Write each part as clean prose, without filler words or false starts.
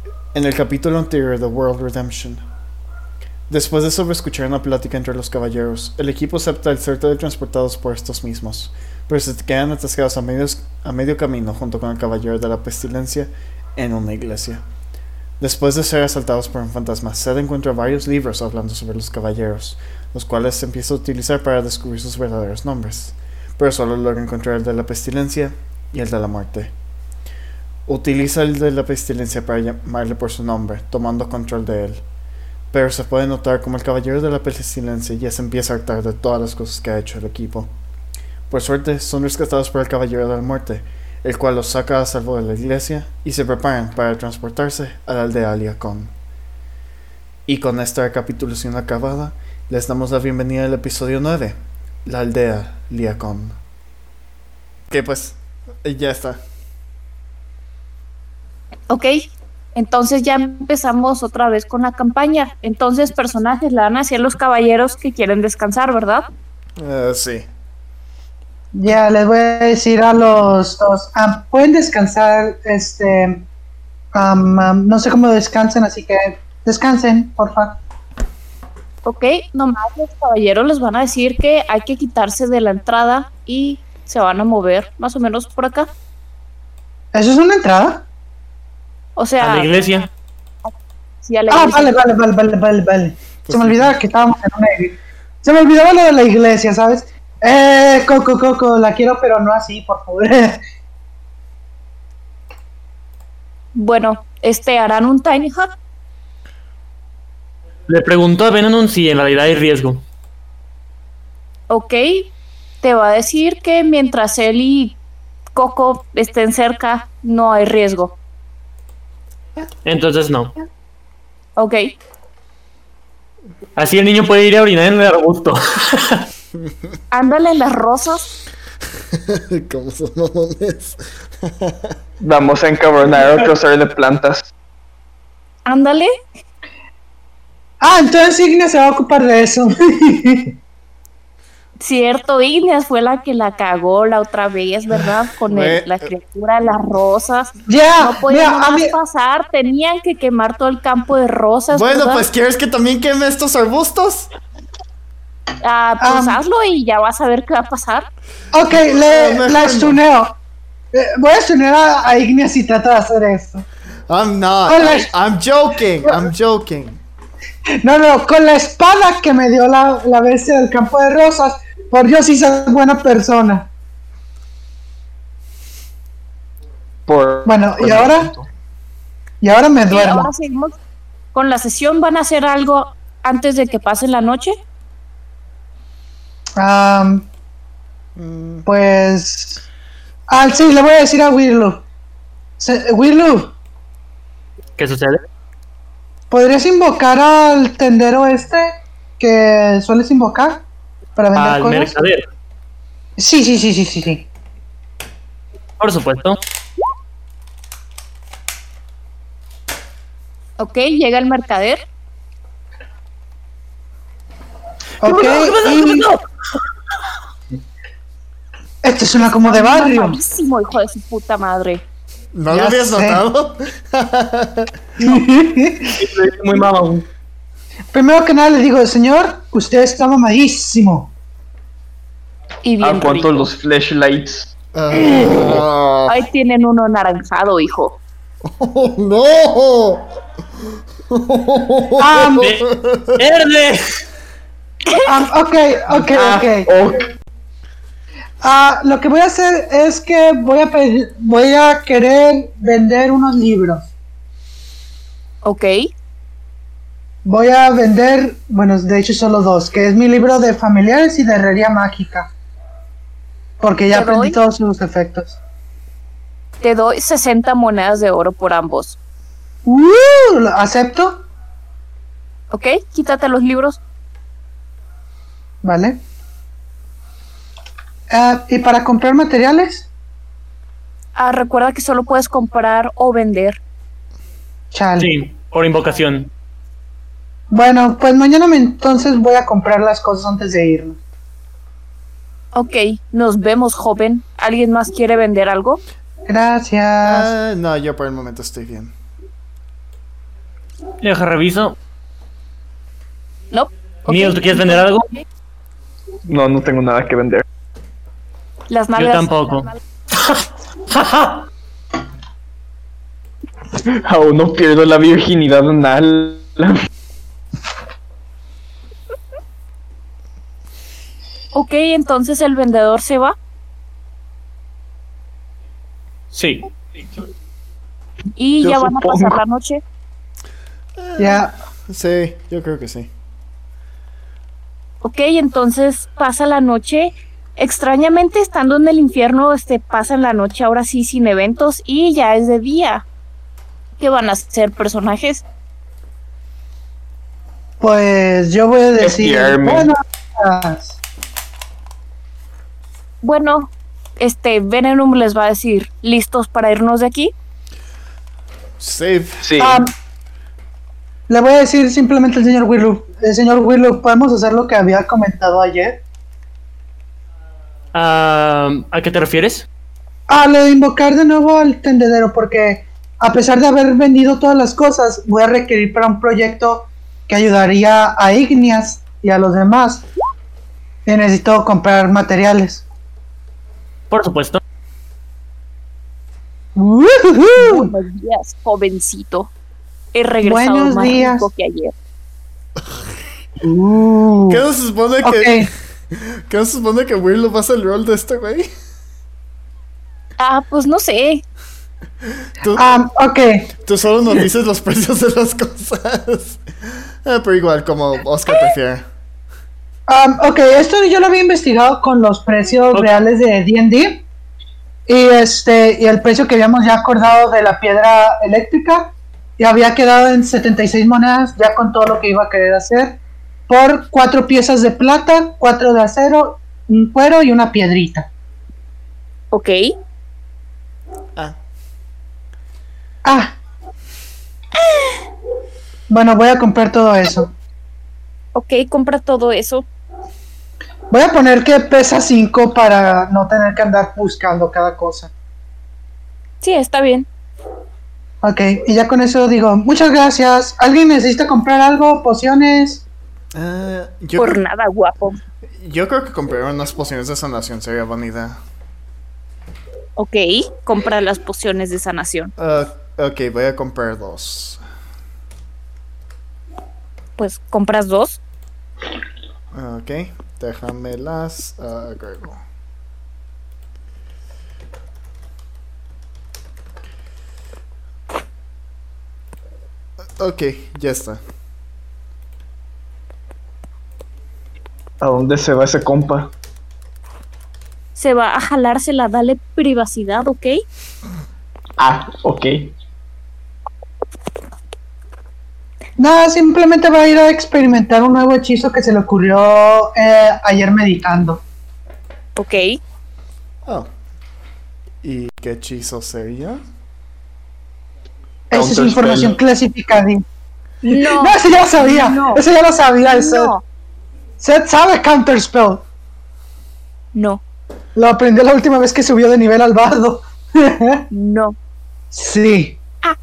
En el capítulo anterior de World Redemption, después de sobreescuchar una plática entre los caballeros, el equipo acepta el ser teletransportados por estos mismos, pero se quedan atascados a medio camino junto con el caballero de la pestilencia en una iglesia. Después de ser asaltados por un fantasma, Zed encuentra varios libros hablando sobre los caballeros, los cuales se empieza a utilizar para descubrir sus verdaderos nombres, pero solo logra encontrar el de la pestilencia y el de la muerte. Utiliza el de la pestilencia para llamarle por su nombre, tomando control de él, pero se puede notar como el caballero de la pestilencia ya se empieza a hartar de todas las cosas que ha hecho el equipo. Por suerte, son rescatados por el caballero de la muerte, el cual los saca a salvo de la iglesia y se preparan para transportarse a la aldea Liacon. Y con esta recapitulación acabada, les damos la bienvenida al episodio 9, la aldea Liacon. Que pues, ya está. Ok, entonces ya empezamos otra vez con la campaña. Entonces personajes la dan hacia los caballeros que quieren descansar, ¿verdad? Sí. Ya les voy a decir a los dos, pueden descansar, no sé cómo descansen, así que descansen, porfa. Ok, nomás los caballeros les van a decir que hay que quitarse de la entrada y se van a mover más o menos por acá. ¿Eso es una entrada? O sea... A la iglesia. Sí, a la iglesia. Vale. Pues Se me olvidaba que estábamos en una iglesia. Se me olvidaba lo de la iglesia, ¿sabes? Coco, la quiero, pero no así, por favor. Bueno, harán un tiny hut. Le preguntó a Venom si en realidad hay riesgo. Ok, te va a decir que mientras él y Coco estén cerca, no hay riesgo. Entonces no. Ok, Así el niño puede ir a orinar en el arbusto. ándale las rosas. ¿Cómo son mamones? Vamos a encabronar otro ser de plantas. Ándale. Entonces Ignia se va a ocupar de eso. Cierto, Igneas fue la que la cagó la otra vez, ¿verdad? Con la criatura de las rosas. Ya, No podían más pasar, tenían que quemar todo el campo de rosas. Bueno, ¿verdad? pues ¿quieres que también queme estos arbustos? Pues hazlo y ya vas a ver qué va a pasar. Ok, la estuneo. Voy a estunear a Ignia si trata de hacer esto. I'm not. I'm joking. No, con la espada que me dio la bestia del campo de rosas, por Dios sí soy buena persona. Bueno, y ahora me duermo. Ahora seguimos con la sesión. ¿Van a hacer algo antes de que pase la noche? Pues... sí, le voy a decir a Wirlu. Wirlu, ¿Qué sucede? ¿podrías invocar al tendero que sueles invocar para vender Al cosas? mercader. Sí. Por supuesto. Ok, llega el mercader. Ok, esto es una como de barrio. Malísimo, hijo de su puta madre. ¿No Ya lo habías sé. notado? Muy mamón. Primero que nada le digo, señor, usted está mamadísimo. Y bien ¿A cuánto rico. los flashlights? Ahí tienen uno naranjado, hijo. Oh, no. ¡Verde! Ok. Lo que voy a hacer es que voy a querer vender unos libros. Ok. Voy a vender, bueno, de hecho solo dos, que es mi libro de familiares y de herrería mágica. Porque ya ¿Te aprendí doy? todos sus efectos. Te doy 60 monedas de oro por ambos. ¿Acepto? Ok, quítate los libros. Vale. ¿Y para comprar materiales? Recuerda que solo puedes comprar o vender. Chale. Sí, por invocación. Bueno, pues mañana entonces voy a comprar las cosas antes de irnos. Ok, nos vemos, joven. ¿Alguien más quiere vender algo? Gracias. No, yo por el momento estoy bien. Deja reviso. No. Ok. Neil, ¿tú quieres vender algo? No, no tengo nada que vender. Las Yo nalgas. tampoco. Aún no pierdo la virginidad anal. Ok, entonces el vendedor se va Sí. y Yo ya van a supongo. pasar la noche. Ya. Sí, yo creo que sí. Ok, entonces pasa la noche. Extrañamente, estando en el infierno, pasan la noche ahora sí sin eventos y ya es de día. ¿Qué van a ser personajes? Pues yo voy a decir. Espiarme. Buenas. Bueno, Venenum les va a decir, ¿listos para irnos de aquí? Save. Sí. Le voy a decir simplemente al señor Willow. Señor Willow, ¿podemos hacer lo que había comentado ayer? ¿A qué te refieres? Lo de invocar de nuevo al tendedero, porque a pesar de haber vendido todas las cosas, voy a requerir para un proyecto que ayudaría a Igneas y a los demás. Y necesito comprar materiales. Por supuesto. ¡Woohoo! Buenos días, jovencito. He regresado Buenos más días. rico que ayer. ¿Qué no se supone Ok. ¿Qué no se supone que Willow pasa el rol de este güey? Pues no sé. Ok. Tú solo nos dices los precios de las cosas. Pero igual, como Oscar prefiere. Ok, esto yo lo había investigado con los precios Ok. reales de D&D. Y el precio que habíamos ya acordado de la piedra eléctrica. Y había quedado en 76 monedas, ya con todo lo que iba a querer hacer. Por 4 piezas de plata, 4 de acero, un cuero y una piedrita. Ok. Bueno, voy a comprar todo eso. Ok, compra todo eso. Voy a poner que pesa 5 para no tener que andar buscando cada cosa. Sí, está bien. Ok, y ya con eso digo, muchas gracias. ¿Alguien necesita comprar algo? ¿Pociones? Yo, Por creo, nada, guapo. yo creo que comprar unas pociones de sanación sería buena idea. Ok, compra las pociones de sanación. Ok, voy a comprar 2. Pues compras 2. Ok, déjame las agrego. Ok, ya está. ¿A dónde se va ese compa? Se va a jalársela, dale privacidad, ¿ok? Ok. Nada, simplemente va a ir a experimentar un nuevo hechizo que se le ocurrió ayer meditando. Ok. Oh. ¿Y qué hechizo sería? Esa es Counterspell. información clasificada. No. No, eso ya lo sabía. No. Eso ya lo sabía. No. Seth sabe Counterspell. No. Lo aprendió la última vez que subió de nivel al bardo. No. Sí.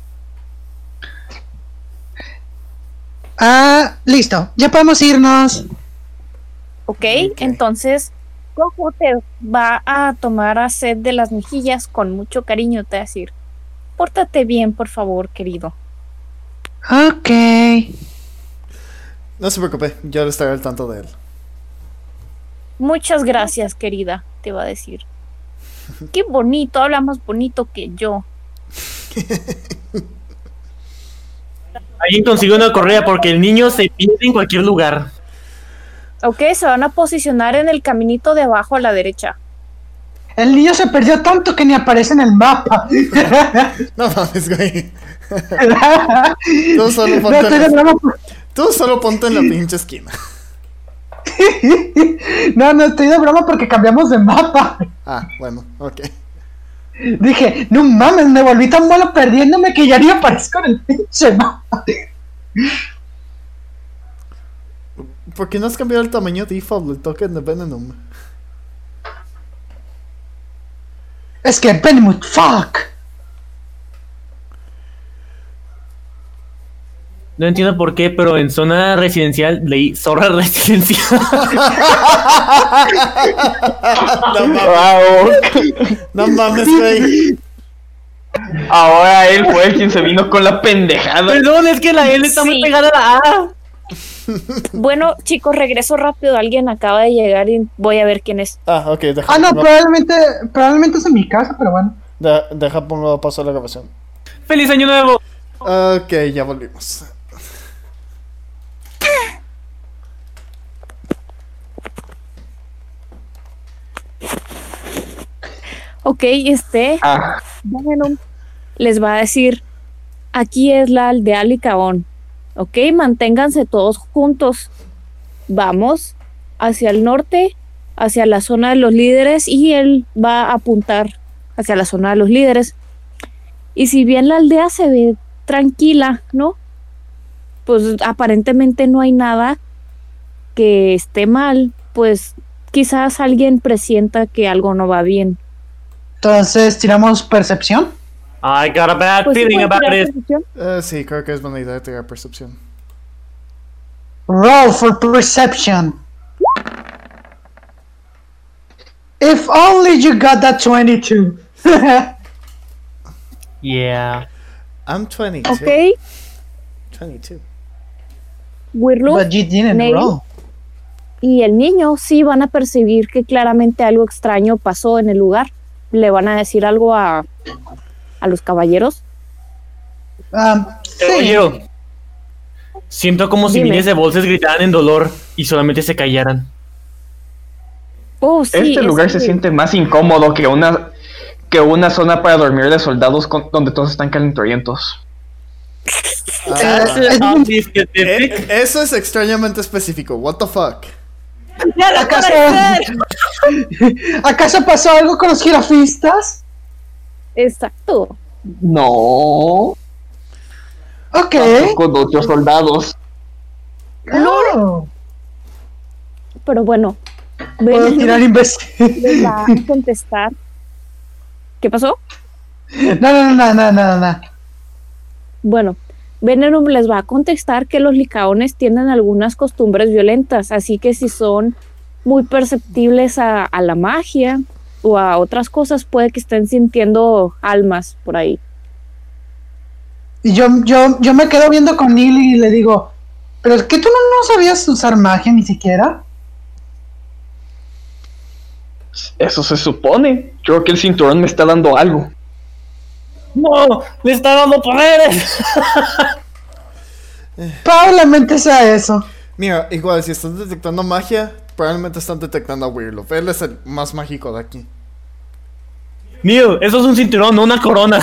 Listo. Ya podemos irnos. Ok, Ok. entonces Goku te va a tomar a Seth de las mejillas con mucho cariño, te va a decir, pórtate bien, por favor, querido. Ok. No se preocupe, yo estaré al tanto de él. Muchas gracias, querida, te va a decir. Qué bonito, habla más bonito que yo. Alguien consiguió una correa porque el niño se pierde en cualquier lugar. Ok, se van a posicionar en el caminito de abajo a la derecha. El niño se perdió tanto que ni aparece en el mapa. No mames, güey. No, Tú solo ponte en la pinche esquina. no, estoy de broma porque cambiamos de mapa. Bueno, ok. Dije, no mames, me volví tan malo perdiéndome que ya ni aparezco en el pinche mapa. ¿Por qué no has cambiado el tamaño default del token de Venenum? Es que Benmut, fuck. No entiendo por qué, pero en zona residencial leí zorra residencial. No mames, Wow. no mames, güey. Ahora él fue el quien se vino con la pendejada. Perdón, es que la L está muy Sí. pegada a la A. Bueno, chicos, regreso rápido. Alguien acaba de llegar y voy a ver quién es. Ah, ok, deja. Ah, no, probablemente es en mi casa, pero bueno. Deja, pongo paso a la grabación. ¡Feliz año nuevo! Ok, ya volvimos. Ok, Ah, bueno, les va a decir, aquí es la aldea Licaón. Ok, manténganse todos juntos. Vamos hacia el norte, hacia la zona de los líderes, y él va a apuntar hacia la zona de los líderes. Y si bien la aldea se ve tranquila, ¿no? Pues aparentemente no hay nada que esté mal, pues quizás alguien presienta que algo no va bien. Entonces, tiramos percepción. I got a bad Pues sí, feeling pueden about tirar it. percepción. Sí, creo que es buena idea tirar percepción. Roll for perception. If only you got that 22. Yeah. I'm 22. Ok, 22. Wirlu But you didn't Nate. roll. y el niño sí van a percibir que claramente algo extraño pasó en el lugar. Le van a decir algo a los caballeros. Sí. Oye, siento como si Dime. miles de voces gritaran en dolor y solamente se callaran. Oh, sí, este es lugar que- se siente más incómodo que una zona para dormir de soldados donde todos están calenturientos. Es- Oddly specific. Eso es extrañamente específico. What the fuck? ¿Acaso, ¿Acaso pasó algo con los jirafistas? Exacto. No. Ok. Con otros soldados. Oh. Pero bueno, Puedo Venenum tirar imbécil. les va a contestar. ¿Qué pasó? No. Bueno, Venenum les va a contestar que los licaones tienen algunas costumbres violentas, así que si son muy perceptibles a la magia o a otras cosas, puede que estén sintiendo almas por ahí. Y yo me quedo viendo con Neil y le digo, ¿pero es que tú no sabías usar magia ni siquiera? Eso se supone. Creo que el cinturón me está dando algo. ¡No! ¡Le está dando poderes! Probablemente sea eso. Mira, igual, si están detectando magia, probablemente están detectando a Weirlof. Él es el más mágico de aquí. Neil, eso es un cinturón, no una corona.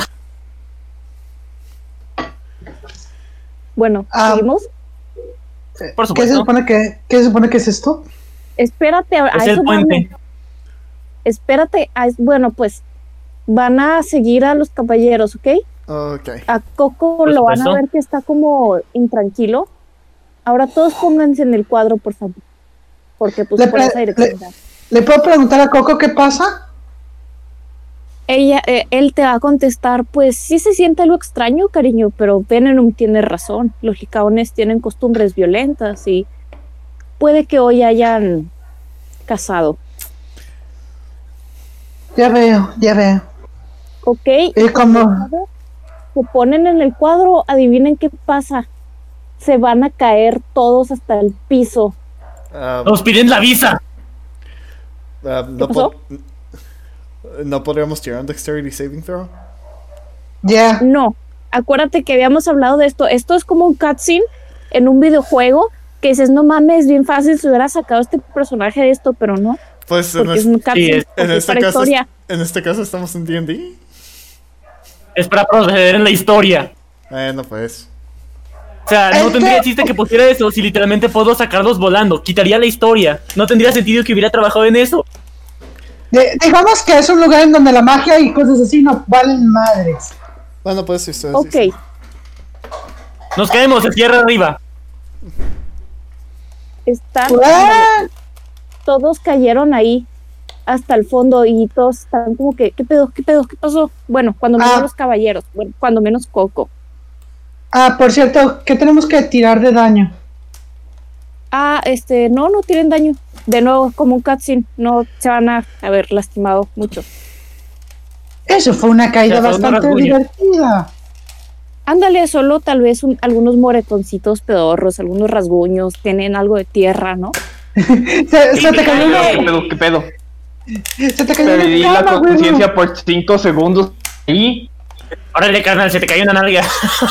Bueno, Ah. seguimos. Por ¿Qué se supuesto. supone que es esto? Espérate, a Es eso el puente. vamos. Espérate, bueno, pues van a seguir a los caballeros, ¿ok? Ok. A Coco Por lo van a supuesto. ver que está como intranquilo. Ahora todos pónganse en el cuadro, por favor. Porque pues Le por pre- esa dirección. ¿Le puedo preguntar a Coco qué pasa? Él te va a contestar, pues sí se siente algo extraño, cariño, pero Venenum tiene razón. Los licaones tienen costumbres violentas y puede que hoy hayan cazado. Ya veo. ¿Ok? Y como... Se ponen en el cuadro, adivinen qué pasa. Se van a caer todos hasta el piso. Nos piden la visa. No, pasó? ¿No podríamos tirar un Dexterity Saving Throw? Ya. No, acuérdate que habíamos hablado de esto. Esto es como un cutscene en un videojuego que dices, no mames, bien fácil si hubiera sacado este personaje de esto, pero no, Pues en, porque es un cutscene, es- porque es para caso, historia. en este caso estamos en D&D. Es para proceder en la historia. No pues. O sea, no tendría chiste que pusiera eso si literalmente puedo sacarlos volando. Quitaría la historia. No tendría sentido que hubiera trabajado en eso. Digamos que es un lugar en donde la magia y cosas así no valen madres. Bueno, pues si ustedes Ok, dicen. Nos caemos, se cierra arriba. están, ¡Ah! todos cayeron ahí hasta el fondo y todos están como que, ¿qué pedo? ¿Qué pasó? Bueno, cuando menos los caballeros, bueno, cuando menos Coco. Ah, por cierto, ¿qué tenemos que tirar de daño? No tienen daño. De nuevo, como un cutscene, no se van a haber lastimado mucho. Eso fue una caída Ya, fue un bastante rasguño. divertida. Ándale, solo tal vez algunos moretoncitos pedorros, algunos rasguños, tienen algo de tierra, ¿no? Se te cayó ¿Qué una... pedo? ¿Qué pedo? Se te cayó Perdí una la cama, güey. conciencia por 5 segundos y... Órale, carnal, se te cayó una nalga.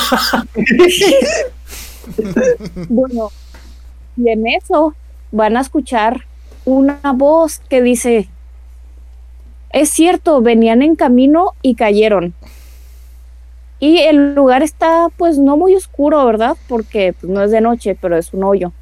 Bueno, y en eso van a escuchar una voz que dice: es cierto, venían en camino y cayeron. Y el lugar está pues no muy oscuro, ¿verdad? Porque pues, no es de noche, pero es un hoyo.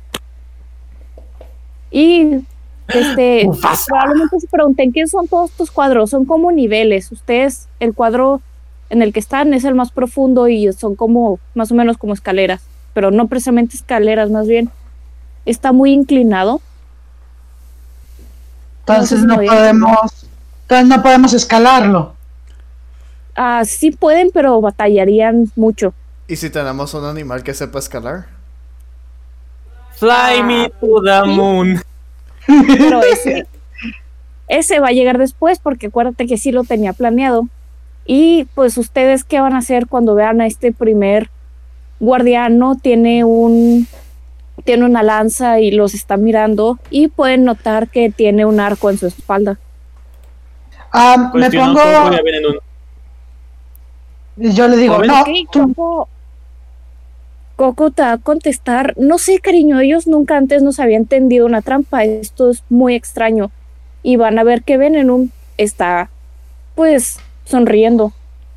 Y Mufasa. probablemente se pregunten qué son todos estos cuadros. Son como niveles. Ustedes, el cuadro en el que están es el más profundo y son como más o menos como escaleras, pero no precisamente escaleras, más bien está muy inclinado. Entonces No sé si no podemos escalarlo. Sí pueden, pero batallarían mucho. ¿Y si tenemos un animal que sepa escalar? Fly me to the ¿sí? moon. Pero ese va a llegar después, porque acuérdate que sí lo tenía planeado. Y pues ustedes, ¿qué van a hacer cuando vean a este primer guardiano? Tiene una lanza y los está mirando y pueden notar que tiene un arco en su espalda. Me Cuestionó pongo... Coco y Avenenun. Y yo le digo, Joven, no, Ok, Coco te va a contestar: no sé, cariño, ellos nunca antes nos habían tendido una trampa, esto es muy extraño. Y van a ver que Venenum está pues sonriendo.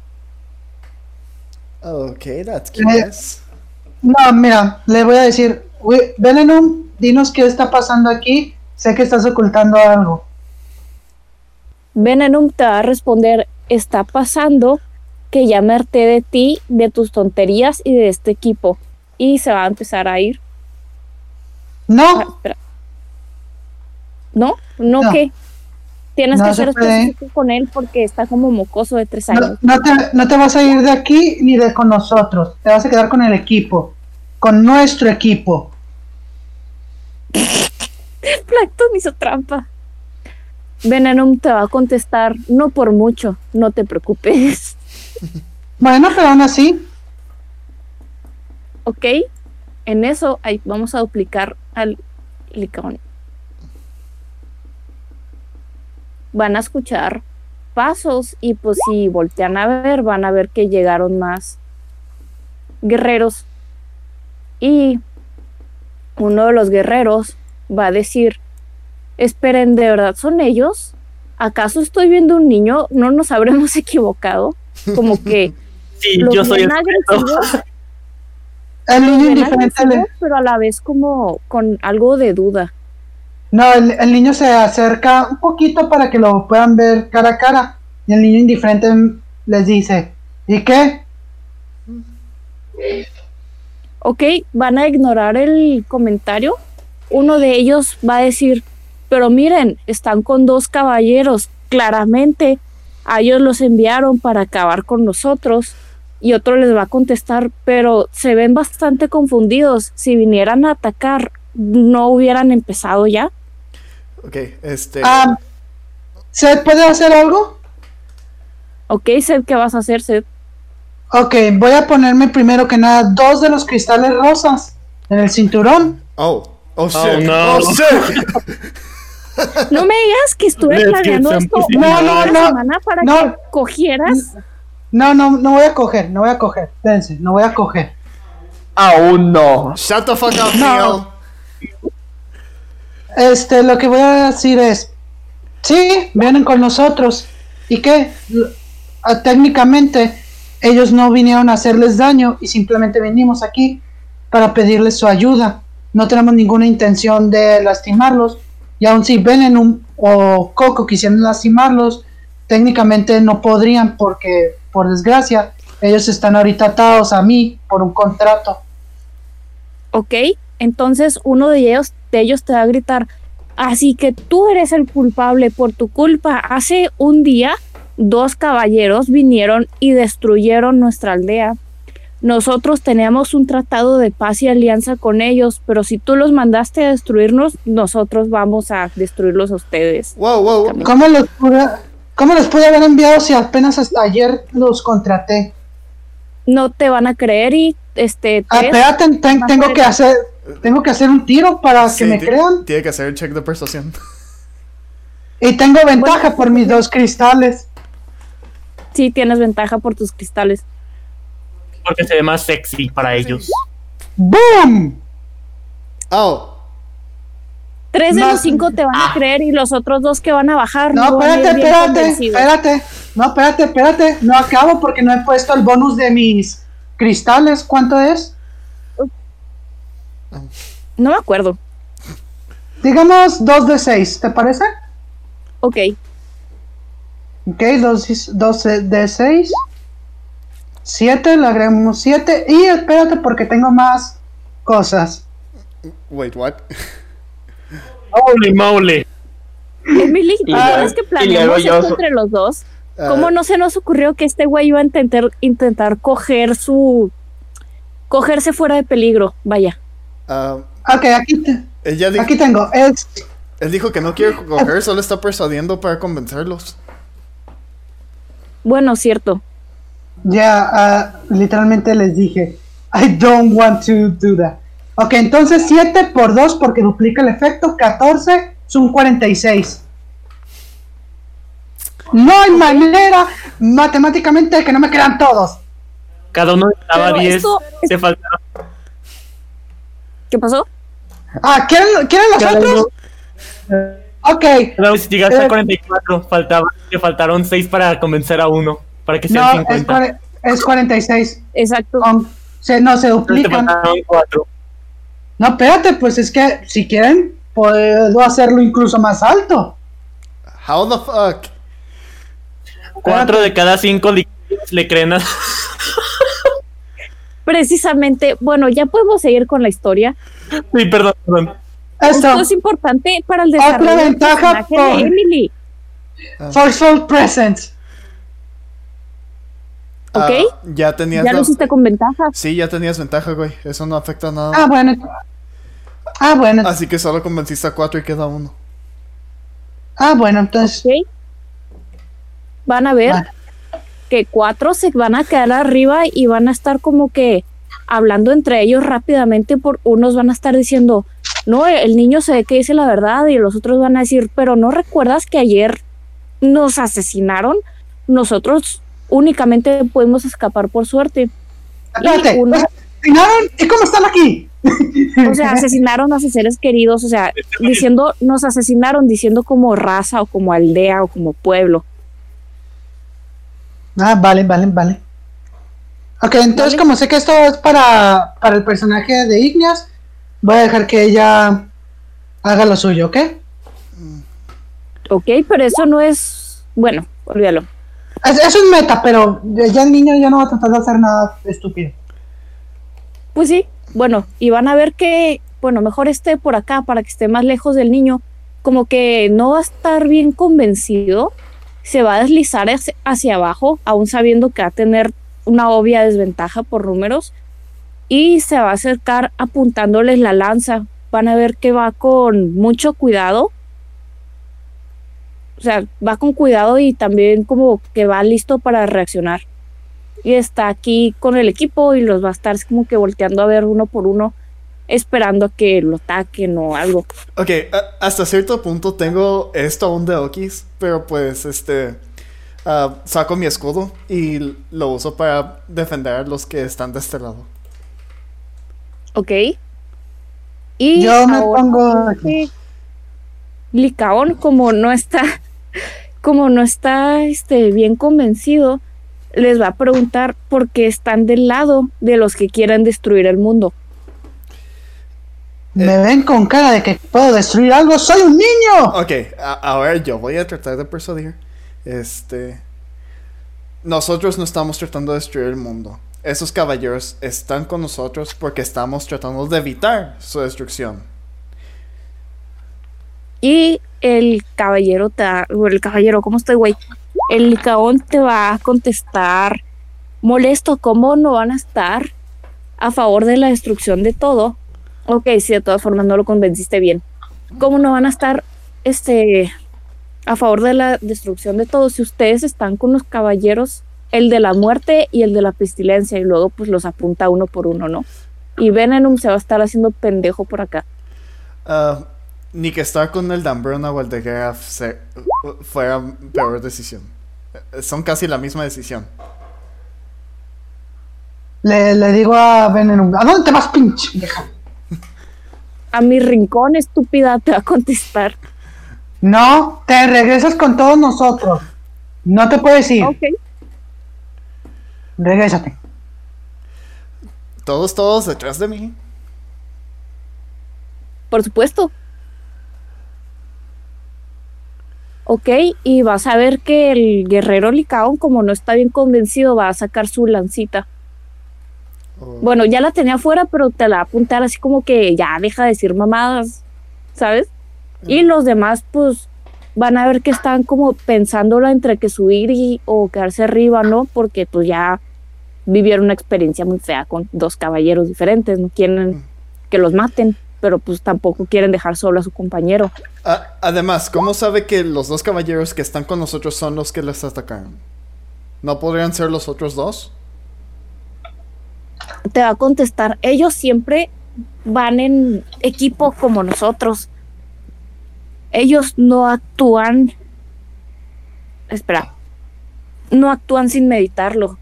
Okay, that's curious. no, mira, le voy a decir, Venenum, dinos qué está pasando aquí. Sé que estás ocultando algo. Venenum te va a responder: está pasando que ya me harté de ti, de tus tonterías y de este equipo. Y se va a empezar a ir. No, Espera. ¿No? ¿No No. qué? Tienes No que se ser puede. específico con él porque está como mocoso de 3 años. no te vas a ir de aquí ni de con nosotros. Te vas a quedar con el equipo. Con nuestro equipo. Plankton hizo trampa. Venenum te va a contestar: no por mucho, no te preocupes. Bueno, pero aún así, Ok, en eso ahí vamos a duplicar al licón. Van a escuchar pasos y pues si voltean a ver, van a ver que llegaron más guerreros. Y uno de los guerreros va a decir: esperen, ¿de verdad son ellos? ¿Acaso estoy viendo un niño? ¿No nos habremos equivocado? Como que Sí, los yo soy ven el agresivos, el niño ven indiferente agresivos, pero a la vez como con algo de duda. No, el niño se acerca un poquito para que lo puedan ver cara a cara. Y el niño indiferente les dice, ¿y qué? Ok, van a ignorar el comentario. Uno de ellos va a decir: pero miren, están con 2 caballeros, claramente a ellos los enviaron para acabar con nosotros. Y otro les va a contestar: pero se ven bastante confundidos, si vinieran a atacar, ¿no hubieran empezado ya? Ok, ¿Se puede hacer algo? Ok, Seth, ¿qué vas a hacer, Seth? Ok, voy a ponerme primero que nada 2 de los cristales rosas en el cinturón. Oh shit. no. Oh shit. No me digas que estuve Let's planeando get some esto pussy. una No, semana para no. que cogieras. No voy a coger, Espérense, no voy a coger. Aún no. Shut the fuck up, No. Neil. Lo que voy a decir es, sí, vienen con nosotros. ¿Y qué? Técnicamente, ellos no vinieron a hacerles daño y simplemente vinimos aquí para pedirles su ayuda. No tenemos ninguna intención de lastimarlos. Y aun si Venenum o Coco quisieran lastimarlos, técnicamente no podrían porque, por desgracia, ellos están ahorita atados a mí por un contrato. Ok, entonces uno de ellos te va a gritar: así que tú eres el culpable, por tu culpa. Hace un día 2 caballeros vinieron y destruyeron nuestra aldea. nosotros teníamos un tratado de paz y alianza con ellos, pero si tú los mandaste a destruirnos, nosotros vamos a destruirlos a ustedes. Wow. ¿Cómo los pude haber enviado si apenas hasta ayer los contraté? No te van a creer y Espérate, tengo que hacer un tiro para Sí, que me crean. Tiene que hacer el check de persuasión. Y tengo ventaja Bueno, por mis 2 cristales. sí tienes ventaja por tus cristales. Porque se ve más sexy para ellos. ¡Boom! Oh, 3 de Más- los 5 te van a creer y los otros 2 que van a bajar No, van a ir bien convencidos. espérate. No acabo porque no he puesto el bonus de mis cristales. ¿Cuánto es? No me acuerdo. Digamos 2 de 6, ¿te parece? Ok. Ok, 2 de 6. 7, le agregamos 7. Y espérate porque tengo más cosas. wait, what? ¡Holy moly! Emily, Y ¿cada luego- vez que y planeamos luego yo esto entre los dos? ¿Cómo Ah, no se nos ocurrió que este güey iba a intentar cogerse fuera de peligro? Vaya. Ok, Ella aquí tengo. él dijo que no quiere coger, solo está persuadiendo para convencerlos. Bueno, cierto. Literalmente les dije, I don't want to do that. Ok, entonces 7 por 2 porque duplica el efecto, 14 son 46. No hay manera matemáticamente de que no me crean todos. Cada uno estaba Pero 10. esto- Se faltaron. ¿Qué pasó? ¿Quieren los Cada otros? uno. Ok, Llegaste a Eh, 44. Le faltaron 6 para convencer a uno. Para que sean no, 50. es 46. Exacto. Se Entonces te duplican. faltaron 4. No, espérate, pues es que si quieren, puedo hacerlo incluso más alto. How the fuck? 4 de cada 5 le creen a... Precisamente, bueno, ya podemos seguir con la historia. Sí, perdón. Esto es importante para el Otra desarrollo del ventaja personaje por- de Emily. Forceful Presence. ¿Ok? Ya tenías Ya lo hiciste con ventaja. Sí, ya tenías ventaja, güey. Eso no afecta nada. Ah, bueno. Así que solo convenciste a 4 y queda 1. Entonces. ¿Ok? Van a ver que 4 se van a quedar arriba y van a estar como que hablando entre ellos rápidamente. Por unos van a estar diciendo, no, el niño se ve que dice la verdad, y los otros van a decir, pero ¿no recuerdas que ayer nos asesinaron? Nosotros únicamente podemos escapar por suerte. Espérate, Y uno- ¿los asesinaron? ¿Y cómo están aquí? O sea, asesinaron a sus seres queridos, o sea, diciendo, nos asesinaron, diciendo como raza o como aldea o como pueblo. Vale. Ok, entonces Vale. como sé que esto es para el personaje de Igneas, voy a dejar que ella haga lo suyo, ¿ok? Ok, pero eso no es... Bueno, olvídalo. Eso es meta, pero ya el niño ya no va a tratar de hacer nada estúpido. Pues sí, bueno, y van a ver que, bueno, mejor esté por acá para que esté más lejos del niño, como que no va a estar bien convencido, se va a deslizar hacia abajo, aún sabiendo que va a tener una obvia desventaja por números, y se va a acercar apuntándoles la lanza. Van a ver que va con mucho cuidado, o sea, va con cuidado y también como que va listo para reaccionar. Y está aquí con el equipo y los va a estar como que volteando a ver uno por uno, esperando a que lo ataquen o algo. Ok, hasta cierto punto tengo esto aún de Okis, pero pues saco mi escudo y lo uso para defender a los que están de este lado. Ok. Y Yo me ahora pongo que Licaón, como no está bien convencido, les va a preguntar por qué están del lado de los que quieren destruir el mundo. Me ven con cara de que puedo destruir algo. ¡Soy un niño! Ok, ahora yo voy a tratar de persuadir. Nosotros no estamos tratando de destruir el mundo. Esos caballeros están con nosotros porque estamos tratando de evitar su destrucción. Y el caballero, ¿cómo estoy, güey? El Licaón te va a contestar molesto, ¿cómo no van a estar a favor de la destrucción de todo? Ok, sí, de todas formas no lo convenciste bien. ¿Cómo no van a estar a favor de la destrucción de todo si ustedes están con los caballeros, el de la muerte y el de la pestilencia, y luego pues los apunta uno por uno, ¿no? Y Venenum se va a estar haciendo pendejo por acá. Ni que estar con el Dambrona o el de Geraf fuera peor decisión. Son casi la misma decisión. Le digo a Venenum, ¿a dónde te vas, pinche vieja? A mi rincón, estúpida, te va a contestar. No, te regresas con todos nosotros. No te puedes ir. Ok. Regrésate. Todos detrás de mí. Por supuesto. Ok, y vas a ver que el guerrero Licaón, como no está bien convencido, va a sacar su lancita. Bueno, ya la tenía afuera, pero te la va a apuntar así como que ya deja de decir mamadas, ¿sabes? Y los demás, pues, van a ver que están como pensándolo entre que subir o quedarse arriba, ¿no? Porque pues ya vivieron una experiencia muy fea con dos caballeros diferentes, no quieren que los maten, pero pues tampoco quieren dejar solo a su compañero. Además, ¿cómo sabe que los dos caballeros que están con nosotros son los que les atacaron? ¿No podrían ser los otros dos? Te va a contestar, ellos siempre van en equipo como nosotros. Ellos no actúan... Espera. No actúan sin meditarlo.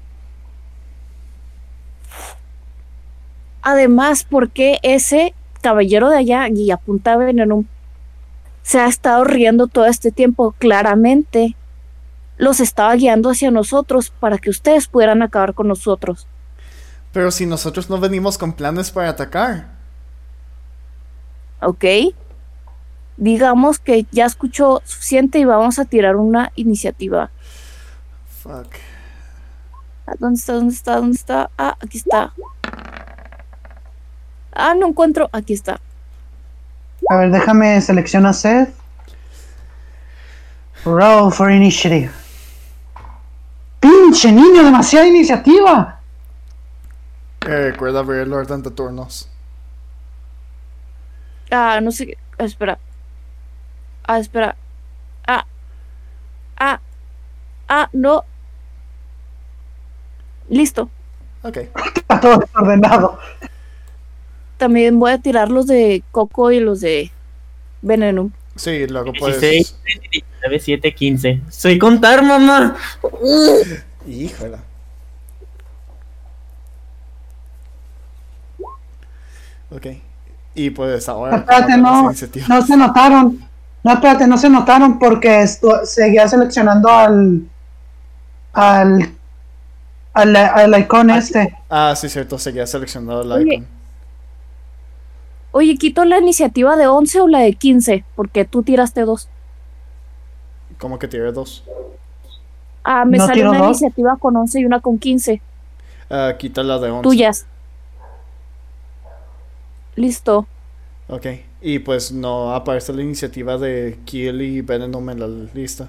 Además, porque ese caballero de allá, y apunta a Venenum, se ha estado riendo todo este tiempo, claramente los estaba guiando hacia nosotros para que ustedes pudieran acabar con nosotros. Pero si nosotros no venimos con planes para atacar. Ok. Digamos que ya escuchó suficiente y vamos a tirar una iniciativa. Fuck. ¿Dónde está? ¿Dónde está? ¿Dónde está? Ah, aquí está. Ah, no encuentro. Aquí está. A ver, déjame seleccionar Seth. Roll for initiative. ¡Pinche niño! ¡Demasiada iniciativa! Recuerda abrir el orden de turnos. Ah, no sé qué. Espera. Ah, espera. No. Listo. Ok. Está todo desordenado. También voy a tirar los de Coco y los de Venenum. Sí, luego puedes... 16, 19, 7, 15. Soy contar, mamá. Híjole. Ok. Y pues ahora... Espérate, no se notaron. No, espérate, no se notaron porque seguía seleccionando al icon este. Ah, sí, cierto, seguía seleccionando el icon. Oye, ¿quito la iniciativa de 11 o la de 15? Porque tú tiraste 2. ¿Cómo que tiré 2? Ah, me ¿No salió tiró una 2? iniciativa con 11 y una con 15. Quita la de 11. Tuyas. Listo. Ok. Y pues no aparece la iniciativa de Kiel y Venenum en la lista.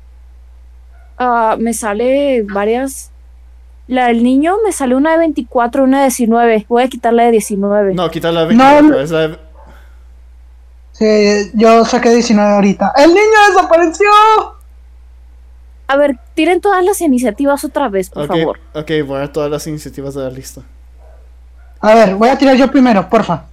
Me sale varias. La del niño me sale una de 24 y una de 19. Voy a quitar la de 19. No, quita la de 24. No. Es la de... Sí, yo saqué 19 ahorita. ¡El niño desapareció! A ver, tiren todas las iniciativas otra vez, por favor. Ok, voy a ver todas las iniciativas de la lista. A ver, voy a tirar yo primero, porfa.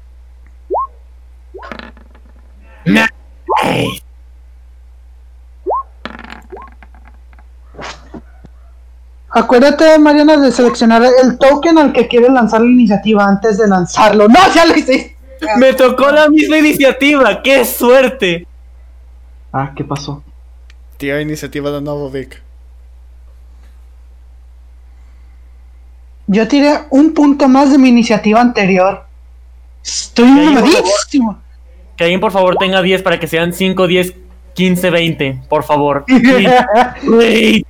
Acuérdate, Mariana, de seleccionar el token al que quieres lanzar la iniciativa antes de lanzarlo. ¡No, ya lo hice! Me tocó la misma iniciativa. ¡Qué suerte! Ah, ¿qué pasó? Tira iniciativa de nuevo, Vic. Yo tiré un punto más de mi iniciativa anterior. Estoy enojadísimo. Que alguien por favor tenga 10 para que sean 5, 10, 15, 20. Por favor. Wait.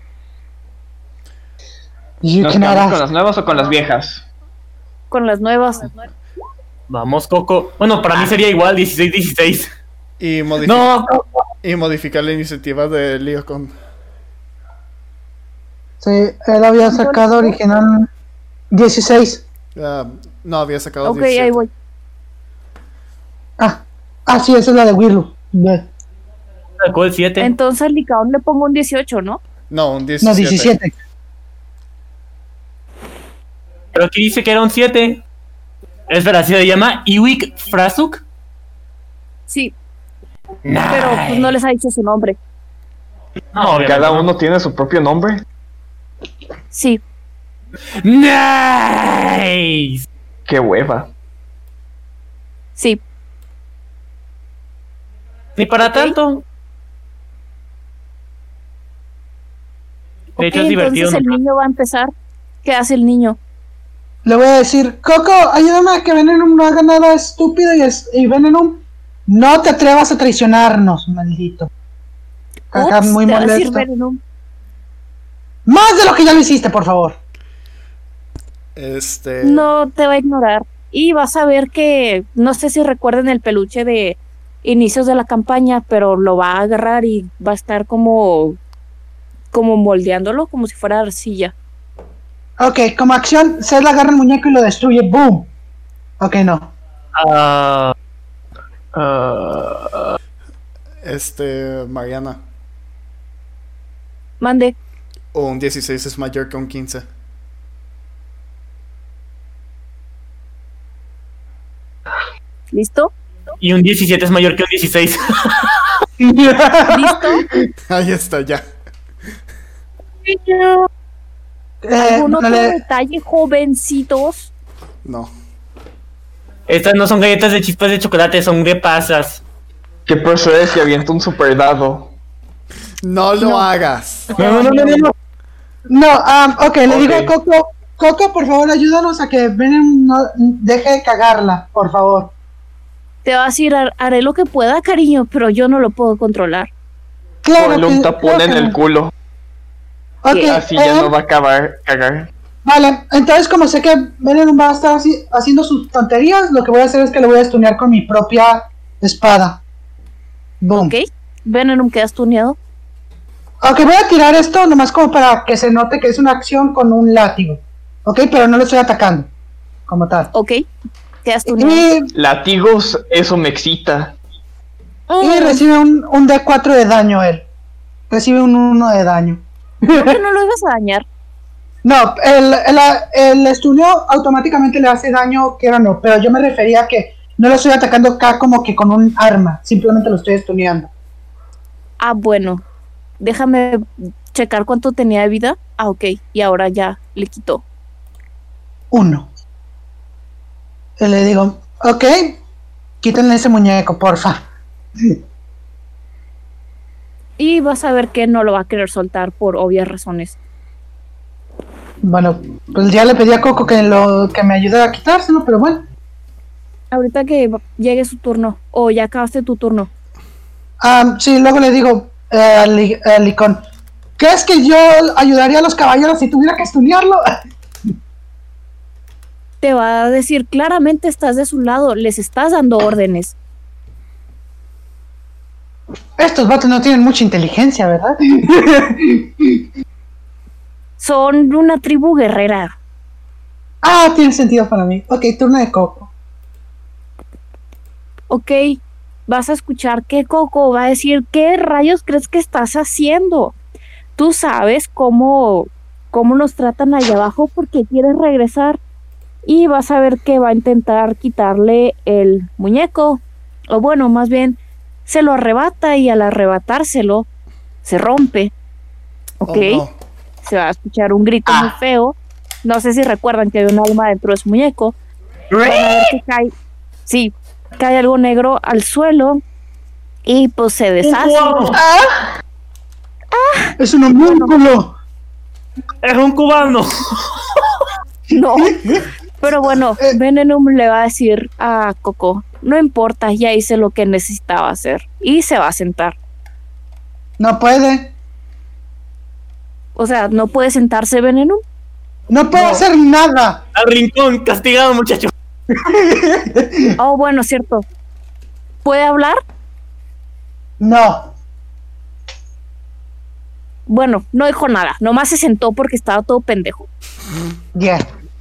¿Nos quedamos con las nuevas o con las viejas? Con las nuevas. Vamos, Coco. Bueno, para mí sería igual 16, 16. Y, No, y modificar la iniciativa de Leocon. Sí, él había sacado original 16. No, había sacado Ok, 17. ahí voy. Sí, esa es la de Wirlu. Sacó el 7. Entonces al Licaón le pongo un 18, ¿no? No, un 17. No, 17. Pero aquí dice que era un 7. Espera, ¿se llama Iwik Frasuk? Sí, Nice. pero pues no les ha dicho su nombre. No, obviamente Cada no. uno tiene su propio nombre. Sí, Nice. Qué hueva. sí. Ni para Ok. tanto. De Ok, hecho, es divertido. entonces el niño va a empezar. ¿Qué hace el niño? Le voy a decir, Coco, ayúdame a que Venenum no haga nada estúpido y Venenum, no te atrevas a traicionarnos, maldito. Acá Ups, muy te va a decir molesto. Venenum. Más de lo que ya lo hiciste, por favor. No te va a ignorar. Y vas a ver que, no sé si recuerden el peluche de inicios de la campaña, pero lo va a agarrar y va a estar como moldeándolo, como si fuera arcilla. Ok, como acción, Cell agarra el muñeco y lo destruye. ¡Boom! Ok, no. Mariana. Mande. O un 16 es mayor que un 15. ¿Listo? Y un 17 es mayor que un 16. ¿Listo? Ahí está, ya. ¿Algún otro dale. detalle, jovencitos? No. Estas no son galletas de chispas de chocolate, son de pasas. ¿Qué procede si avienta un super dado? No lo hagas. No. No, ok, le Ok. digo a Coco, Coco, por favor, ayúdanos a que Venenum no deje de cagarla, por favor. Te va a decir, haré lo que pueda, cariño, pero yo no lo puedo controlar. Claro Ponle un que- tapón claro en que el no. culo. Ok, Así ya no va a cagar. vale, entonces como sé que Venenum va a estar haciendo sus tonterías, lo que voy a hacer es que le voy a estunear con mi propia espada. Boom. ¿Ok? Venenum, ¿quedas tuneado? Ok, voy a tirar esto nomás como para que se note que es una acción con un látigo. Ok, pero no le estoy atacando, como tal. ¿Ok? ¿Quedas tuneado? Y, Latigos, eso me excita. y recibe un D4 de daño él. Recibe un 1 de daño. ¿Por qué no lo ibas a dañar? No, el estuneo automáticamente le hace daño, quiera o no, pero yo me refería a que no lo estoy atacando acá como que con un arma, simplemente lo estoy estuneando. Ah, bueno. Déjame checar cuánto tenía de vida. Ah, ok. Y ahora ya le quitó. 1. Y le digo, ok, quítenle ese muñeco, porfa. Y vas a ver que no lo va a querer soltar por obvias razones. Bueno, pues ya le pedí a Coco que me ayude a quitárselo, pero bueno. Ahorita que llegue su turno. O ya acabaste tu turno. Sí, luego le digo al Licón, ¿crees que yo ayudaría a los caballeros si tuviera que estudiarlo? Te va a decir claramente estás de su lado. Les estás dando órdenes. Estos vatos no tienen mucha inteligencia, ¿verdad? Son una tribu guerrera. Tiene sentido para mí. Ok, turno de Coco. Ok, vas a escuchar que Coco va a decir, ¿qué rayos crees que estás haciendo? Tú sabes cómo nos tratan allá abajo porque quieres regresar y vas a ver que va a intentar quitarle el muñeco, o bueno, más bien se lo arrebata y al arrebatárselo se rompe. Ok, Oh, no. se va a escuchar un grito muy feo. No sé si recuerdan que hay un alma dentro de su muñeco. Van a ver que cae algo negro al suelo y pues se deshace. Es un homúnculo. Es un cubano. No, pero bueno, Venenum le va a decir a Coco, no importa, ya hice lo que necesitaba hacer y se va a sentar. No puede. O sea, no puede sentarse Venenum. No puede hacer nada. Al rincón, castigado, muchacho. Oh, bueno, cierto. ¿Puede hablar? No. Bueno, no dijo nada, nomás se sentó porque estaba todo pendejo. Ya.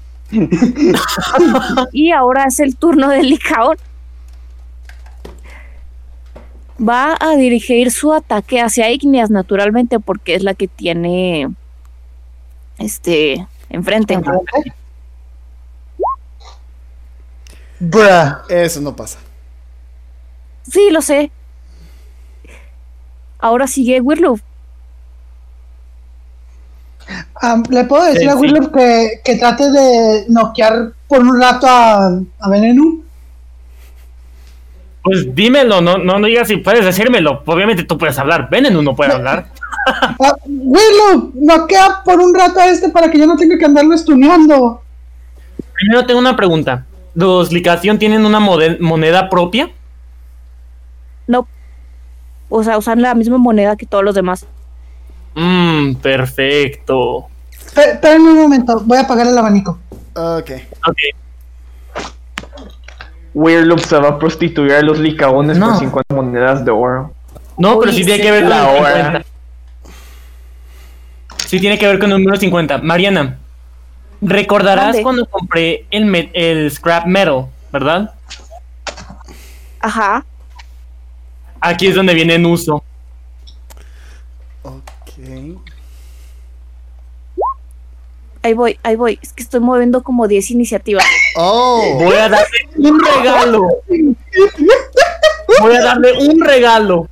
Y ahora es el turno de Licaón. Va a dirigir su ataque hacia Igneas, naturalmente, porque es la que tiene enfrente. Bruh. Eso no pasa. Sí, lo sé. Ahora sigue Wirloop. ¿Le puedo decir a Sí. Willow que trate de noquear por un rato a Veneno? Pues dímelo, no digas si puedes decírmelo. Obviamente tú puedes hablar. Veneno no puede hablar. Willow, noquea por un rato a este para que yo no tenga que andarlo estuneando. Primero tengo una pregunta. ¿Los Licación tienen una moneda propia? No. O sea, usan la misma moneda que todos los demás. Perfecto. Espérenme un momento, voy a apagar el abanico. Ok. Ok. Weirloop se va a prostituir a los licaones No. por 50 monedas de oro. No, pero Oye, sí tiene sí, que ver con la el hora. 50. Sí tiene que ver con el número 50. Mariana, recordarás ¿Dónde? cuando compré el scrap metal, ¿verdad? Ajá. Aquí es donde viene en uso. Ok. Ahí voy. Es que estoy moviendo como 10 iniciativas. Oh. Voy a darle un regalo. Voy a darle un regalo.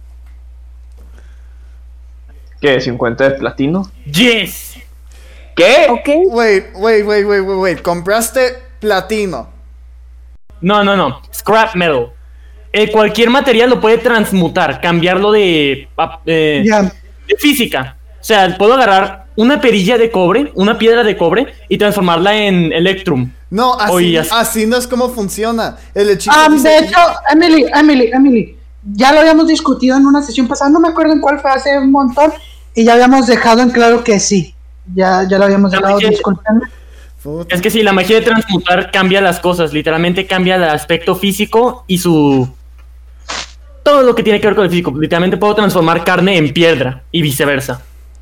¿Qué? ¿50 de platino? Yes. ¿Qué? Ok. Wait. Compraste platino. No. Scrap metal. Cualquier material lo puede transmutar, cambiarlo de Ya. de física. O sea, puedo agarrar una perilla de cobre, una piedra de cobre y transformarla en Electrum. No, así, Oye, así no es como funciona. El hechizo dice- De hecho, Emily, ya lo habíamos discutido en una sesión pasada, no me acuerdo en cuál fue, hace un montón, y ya habíamos dejado en claro que sí. Ya lo habíamos La dejado, magia- disculpen. Puta. Es que sí, la magia de transmutar cambia las cosas, literalmente cambia el aspecto físico y todo lo que tiene que ver con el físico. Literalmente puedo transformar carne en piedra y viceversa.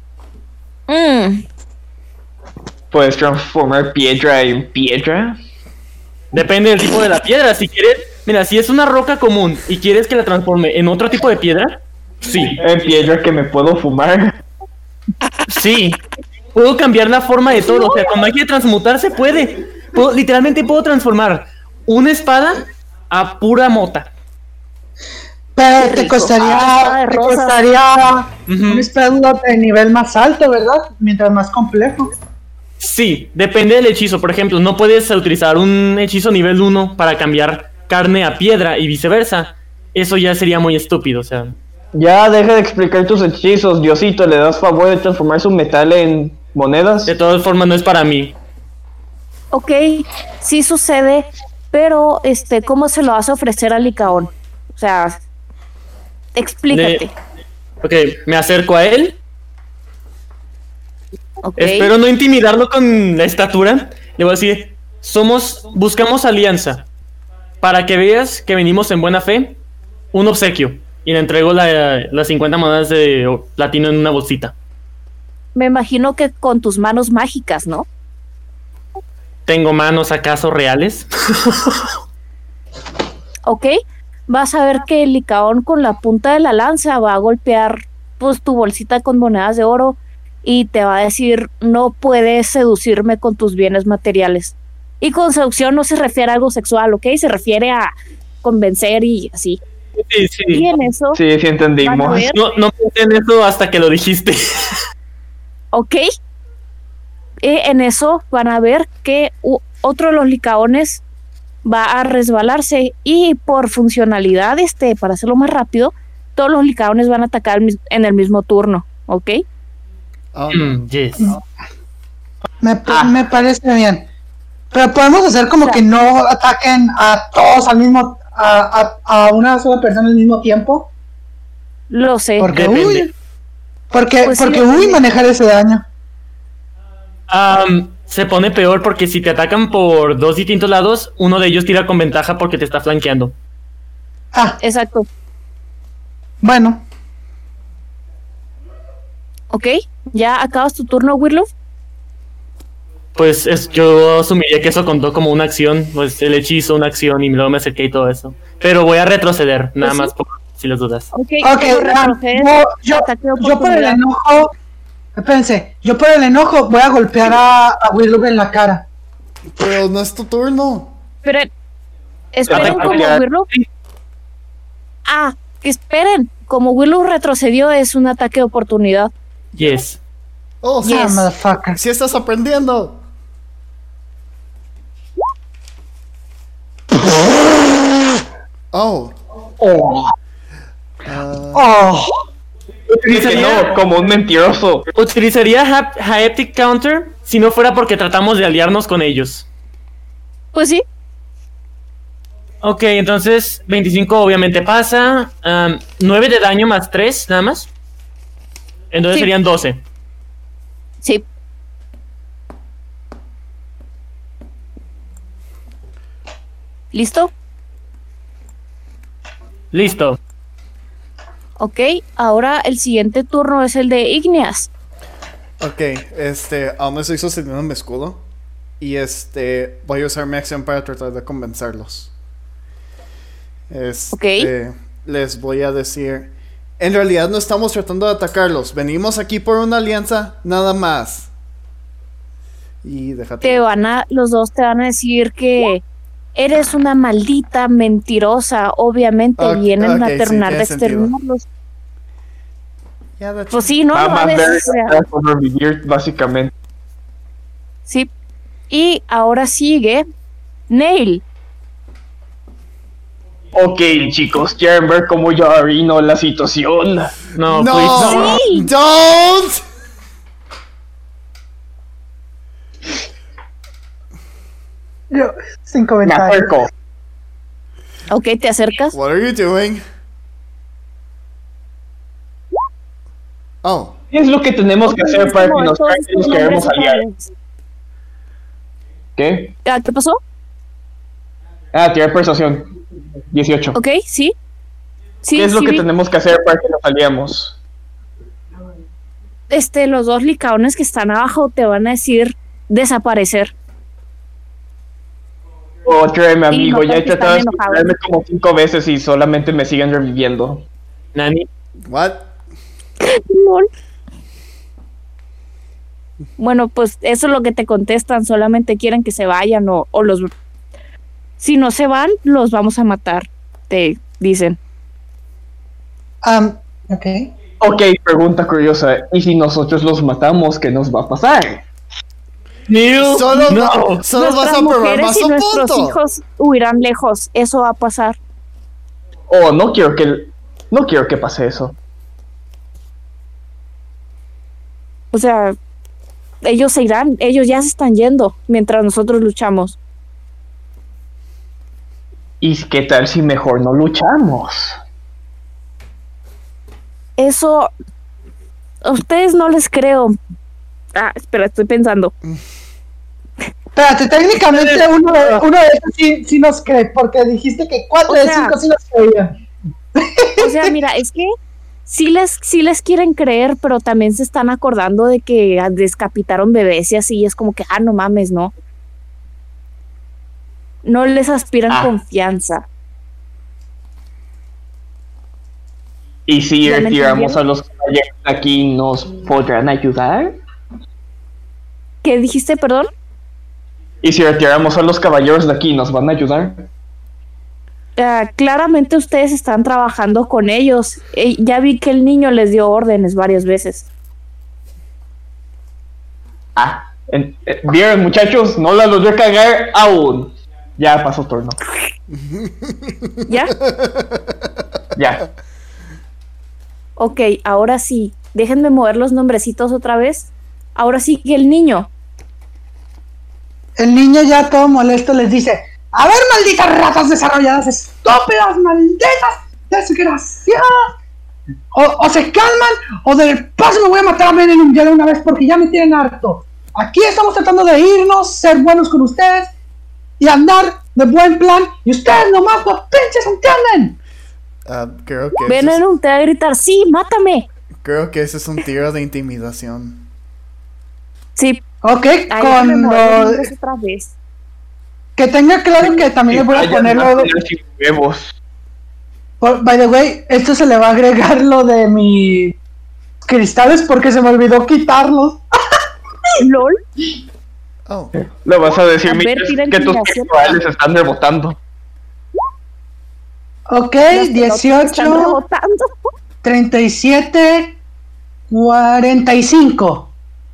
¿Puedes transformar piedra en piedra? Depende del tipo de la piedra. Si quieres, mira, si es una roca común y quieres que la transforme en otro tipo de piedra, sí, En piedra que me puedo fumar. sí. Puedo cambiar la forma de todo. O sea, con magia de transmutar se puede. Literalmente puedo transformar una espada a pura mota. Pero Qué te rico. costaría, Espada de te rosas. costaría Ujú. un spell de nivel más alto, ¿verdad? Mientras más complejo. Sí, depende del hechizo. Por ejemplo, no puedes utilizar un hechizo nivel 1 para cambiar carne a piedra y viceversa. Eso ya sería muy estúpido, o sea. Ya, deja de explicar tus hechizos, Diosito. ¿Le das favor de transformar su metal en monedas? De todas formas, no es para mí. Ok, sí sucede, pero ¿cómo se lo vas a ofrecer a Licaón? O sea, explícate. Ok, me acerco a él. Ok. Espero no intimidarlo con la estatura. Le voy a decir, buscamos alianza. Para que veas que venimos en buena fe, un obsequio. Y le entrego las 50 monedas de platino en una bolsita. Me imagino que con tus manos mágicas, ¿no? ¿Tengo manos acaso reales? Ok, vas a ver que el Licaón con la punta de la lanza va a golpear pues tu bolsita con monedas de oro y te va a decir, no puedes seducirme con tus bienes materiales. Y con seducción no se refiere a algo sexual, ¿ok? Se refiere a convencer y así. Sí, Y sí. en eso, Sí, sí van a entendimos. ver, No pensé en eso hasta que lo dijiste. ¿ok? En eso van a ver que otro de los Licaones va a resbalarse y por funcionalidad, para hacerlo más rápido, todos los Licaones van a atacar en el mismo turno, ¿ok? Oh, no. Yes. Me parece bien. Pero podemos hacer como que no ataquen a todos al mismo, a una sola persona al mismo tiempo. Lo sé. Porque Depende. Pues sí, porque depende. manejar ese daño. Se pone peor porque si te atacan por dos distintos lados, uno de ellos tira con ventaja porque te está flanqueando. Ah, Exacto. bueno. ¿Ok? ¿Ya acabas tu turno, Wirlof? Pues yo asumiría que eso contó como una acción, pues el hechizo, una acción, y luego me acerqué y todo eso. Pero voy a retroceder, nada sí. más si las dudas. Ok, Ok, pero retrocedes, yo ataque de por el oportunidad. enojo. Espérense, yo por el enojo voy a golpear a Willow en la cara. Pero no es tu turno. Esperen Ataque- como Wirlof. Que esperen. Como Wirlof retrocedió, es un ataque de oportunidad. Yes. Oh, sí, Ah, motherfucker. sí estás aprendiendo. Oh. Oh. ah, Oh. Dice que no, como un mentiroso. Utilizaría Haptic Counter si no fuera porque tratamos de aliarnos con ellos. Pues sí. Ok, entonces 25 obviamente pasa. 9 de daño más 3, nada más. Entonces Sí. serían 12. Sí. ¿Listo? Listo. Ok, ahora el siguiente turno es el de Igneas. ok, aún estoy sosteniendo mi escudo. Y voy a usar mi acción para tratar de convencerlos. Ok. Les voy a decir. En realidad no estamos tratando de atacarlos. Venimos aquí por una alianza, nada más. Y déjate. Los dos te van a decir que eres una maldita mentirosa. Obviamente Ok, vienen a sí, terminar tiene de sentido. exterminarlos. Ya, that's Pues sí, no Va lo más haces, ver o sea, sobrevivir, básicamente. sí. Y ahora sigue Neil. Ok, chicos, quieren ver cómo yo arruino la situación. No, No, please, no. Sí. don't. Yo, sin Me comentarios. acerco. Ok, te acercas. What are you doing? Oh, ¿Qué es lo que tenemos que hacer para que nos Todos nos estos queremos nombres aliar? iguales. ¿Qué? ¿Qué pasó? Tirar persuasión. 18. Ok, sí. Sí, ¿Qué es lo sí que vi. tenemos que hacer para que nos aliemos? Los dos licaones que están abajo te van a decir desaparecer. Oh, créeme, amigo, notas ya he que están tratado de enojados. suicidarme como 5 veces y solamente me siguen reviviendo. Nani. what? Lol. Bueno, pues eso es lo que te contestan. Solamente quieren que se vayan o los... Si no se van, los vamos a matar. Te dicen. Ok. Ok, pregunta curiosa. ¿Y si nosotros los matamos, qué nos va a pasar? Neil, Solo, no. solo vas Nuestras a probar mujeres más y un nuestros punto. hijos huirán lejos. Eso va a pasar. Oh, no quiero que pase eso. O sea, ellos se irán. Ellos ya se están yendo mientras nosotros luchamos. ¿Y qué tal si mejor no luchamos? Eso... A ustedes no les creo. Espera, estoy pensando. Espérate, técnicamente uno de esos sí nos cree, porque dijiste que 4 O de sea- 5 sí nos creían. O sea, mira, es que sí les quieren creer, pero también se están acordando de que descapitaron bebés y así. Y es como que, no mames, ¿no? No les aspiran confianza. ¿Y si ¿Ya me retiramos entendieron? a los caballeros de aquí, nos podrán ayudar? ¿Qué dijiste, perdón? ¿Y si retiramos a los caballeros de aquí, nos van a ayudar? Claramente ustedes están trabajando con ellos. Ya vi que el niño les dio órdenes varias veces. Vieron, muchachos, no la los voy a cagar aún. Ya pasó turno. ¿Ya? Ya. Ok, ahora sí. Déjenme mover los nombrecitos otra vez. Ahora sí que el niño. El niño ya todo molesto les dice: a ver, malditas ratas desarrolladas, estúpidas, malditas, desgraciadas. O se calman, o del paso me voy a matar a Venenum ya de una vez porque ya me tienen harto. Aquí estamos tratando de irnos, ser buenos con ustedes y andar de buen plan. Y ustedes nomás los pinches entienden. Creo que Venenum te va a gritar, sí, mátame. Creo que ese es un tiro de intimidación. Sí, Ok, ahí con me muevo lo... nombres otra vez. Que tenga claro que también le voy a Vaya, poner va a lo... tener sin huevos. By the way, esto se le va a agregar lo de mis cristales porque se me olvidó quitarlos. LOL. Oh. Le vas a decir, A ver, Miches, tira que tus intimidación. cristales están rebotando. Ok, Las pelotas están 18, rebotando. 37, 45.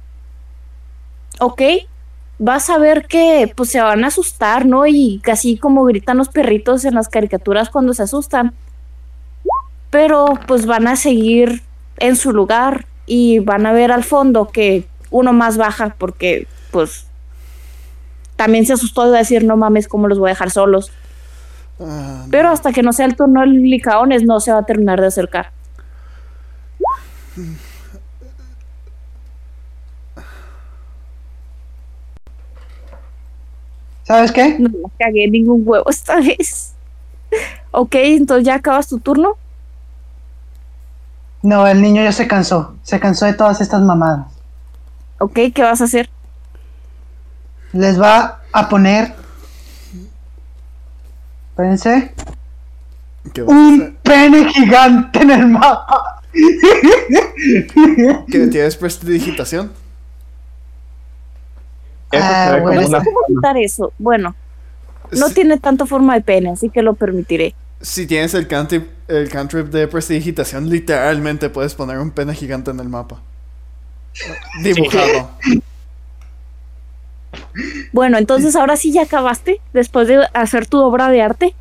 Ok, vas a ver que pues se van a asustar, ¿no? Y casi como gritan los perritos en las caricaturas cuando se asustan. Pero pues van a seguir en su lugar y van a ver al fondo que uno más baja porque pues también se asustó de decir no mames, ¿cómo los voy a dejar solos? Pero hasta que no sea el turno del Licaones no se va a terminar de acercar. ¿Sabes qué? No la cagué ningún huevo esta vez. Ok, entonces ya acabas tu turno. No, el niño ya se cansó. Se cansó de todas estas mamadas. Ok, ¿qué vas a hacer? Les va a poner... Espérense. ¿Qué vas a Un hacer? pene gigante en el mapa. ¿Que tienes prestidigitación? Eso Ah, se ve como bueno. No sé una cómo quitar eso. Bueno, no Si- tiene tanto forma de pene, así que lo permitiré. Si tienes el cantrip de prestidigitación, literalmente puedes poner un pene gigante en el mapa. Dibujado. Bueno, entonces ahora sí ya acabaste, después de hacer tu obra de arte.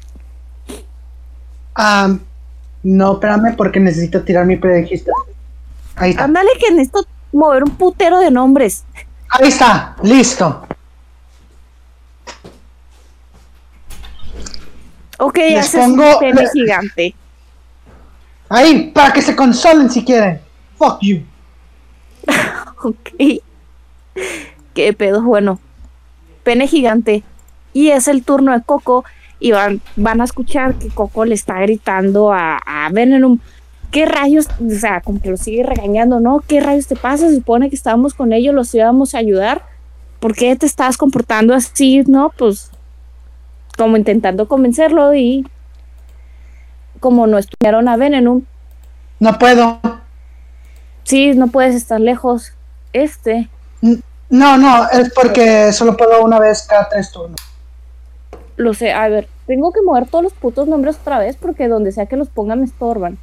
No, espérame porque necesito tirar mi predegista. Ahí está. Ándale que necesito mover un putero de nombres. Ahí está, listo. Ok, Les haces pongo- un pene gigante. Ahí, para que se consolen si quieren. Fuck you. Ok. Qué pedo, bueno. Pene gigante. Y es el turno de Coco. Y van a escuchar que Coco le está gritando a Venenum. ¿Qué rayos? O sea, como que lo sigue regañando, ¿no? ¿Qué rayos te pasa? Se supone que estábamos con ellos, los íbamos a ayudar. ¿Por qué te estás comportando así, no? Pues como intentando convencerlo y como no estudiaron a Venenum, No puedo. sí, no puedes estar lejos. No, es porque solo puedo una vez cada 3 turnos. Lo sé, a ver, tengo que mover todos los putos nombres otra vez porque donde sea que los ponga me estorban.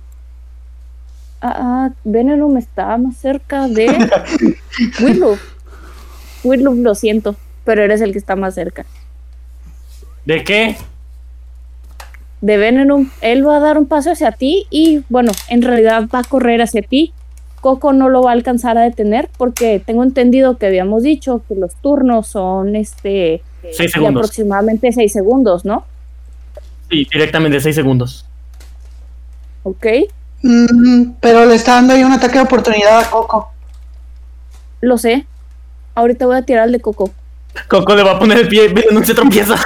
Venenum está más cerca de Whitlow. Whitlow, lo siento, pero eres el que está más cerca. ¿De qué? De Venenum, él va a dar un paso hacia ti y, bueno, en realidad va a correr hacia ti. Coco no lo va a alcanzar a detener porque tengo entendido que habíamos dicho que los turnos son 6 de segundos. aproximadamente 6 segundos, ¿no? Sí, directamente 6 segundos. Ok, Pero le está dando ahí un ataque de oportunidad a Coco. lo sé. Ahorita voy a tirar el de Coco. Coco le va a poner el pie, no se tropieza.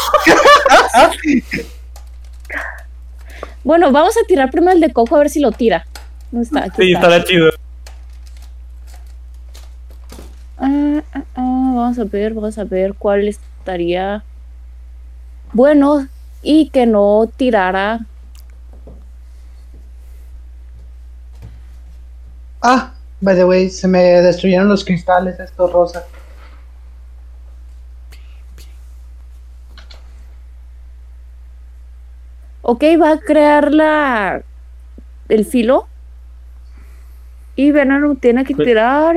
Bueno, vamos a tirar primero el de Coco a ver si lo tira. ¿Dónde está? Aquí Sí, está. estará chido. Vamos a ver cuál estaría bueno y que no tirara. By the way, se me destruyeron los cristales estos rosas. Ok, va a crear el filo. Y Veneno tiene que tirar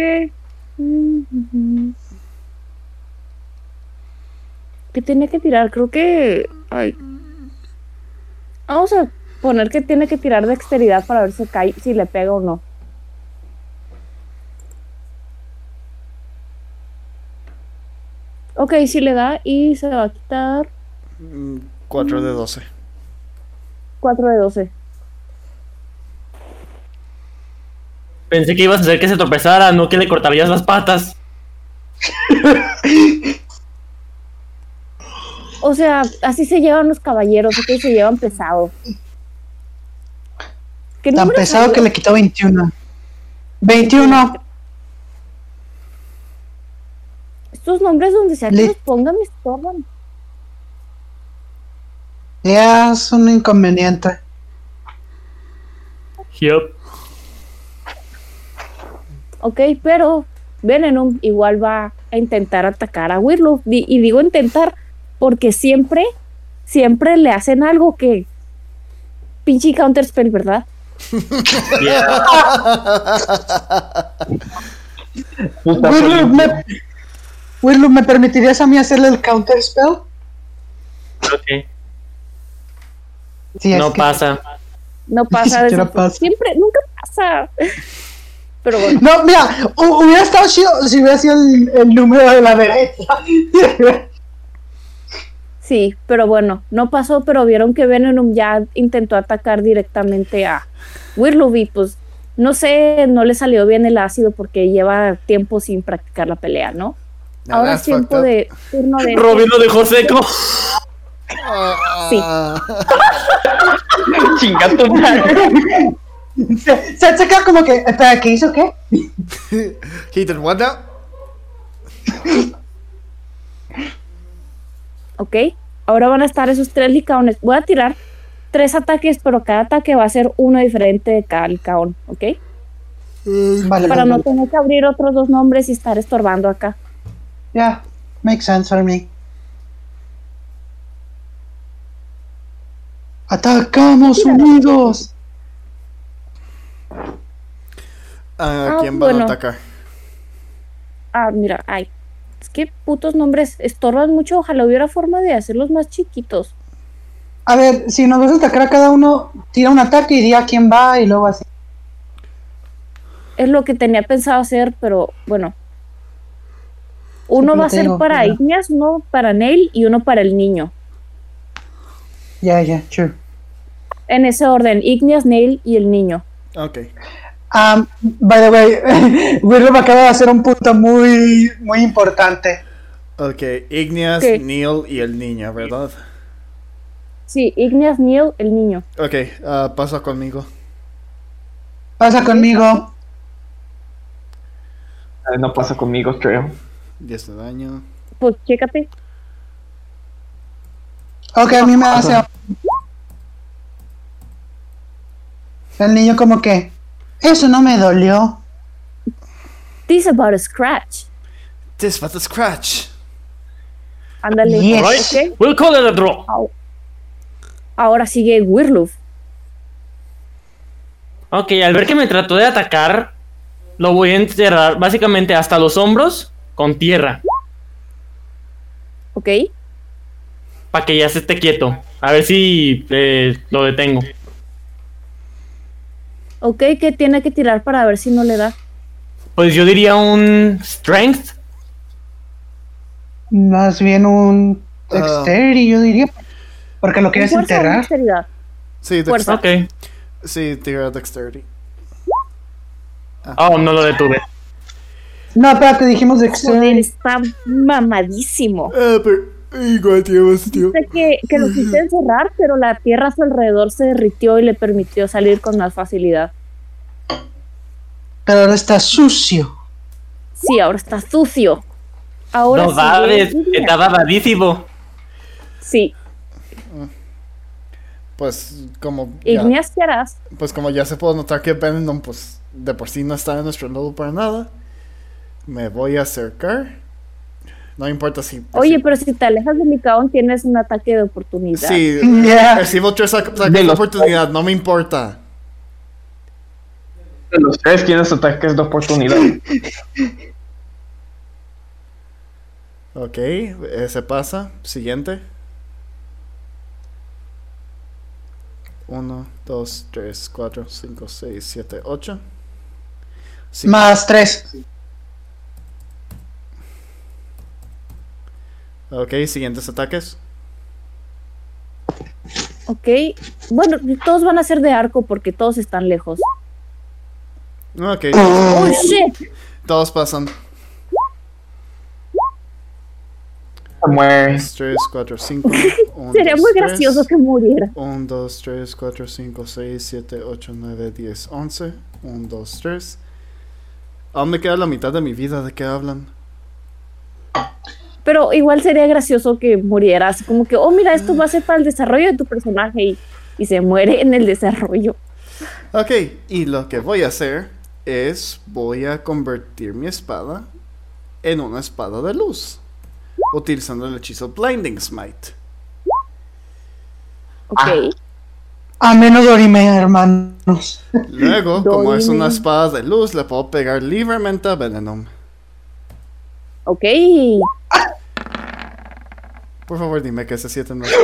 ¿Qué tiene que tirar? Creo que... Ay. Vamos a poner que tiene que tirar dexteridad para ver si cae, si le pega o no. Ok, si le da y se va a quitar 4 de 12. 4 de 12. Pensé que ibas a hacer que se tropezara, no que le cortarías las patas. O sea, así se llevan los caballeros, ok, se llevan pesado. Ok, ¿Qué Tan número pesado salió? que le quitó 21. 21. Estos nombres donde sea que Le- los pongan me estorban. Ya es un inconveniente. Yup. Ok, pero Venom igual va a intentar atacar a Wirlof. Y digo intentar porque siempre le hacen algo que... Pinche counterspell, ¿verdad? Puta Wirlof, policía. Wirlof, ¿me permitirías a mí hacerle el counter spell? Ok. Sí, es No que- pasa. No Ni pasa siquiera eso. pasa. Siempre, nunca pasa. Pero bueno, No, mira, hubiera estado chido si hubiera sido el número de la derecha. sí, pero bueno, no pasó, pero vieron que Venom ya intentó atacar directamente a Wirlof y pues no sé, no le salió bien el ácido porque lleva tiempo sin practicar la pelea, ¿no? Now Ahora es that's tiempo fucked up. de turno de... Robin lo dejó seco. Sí. Chinga tu madre. Se queda como que, espera, ¿qué hizo qué? He did what now? Ok, ahora van a estar esos 3 licaones. Voy a tirar 3 ataques, pero cada ataque va a ser uno diferente de cada licaón, ¿ok? Vale, Para vale, no vale. tener que abrir otros 2 nombres y estar estorbando acá. Yeah, makes sense for me. ¡Atacamos unidos! ¿A quién van bueno. a atacar? Ah, mira, ay. Es que putos nombres estorban mucho. Ojalá hubiera forma de hacerlos más chiquitos. A ver, si nos vas a atacar a cada uno, tira un ataque y di a quién va y luego así. Es lo que tenía pensado hacer, pero bueno. Uno Siempre va a ser tengo, para mira. Igneas, uno para Neil y uno para el niño. Ya, true. En ese orden, Igneas, Neil y el niño. Ok. By the way, Willow me acaba de hacer un punto muy, muy importante. Ok, Igneas, ¿Qué? Neil y el niño, ¿verdad? Sí, Igneas, Neil, el niño. Ok, pasa conmigo. Pasa conmigo. No pasa conmigo, creo. 10 de daño. Pues chécate. Ok, a mí me hace. El niño como que, eso no me dolió. This about a scratch. This was a scratch. Ándale. Yes. Alright, Ok. we'll call it a draw. Ahora sigue Wirlof. Ok, al ver que me trató de atacar, lo voy a enterrar básicamente hasta los hombros con tierra. ¿Ok? Para que ya se esté quieto. A ver si lo detengo. Ok, ¿qué tiene que tirar para ver si no le da? Pues yo diría un strength. Más bien un dexterity, yo diría. Porque lo quieres ¿Fuerza o enterrar. dexteridad? Sí, Fuerza. Ok. Sí, tira dexterity. Oh, no lo detuve. No, espérate, dijimos Joder, dexterity. está mamadísimo. Pero igual tienes, tío. Sé que lo quise encerrar, pero la tierra a su alrededor se derritió y le permitió salir con más facilidad. Pero ahora está sucio. Sí, ahora está sucio. Ahora No sí. vales, estaba badísimo. Sí, Pues como ya, Igneas, ¿qué harás? pues como ya se puede notar que Venom pues de por sí no está en nuestro lado para nada. Me voy a acercar. No importa si. Oye, pero si te alejas de Licaón tienes un ataque de oportunidad. Sí, Yeah. recibo 3 ataques De de los- oportunidad, no me importa. De los tres tienes ataques de oportunidad. Ok, ese pasa. Siguiente. 1, 2, 3, 4, 5, 6, 7, 8. Más 3. Ok, siguientes ataques. Ok, bueno, todos van a ser de arco porque todos están lejos. Ok, ¡Oh, shit! todos pasan. Se muere. 2, 3, 4, 5. Sería muy gracioso que muriera. 1, 2, 3, 4, 5, 6, 7, 8, 9, 10, 11. 1, 2, 3. Aún me queda la mitad de mi vida. ¿De qué hablan? Pero igual sería gracioso que muriera, así como que, oh, mira, esto va a ser para el desarrollo de tu personaje y se muere en el desarrollo. Ok, y lo que voy a hacer es voy a convertir mi espada en una espada de luz, utilizando el hechizo Blinding Smite. Ok. Ameno Dorime, hermanos. Luego, como es Dorime. una espada de luz, le puedo pegar libremente a Venenum. Ok. Por favor, dime que ese 7 no es.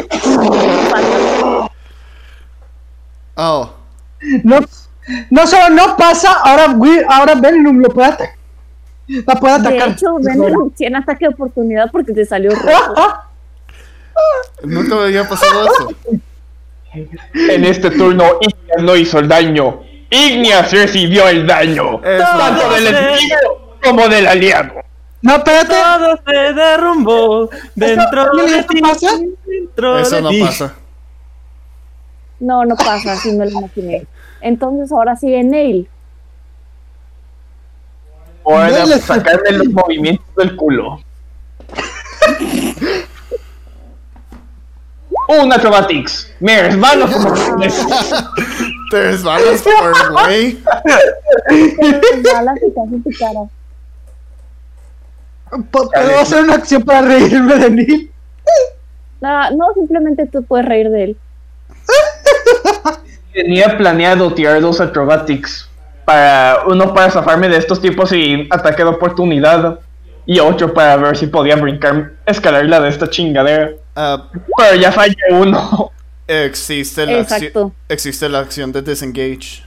Oh, No solo no pasa, ahora Venom lo puede atacar. La puede De atacar. hecho, Venom tiene ataque de oportunidad porque te salió rojo. nunca me había pasado eso. En este turno, Igneas no hizo el daño. Igneas recibió el daño. Tanto del enemigo como del aliado. No, espérate. Todo se derrumbó dentro de ¿Esto ti. pasa? Dentro Eso de no ti. pasa. No, no pasa, así me lo imaginé. Entonces ahora sigue Neil. Hora de Dale. sacarme los movimientos del culo. Un acrobatics. Me resbalo como Te resbalas por güey. Te balas y te hacen tu cara. ¿Puedo hacer una acción para reírme de Neil? No, simplemente tú puedes reír de él. Tenía planeado tirar 2 acrobatics. Uno para zafarme de estos tipos y ataque de oportunidad. Y 8 para ver si podía brincar, escalar la de esta chingadera. Ah, Pero ya fallé uno. existe la Exacto. existe la acción de disengage.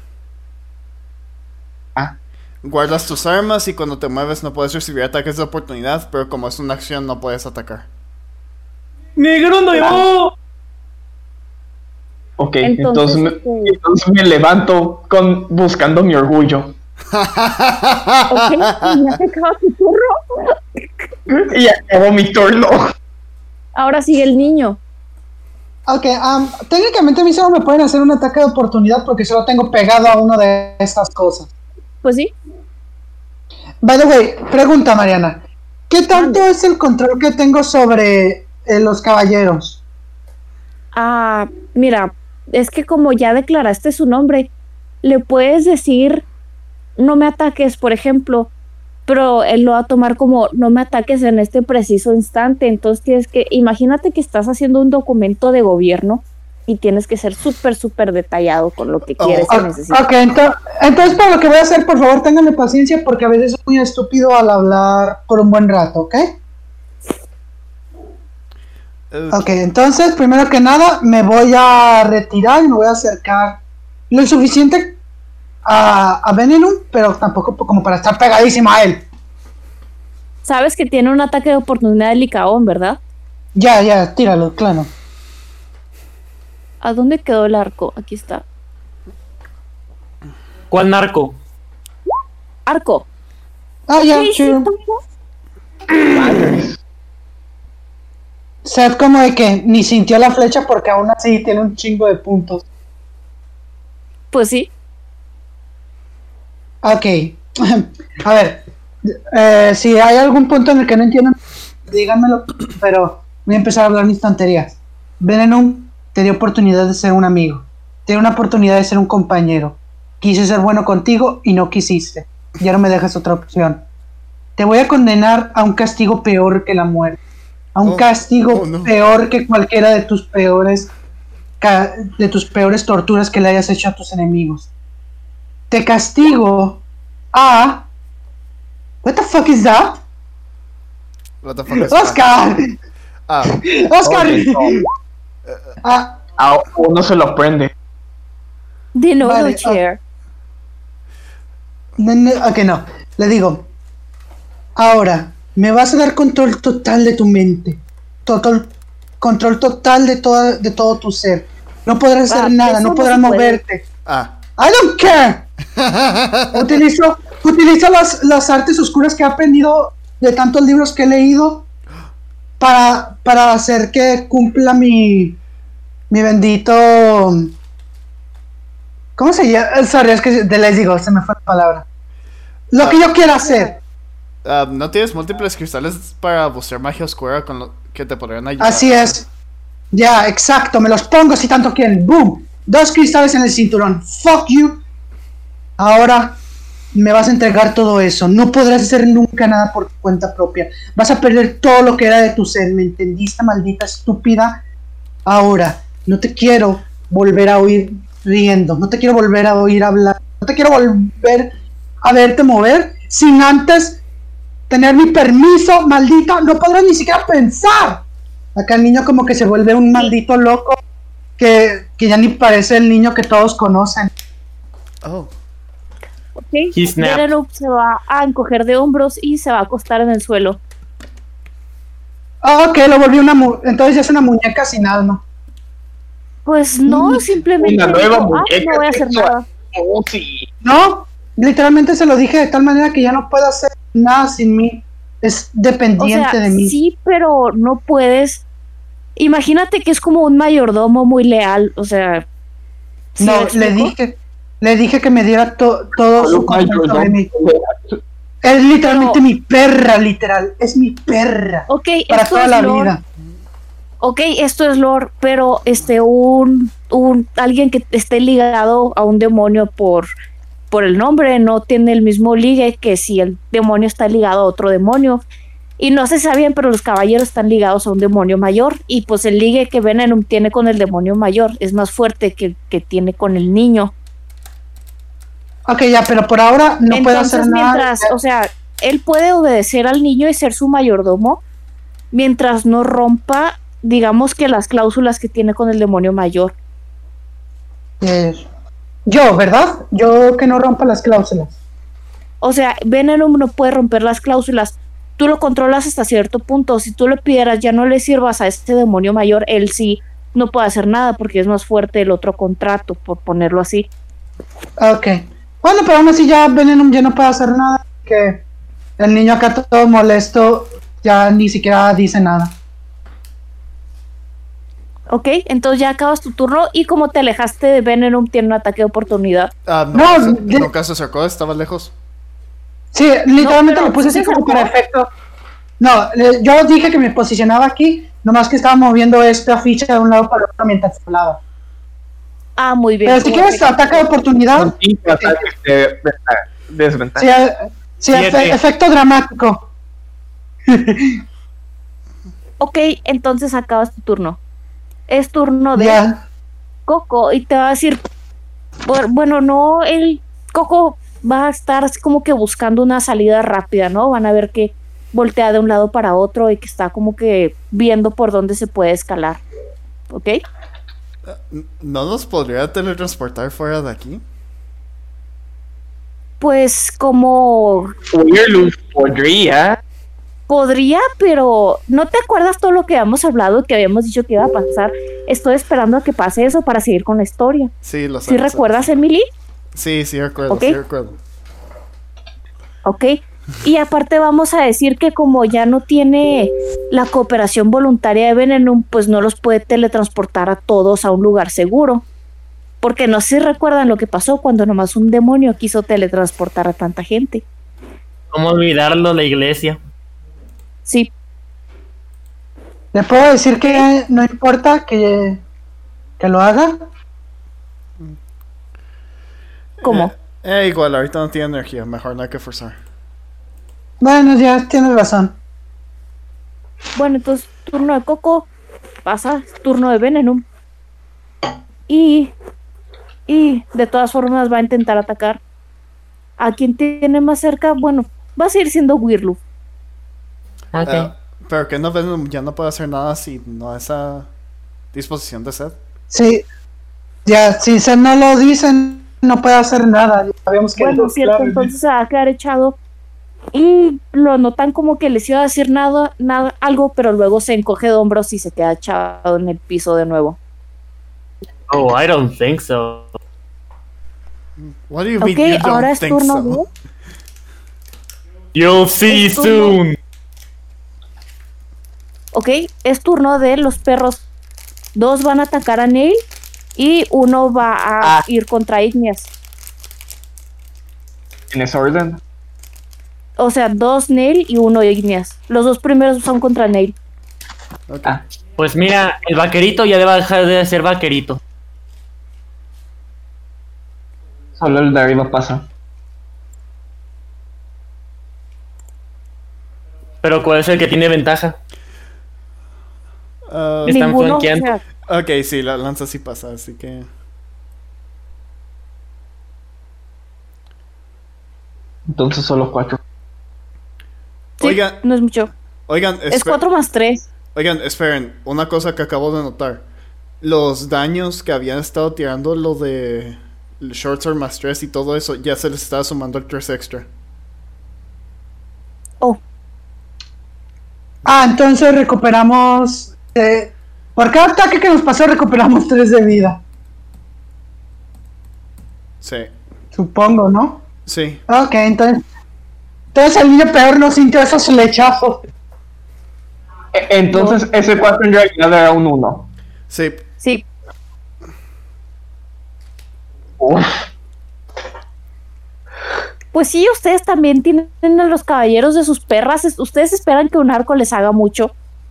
Ah. Guardas tus armas y cuando te mueves no puedes recibir ataques de oportunidad, pero como es una acción no puedes atacar. ¡Negro no yo! Ok, Entonces, entonces me levanto buscando mi orgullo. Ok, ya se acaba tu turno. Y acabo mi turno. Ahora sigue el niño. Ok, técnicamente a mí solo me pueden hacer un ataque de oportunidad porque solo tengo pegado a una de estas cosas. Pues sí. By the way, pregunta Mariana. ¿Qué tanto es el control que tengo sobre los caballeros? Mira, es que como ya declaraste su nombre, le puedes decir no me ataques, por ejemplo, pero él lo va a tomar como no me ataques en este preciso instante. Entonces tienes que, imagínate que estás haciendo un documento de gobierno y tienes que ser súper detallado con lo que quieres que necesites. Ok, entonces para lo que voy a hacer, por favor, ténganme paciencia porque a veces soy muy estúpido al hablar por un buen rato, ¿ok? Ok, entonces, primero que nada, me voy a retirar y me voy a acercar lo suficiente a Venenum, pero tampoco como para estar pegadísimo a él. Sabes que tiene un ataque de oportunidad de Licaón, ¿verdad? Ya, tíralo, claro. ¿A dónde quedó el arco? Aquí está. ¿Cuál narco? Arco. Ya, Sí, sure. Madres. Seth como de que ni sintió la flecha porque aún así tiene un chingo de puntos. Pues sí. Ok. A ver. Si hay algún punto en el que no entiendan, díganmelo. Pero voy a empezar a hablar mis tonterías. Venenum te dio oportunidad de ser un amigo. Te dio una oportunidad de ser un compañero. Quise ser bueno contigo y no quisiste. Ya no me dejas otra opción. Te voy a condenar a un castigo peor que la muerte. A un castigo no. peor que cualquiera de tus peores torturas que le hayas hecho a tus enemigos. Te castigo a... What the fuck is that? What the fuck is Oscar. that? Oscar. Oye, no. A uno se lo prende. De nuevo, Vale, chair. Ok, no. Le digo. Ahora, me vas a dar control total de tu mente. Control total de todo tu ser. No podrás hacer nada, eso no no podrás se puede. moverte. Ah. I don't care. Utilizo las artes oscuras que he aprendido de tantos libros que he leído para hacer que cumpla mi bendito... ¿Cómo se llama? Sorry, es que les digo, se me fue la palabra. Lo que yo quiero hacer. ¿No tienes múltiples cristales para buscar magia oscura con lo que te podrían ayudar? Así es. Ya, exacto, me los pongo si tanto quieren. ¡Boom! 2 cristales en el cinturón. ¡Fuck you! Ahora me vas a entregar todo eso. No podrás hacer nunca nada por tu cuenta propia. Vas a perder todo lo que era de tu ser. ¿Me entendiste, maldita estúpida? Ahora, no te quiero volver a oír riendo. No te quiero volver a oír hablar. No te quiero volver a verte mover sin antes tener mi permiso, maldita. No podrás ni siquiera pensar. Acá el niño como que se vuelve un maldito loco que ya ni parece el niño que todos conocen. Oh. Ok, He snapped. Venerup se va a encoger de hombros y se va a acostar en el suelo. Ok, lo volví entonces es una muñeca sin alma. Pues no, simplemente Una nueva dijo, muñeca no voy a hacer sexual". nada. Oh, sí. No, literalmente se lo dije de tal manera que ya no puedo hacer nada sin mí. Es O dependiente sea, de mí. sí, pero no puedes. Imagínate que es como un mayordomo muy leal, o sea. ¿sí me No, explico? le dije que me diera todo su control sobre mí. Mayordomo. Es literalmente Pero- mi perra, literal. Es mi perra. Ok, Para esto toda es la lore. vida. Ok, esto es lore, pero alguien que esté ligado a un demonio por el nombre no tiene el mismo ligue que si el demonio está ligado a otro demonio. Y no se sabe bien, pero los caballeros están ligados a un demonio mayor. Y pues el ligue que Venom tiene con el demonio mayor es más fuerte que el que tiene con el niño. Ok, ya, pero por ahora no puedo Entonces, hacer nada. mientras, o sea, él puede obedecer al niño y ser su mayordomo mientras no rompa, digamos que las cláusulas que tiene con el demonio mayor. Yo, ¿verdad? Yo que no rompa las cláusulas. O sea, Venom no puede romper las cláusulas. Tú lo controlas hasta cierto punto. Si tú le pidieras ya no le sirvas a este demonio mayor, él sí no puede hacer nada porque es más fuerte el otro contrato, por ponerlo así. Ok. Bueno, pero aún así ya Venom ya no puede hacer nada. Que el niño acá todo molesto ya ni siquiera dice nada. Ok, entonces ya acabas tu turno y como te alejaste de Venom tiene un ataque de oportunidad. No, Nunca se acercó, estaba lejos. Sí, literalmente pero lo puse ¿sí así se como para acercó? efecto. No, yo dije que me posicionaba aquí, nomás que estaba moviendo esta ficha de un lado para otro mientras hablaba. Ah, muy bien. Pero si quieres ataque de oportunidad, Con 5 ataques de desventaja. sí, 7. efecto dramático. Ok, entonces acabas tu turno. Es turno de Ya. Coco y te va a decir, bueno, no, el Coco va a estar así como que buscando una salida rápida, ¿no? Van a ver que voltea de un lado para otro y que está como que viendo por dónde se puede escalar. ¿Ok? ¿No nos podría teletransportar fuera de aquí? Pues como Weirloof podría. podría, pero ¿no te acuerdas todo lo que habíamos hablado y que habíamos dicho que iba a pasar? Estoy esperando a que pase eso para seguir con la historia. Sí, lo sé. ¿Sí lo sé. recuerdas, Emily? Sí, sí recuerdo, Ok. sí recuerdo. Ok. Y aparte vamos a decir que como ya no tiene la cooperación voluntaria de Venom, pues no los puede teletransportar a todos a un lugar seguro. Porque no sé si recuerdan lo que pasó cuando nomás un demonio quiso teletransportar a tanta gente. ¿Cómo olvidarlo, la iglesia? Sí, ¿Le puedo decir que no importa que lo haga? ¿cómo? Igual, ahorita no tiene energía, mejor no hay que forzar. Bueno, ya tienes razón. Bueno, entonces turno de Coco, pasa, turno de Venom. Y de todas formas va a intentar atacar. ¿A quien tiene más cerca? Bueno, va a seguir siendo Weirloof. Ok. Pero que no ven, ya no puede hacer nada si no esa disposición de sed. Sí, ya, si se no lo dicen, no puede hacer nada. Ya sabemos que Bueno, cierto, entonces se va a quedar echado. Y lo notan como que les iba a decir nada, algo, pero luego se encoge de hombros y se queda echado en el piso de nuevo. Oh, I don't think so. What do you mean Ok, you don't ahora es think turno so? de... You'll see Es turno. soon. Ok, es turno de los perros. 2 van a atacar a Neil y 1 va a ir contra Igneas. En ese orden. O sea, 2 Neil y 1 Igneas. Los 2 primeros son contra Neil. Ok. Pues mira, el vaquerito ya debe dejar de ser vaquerito. Solo el de arriba pasa. Pero ¿cuál es el que tiene ventaja? Están Ninguno, o flanqueando. sea, Ok, sí, la lanza sí pasa, así que... Entonces solo 4. sí, Oigan, no es mucho. oigan, Es 4 más 3. Oigan, esperen, una cosa que acabo de notar. Los daños que habían estado tirando lo de Short Sword más 3 y todo eso, ya se les estaba sumando el 3 extra. Oh, Entonces recuperamos... por cada ataque que nos pasó recuperamos 3 de vida. Sí, Supongo, ¿no? sí. Ok, entonces el niño peor no sintió esos flechazos. Entonces ese 4 en realidad era un 1. Sí, sí. Uf. Pues sí, ustedes también tienen a los caballeros de sus perras. Ustedes esperan que un arco les haga mucho.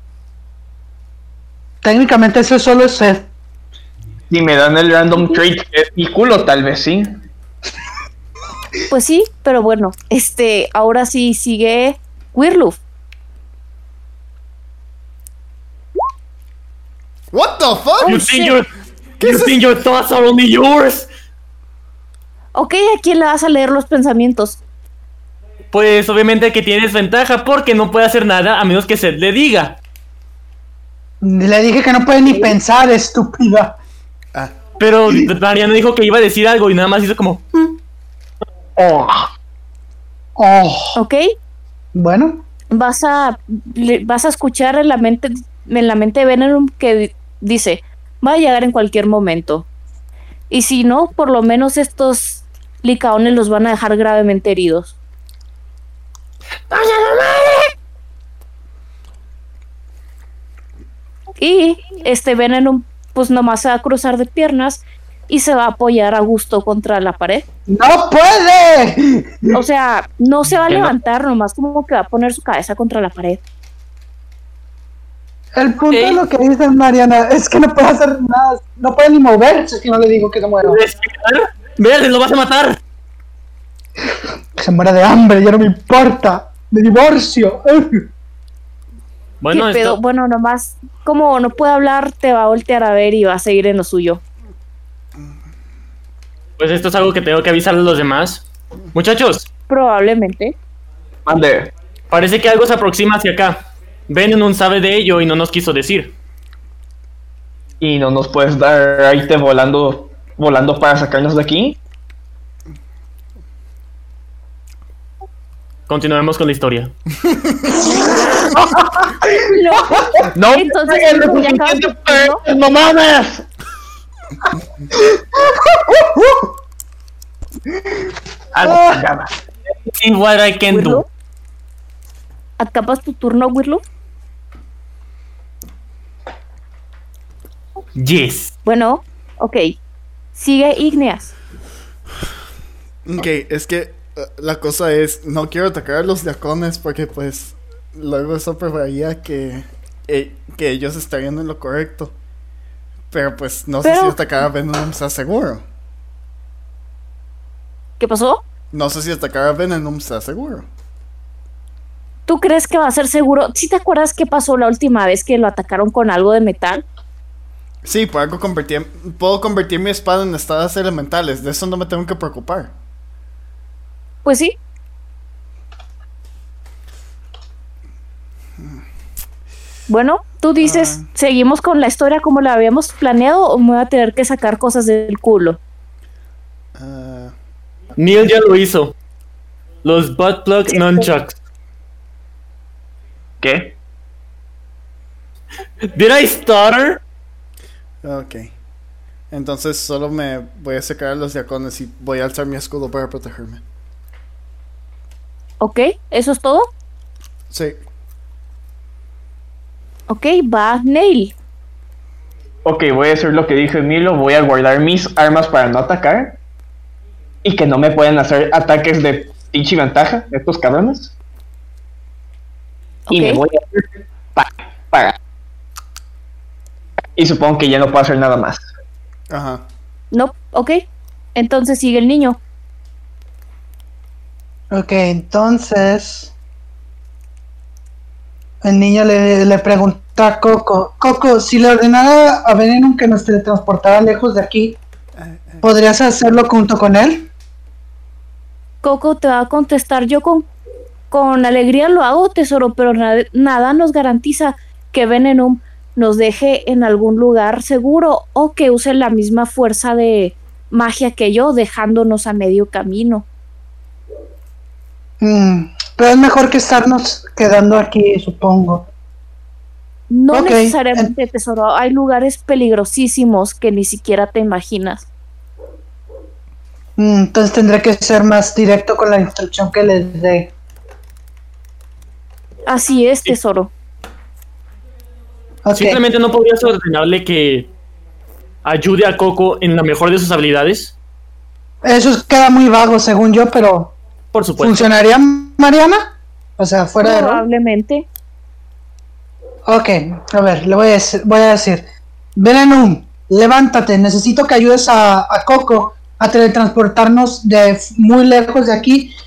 Técnicamente eso solo es Seth. Si me dan el random trait es mi culo, tal vez sí. Pues sí, pero bueno, ahora sí sigue Wirluf. What the fuck? You Oh, think shit. you think your thoughts are only yours? Ok, ¿a quién le vas a leer los pensamientos? Pues obviamente que tienes ventaja porque no puede hacer nada a menos que Seth le diga. Le dije que no puede ni pensar, estúpida. Ah, Pero Mariana dijo que iba a decir algo y nada más hizo como... Oh. Ok, Bueno, vas a escuchar en la mente de Venom que dice, va a llegar en cualquier momento. Y si no, por lo menos estos licaones los van a dejar gravemente heridos. Y Venom pues nomás se va a cruzar de piernas y se va a apoyar a gusto contra la pared. ¡no puede! O sea, no se va a Que no. levantar, nomás como que va a poner su cabeza contra la pared. El punto Ok. de lo que dice Mariana es que no puede hacer nada, no puede ni moverse si no le digo que se muera. Vean, lo vas a matar. Que se muera de hambre, ya no me importa. De divorcio. Bueno, ¿Qué pedo? Bueno, nomás como no puede hablar, te va a voltear a ver y va a seguir en lo suyo. pues esto es algo que tengo que avisarle a los demás. Muchachos, Probablemente. Mande. parece que algo se aproxima hacia acá. Venom sabe de ello y no nos quiso decir. ¿Y no nos puedes dar aire volando para sacarnos de aquí? Continuemos con la historia. No, Entonces, el ya acabas tu turno. ¡No mames! Ah, see what I can do. Wirlu, ¿acabas tu turno, Wirlu? Yes. Bueno, ok. Sigue Igneas. ok, es que la cosa es, no quiero atacar a los diacones porque pues luego eso probaría que ellos estarían en lo correcto. Pero pues no sé Pero- si atacar a Venom sea seguro. ¿Qué pasó? No sé si atacar a Venom sea seguro. ¿Tú crees que va a ser seguro? ¿Sí te acuerdas qué pasó la última vez que lo atacaron con algo de metal? Sí, puedo convertir mi espada en espadas elementales. De eso no me tengo que preocupar. Pues sí. Bueno, tú dices, ¿seguimos con la historia como la habíamos planeado o me voy a tener que sacar cosas del culo? Ah, Neil ya lo hizo. Los butt plug nunchucks. ¿Qué? Did I stutter? ok. Entonces solo me voy a sacar a los diacones y voy a alzar mi escudo para protegerme. ¿Ok? ¿Eso es todo? Sí. Ok, va Neil. Ok, voy a hacer lo que dijo Emilio, voy a guardar mis armas para no atacar. Y que no me pueden hacer ataques de pinche ventaja, estos cabrones. Y me Ok. voy a hacer para. Y supongo que ya no puedo hacer nada más. Ajá. No, ok. Entonces sigue el niño. Ok, entonces el niño le pregunta a Coco, Coco, si le ordenara a Venenum que nos teletransportara lejos de aquí, ¿podrías hacerlo junto con él? Coco te va a contestar, yo con alegría lo hago, tesoro, pero nada nos garantiza que Venenum nos deje en algún lugar seguro o que use la misma fuerza de magia que yo, dejándonos a medio camino. Pero es mejor que estarnos quedando aquí, supongo. No Ok, necesariamente, tesoro, hay lugares peligrosísimos que ni siquiera te imaginas. Entonces tendré que ser más directo con la instrucción que les dé. Así es, tesoro. Ok, Simplemente no podrías ordenarle que ayude a Coco en la mejor de sus habilidades. eso queda muy vago según yo, pero Por supuesto. ¿funcionaría, Mariana? O sea, fuera de rol. Probablemente. Ok, a ver, le voy a decir. Venenum, levántate, necesito que ayudes a Coco a teletransportarnos de muy lejos de aquí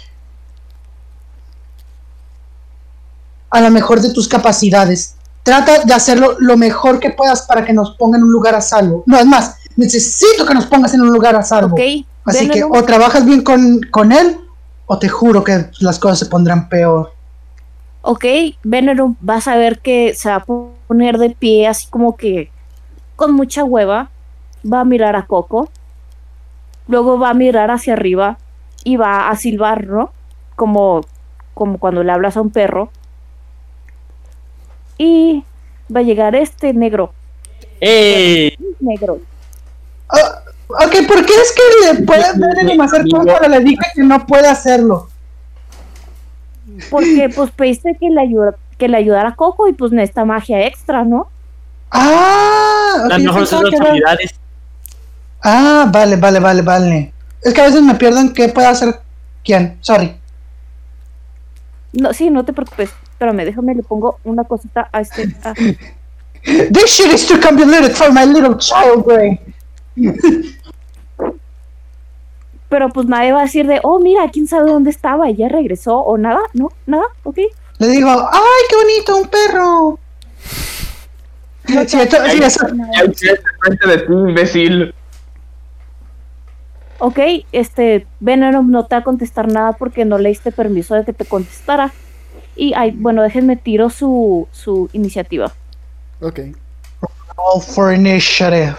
a la mejor de tus capacidades. Trata de hacerlo lo mejor que puedas para que nos ponga en un lugar a salvo. No, es más, necesito que nos pongas en un lugar a salvo. Ok, Así que Venenum. o trabajas bien con él, o te juro que las cosas se pondrán peor. Ok, Venenum, vas a ver que se va a poner de pie así como que con mucha hueva. Va a mirar a Coco. Luego va a mirar hacia arriba y va a silbar, ¿no? Como cuando le hablas a un perro. Y va a llegar este negro. Negro. Ok, ¿por qué es que le puede Venenum hacer todo cuando le dije que no puede hacerlo? Porque pues pediste que le ayudara a Coco y pues necesita magia extra, ¿no? Ah, ok, Las yo mejores pensaba que era- habilidades. Ah, vale. Es que a veces me pierdo en qué puede hacer quién. Sorry. No, sí, no te preocupes. Espérame, déjame, le pongo una cosita a este. This shit is too convoluted for my little child brain. Pero pues nadie va a decir de, oh, mira, quién sabe dónde estaba, ya regresó, o nada, ¿no? Nada, ok. Le digo, ¡ay, qué bonito, un perro! Sí, eso. Ya estoy frente de ti, imbécil. Ok, Venom no te va a contestar nada porque no le diste permiso de que te contestara. Y, bueno, déjenme tiro su iniciativa. Ok. All for initiative.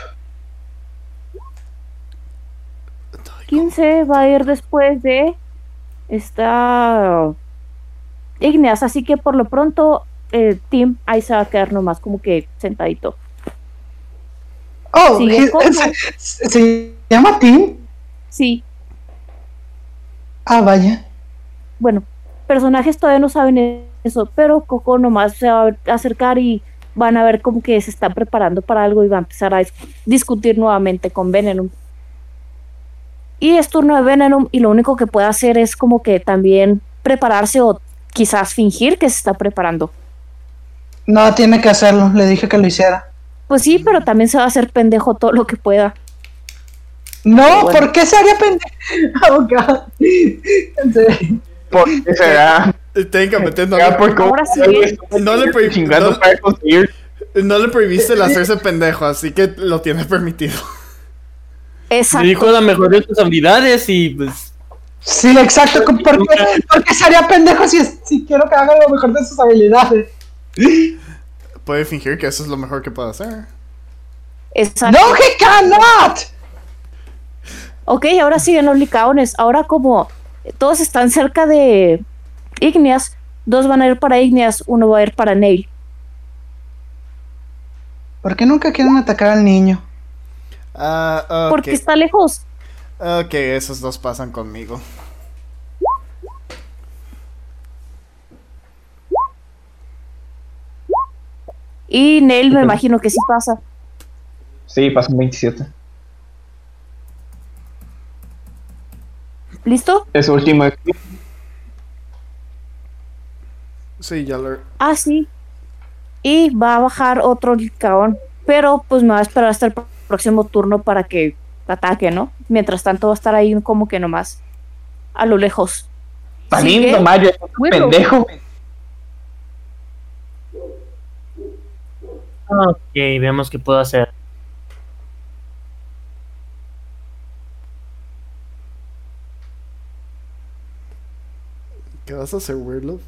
15 va a ir después de esta Igneas, así que por lo pronto Tim ahí se va a quedar nomás como que sentadito. Oh, Sigue Coco. ¿se llama Tim? Sí, Ah, vaya. bueno, personajes todavía no saben eso, pero Coco nomás se va a acercar y van a ver como que se está preparando para algo y va a empezar a discutir nuevamente con Venenum. Y es turno de Venenum y lo único que puede hacer es como que también prepararse o quizás fingir que se está preparando. No, tiene que hacerlo. Le dije que lo hiciera. Pues sí, pero también se va a hacer pendejo todo lo que pueda. No, Bueno. ¿por qué se haría pendejo? Oh, God. Sí. ¿Por qué será? Técnicamente Ya, porque Ahora sí, no le prohibí- chingando no- para conseguir. no le prohibiste el hacerse pendejo, así que lo tiene permitido. Le exacto. dijo la mejor de tus habilidades y pues. Sí, exacto. ¿Por qué se haría pendejo si quiero que haga lo mejor de sus habilidades? Puede fingir que eso es lo mejor que puede hacer. Exacto. ¡No, he cannot! Ok, ahora siguen los licaones. Ahora como todos están cerca de Igneas, 2 van a ir para Igneas, 1 va a ir para Neil. ¿Por qué nunca quieren atacar al niño? Ah, ok. Porque está lejos. Ok, esos dos pasan conmigo. Y Neil me imagino que sí pasa. Sí, pasa un 27. ¿Listo? Es último. Sí, ya lo... Ah, sí. Y va a bajar otro licaón. Pero pues me va a esperar hasta el próximo turno para que ataque, ¿no? Mientras tanto va a estar ahí como que nomás a lo lejos. Está Sigue lindo, Mario, Willow. pendejo. Ok, veamos qué puedo hacer. ¿Qué vas a hacer, Weirlove?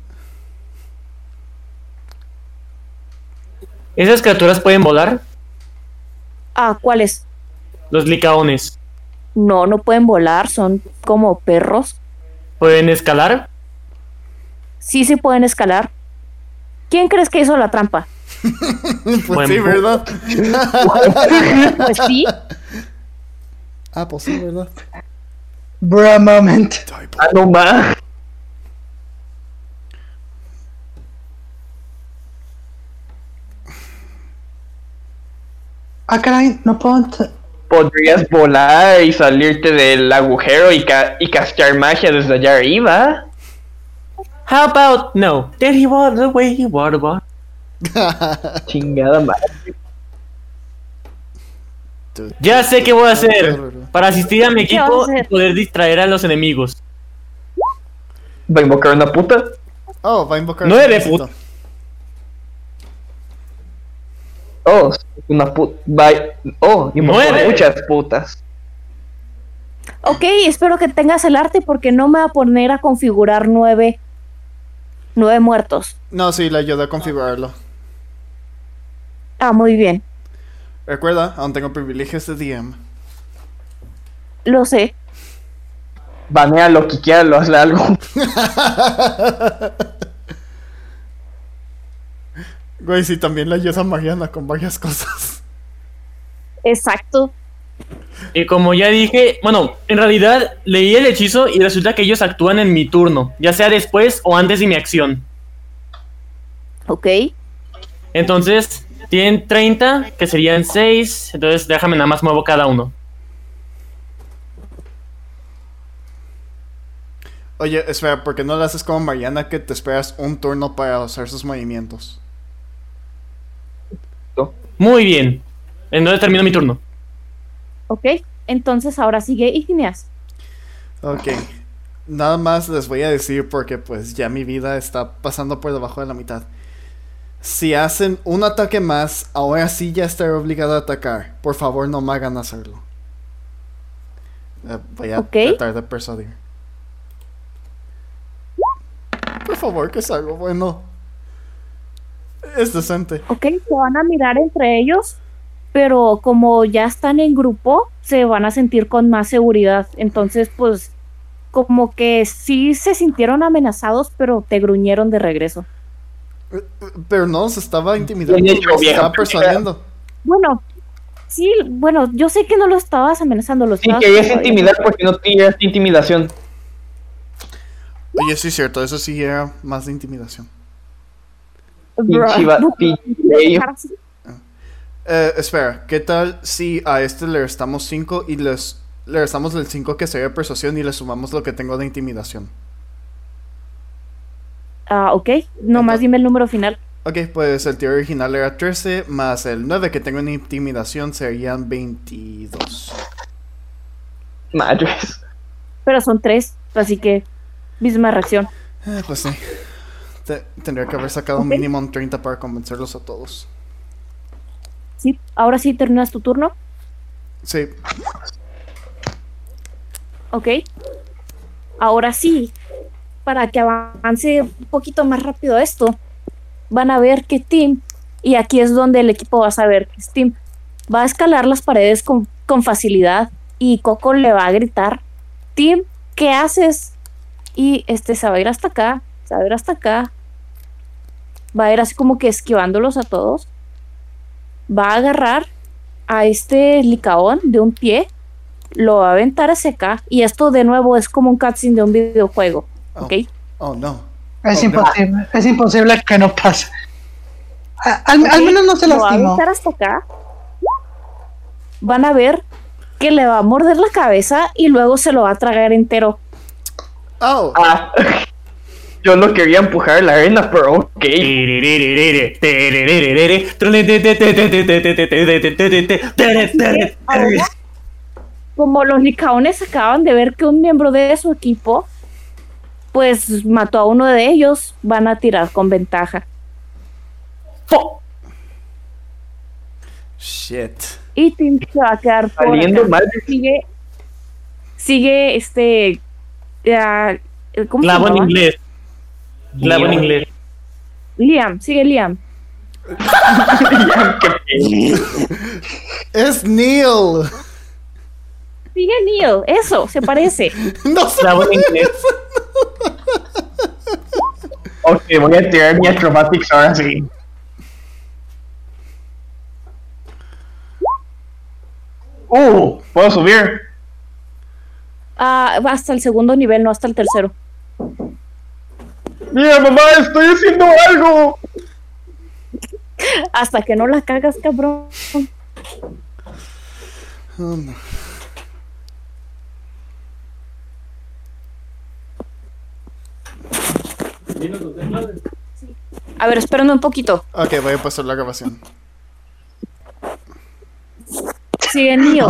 ¿Esas criaturas pueden volar? Ah, ¿cuáles? Los licaones. No, no pueden volar, son como perros. ¿Pueden escalar? Sí, sí pueden escalar. ¿Quién crees que hizo la trampa? Pues Buen sí, pu- ¿verdad? Pues sí. Ah, pues sí, ¿verdad? Bruh, moment. Ah, no más. Ah, caray, no puedo. Podrías volar y salirte del agujero y castear magia desde allá arriba. How about no? Did he water the way he water? Chingada madre. Ya sé qué voy a hacer para asistir a mi ¿Qué vas a equipo hacer? y poder distraer a los enemigos. Va a invocar una puta. Oh, va a invocar... No a su eres ejército. Oh, una puta. Oh, invocó Muere. muchas putas. Ok, espero que tengas el arte porque no me va a poner a configurar 9 muertos. No, sí, le ayudé a configurarlo. Ah, muy bien. Recuerda, aún tengo privilegios de DM. Lo sé. Banealo, quiquealo, hazle algo. Güey, sí, también le ayuda a Mariana con varias cosas. Exacto. Y como ya dije, bueno, en realidad leí el hechizo y resulta que ellos actúan en mi turno, ya sea después o antes de mi acción. Ok. Entonces, tienen 30, que serían 6, entonces déjame nada más muevo cada uno. Oye, espera, ¿por qué no lo haces como Mariana que te esperas un turno para hacer sus movimientos? Muy bien, entonces termino mi turno. Ok. Entonces ahora sigue Igneas. Ok. Nada más les voy a decir porque pues ya mi vida está pasando por debajo de la mitad. Si hacen un ataque más, ahora sí ya estaré obligado a atacar. Por favor, no me hagan hacerlo. Voy a Ok. tratar de persuadir. Por favor, que es algo bueno. Es decente. Ok, se van a mirar entre ellos, pero como ya están en grupo, se van a sentir con más seguridad. Entonces, pues, como que sí se sintieron amenazados, pero te gruñeron de regreso. Pero no, se estaba intimidando. Bien hecho, Se vieja estaba pendeja. persuadiendo. Bueno, sí, bueno, yo sé que no lo estabas amenazando, lo Sí, estabas querías persuadiendo. intimidar porque no tienes intimidación. Oye, sí es cierto, eso sí era más de intimidación. Pinche Espera, ¿qué tal si a este le restamos 5 y le restamos el 5 que sería persuasión y le sumamos lo que tengo de intimidación? Ah, ok, nomás dime el número final. Ok, pues el tiro original era 13 más el 9 que tengo en intimidación serían 22. Madres. Pero son 3, así que misma reacción. Pues sí. Tendría que haber sacado Ok. mínimo un 30 para convencerlos a todos. Sí, ahora sí terminas tu turno. Sí. Ok. Ahora sí, para que avance un poquito más rápido esto, van a ver que Tim, y aquí es donde el equipo va a saber que es Tim, va a escalar las paredes con facilidad y Coco le va a gritar, Tim, ¿qué haces? Y se va a ir hasta acá, se va a ir hasta acá, va a ir así como que esquivándolos a todos, va a agarrar a este licaón de un pie, lo va a aventar hacia acá, y esto de nuevo es como un cutscene de un videojuego, Oh. ¿ok? Oh, no. Es Oh, no. imposible, es imposible que no pase. Al menos no se lo va a lastimó. aventar hasta acá. Van a ver que le va a morder la cabeza y luego se lo va a tragar entero. Oh. Ah, yo lo quería empujar a la arena, pero ok. Ahora, como los licaones acaban de ver que un miembro de su equipo pues mató a uno de ellos, van a tirar con ventaja. Shit. Y Tim se va a quedar por Saliendo acá. mal. Sigue ¿cómo se Clavo en llamaba? inglés. Clavo en inglés. Liam, sigue Liam. Es Neil. Sigue Neil, eso, se parece. No sé. Clavo en inglés. Ok, voy a tirar mi acrobatics ahora sí. ¿Puedo subir? Va hasta el segundo nivel, no hasta el tercero. Mira, mamá, estoy haciendo algo. Hasta que no la cagas, cabrón. Oh, no. A ver, espérame un poquito. Ok, voy a pasar la grabación. Sigue Neil.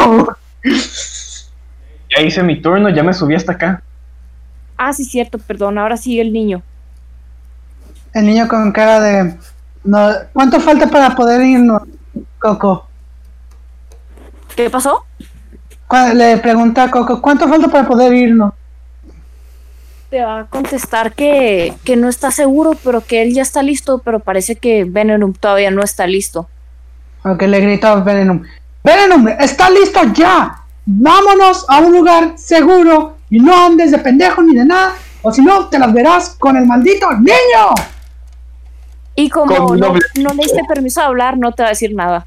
Ya hice mi turno, ya me subí hasta acá. Ah, sí, cierto, perdón. Ahora sigue el niño. El niño con cara de... No, ¿cuánto falta para poder irnos, Coco? ¿Qué pasó? Le pregunta a Coco, ¿cuánto falta para poder irnos? Te va a contestar que no está seguro, pero que él ya está listo, pero parece que Venom todavía no está listo. Ok, le gritó a Venom. ¡Venom, está listo ya! ¡Vámonos a un lugar seguro! Y no andes de pendejo ni de nada, o si no, te las verás con el maldito niño. Y como Con no doble- le diste permiso de hablar, no te va a decir nada.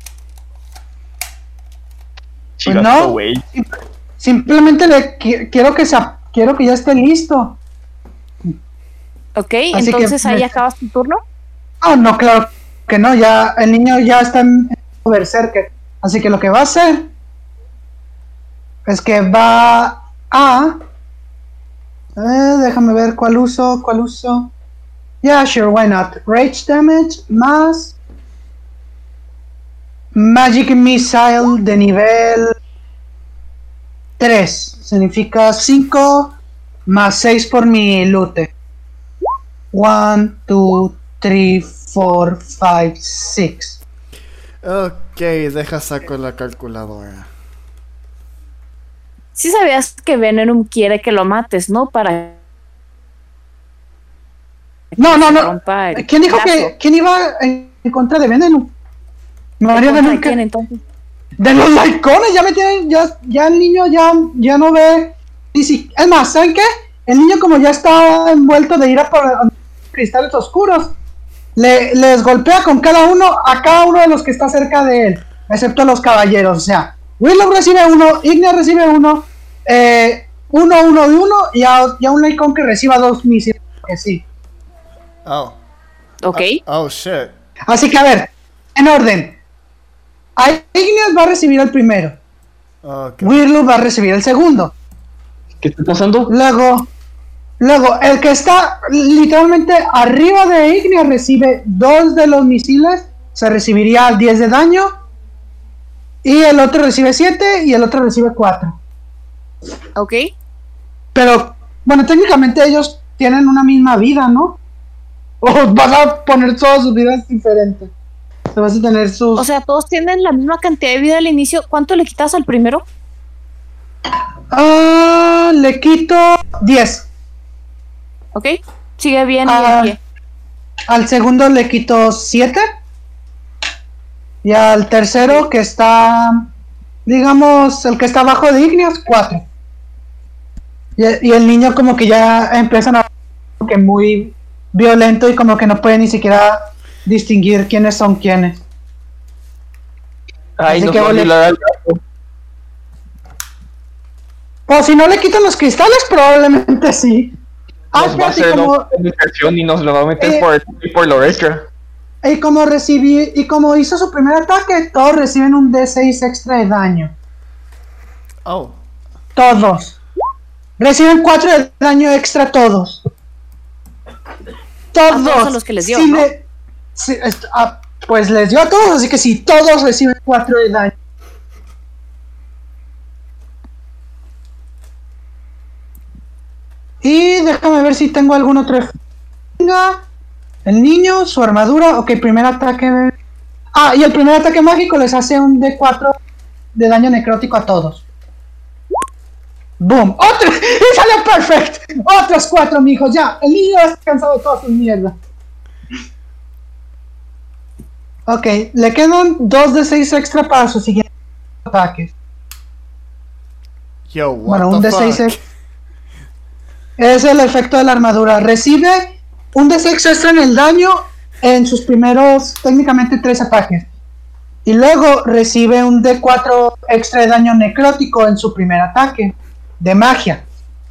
Pues no, simplemente quiero que ya esté listo. ¿Ok? Así Entonces que ahí me- acabas tu turno. Ah, no, claro que no, ya el niño ya está en berserker. Así que lo que va a hacer es que va a... déjame ver cuál uso. Yeah, sure, why not. Rage damage más Magic Missile de nivel 3. Significa 5 más 6 por mi lute. 1, 2, 3, 4, 5, 6. Ok, deja saco la calculadora. Sí sabías que Venom quiere que lo mates, ¿no? Para No. rompa el ¿Quién dijo brazo. quién iba en contra de Venom? María ¿Contra Venom, quién, entonces? de los laicones, ya me tienen, ya el niño ya no ve. Es más, ¿saben qué? El niño como ya está envuelto de ira por cristales oscuros, les golpea con cada uno de los que está cerca de él, excepto los caballeros. O sea, Willow recibe uno, Ignia recibe uno, uno y uno, y a un laicón que reciba 2 misiles, que sí. Oh. Ok. Oh, shit. Así que a ver, en orden. Igneas va a recibir el primero. Ok. Wirlu va a recibir el segundo. ¿Qué está pasando? Luego, el que está literalmente arriba de Igneas recibe 2 de los misiles. Se recibiría 10 de daño. Y el otro recibe 7 y el otro recibe 4. Ok. Pero, bueno, técnicamente ellos tienen una misma vida, ¿no? O vas a poner todas sus vidas diferentes. Te vas a tener sus... O sea, todos tienen la misma cantidad de vida al inicio. ¿Cuánto le quitas al primero? le quito 10. Ok. Sigue bien y Ah. en pie. Al segundo le quito 7. Y al tercero, que está, digamos, el que está abajo de Igneas, 4. Y el niño como que ya empiezan a que muy violento y como que no puede ni siquiera distinguir quiénes son quiénes. Ay, Así no que puedo vale. violar al gato. O si no le quitan los cristales, probablemente sí. Nos va a espérate, hacer como... la comunicación y nos lo va a meter Eh. por lo extra. Y como hizo su primer ataque, todos reciben un D6 extra de daño. Oh. Todos. Reciben 4 de daño extra todos. Todos. A los que les dio, Sí, ¿no? pues les dio a todos, así que sí, todos reciben 4 de daño. Y déjame ver si tengo algún otro. Venga. El niño, su armadura. Ok, primer ataque. Y el primer ataque mágico les hace un D4 de daño necrótico a todos. ¡Boom! ¡Otro! ¡Y salió perfecto! ¡Otros 4, mijos! Ya, el niño está cansado de toda su mierda. Ok, le quedan 2 de 6 extra para su siguiente ataque. Yo, what Bueno, un the D6 fuck? es el efecto de la armadura. Recibe un D6 extra en el daño en sus primeros, técnicamente, 3 ataques. Y luego recibe un D4 extra de daño necrótico en su primer ataque de magia.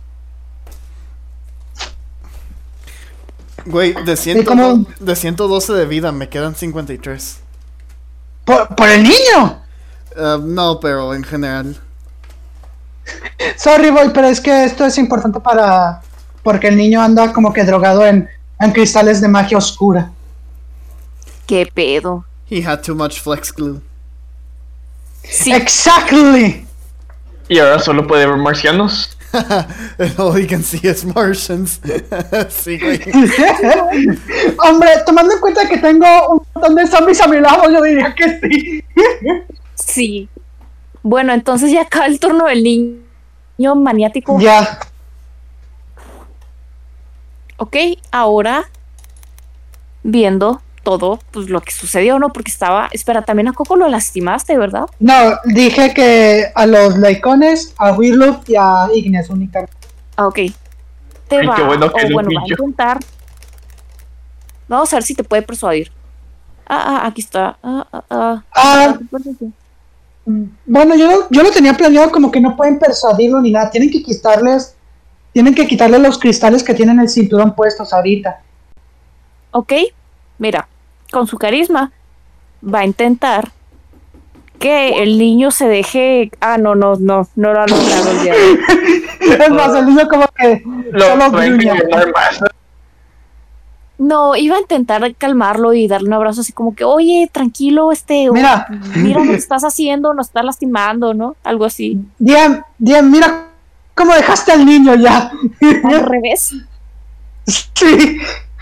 Güey, cómo? de 112 de vida me quedan 53. ¿Por el niño? No, pero en general. Sorry, boy, pero es que esto es importante porque el niño anda como que drogado en cristales de magia oscura. ¿Qué pedo? He had too much flex glue. Sí. Exactly. Y ahora solo puede ver marcianos. And all he can see is Martians. Sí, güey. Hombre, tomando en cuenta que tengo un montón de zombies a mi lado, yo diría que sí. Sí. Bueno, entonces ya acaba el turno del niño maniático. Ya. Ok, ahora viendo todo pues, lo que sucedió, ¿no? Porque espera, también a Coco lo lastimaste, ¿verdad? No, dije que a los Lycones, a Wirloop y a Igneas únicamente. Ok. Ay, qué bueno que lo va a pillo. intentar. Vamos a ver si te puede persuadir. Aquí está. Bueno, yo lo tenía planeado como que no pueden persuadirlo ni nada. Tienen que quitarle los cristales que tienen el cinturón puestos ahorita. Ok, mira, con su carisma va a intentar que el niño se deje. No lo ha logrado el día de hoy. Es más, el niño como que solo gruña. No, iba a intentar calmarlo y darle un abrazo así como que, oye, tranquilo, Mira. mira lo que estás haciendo, nos estás lastimando, ¿no? Algo así. Diem, mira cómo dejaste al niño ya. Al revés. Sí.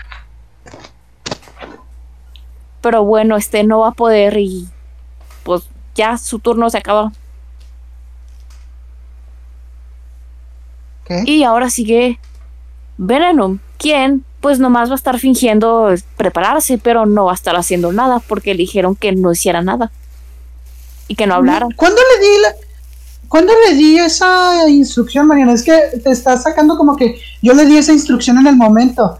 Pero bueno, no va a poder y pues ya su turno se acaba. ¿Qué? Y ahora sigue Venom, quien pues nomás va a estar fingiendo prepararse, pero no va a estar haciendo nada porque le dijeron que no hiciera nada y que no hablara. ¿Cuándo le di esa instrucción, Mariana? Es que te estás sacando como que yo le di esa instrucción en el momento.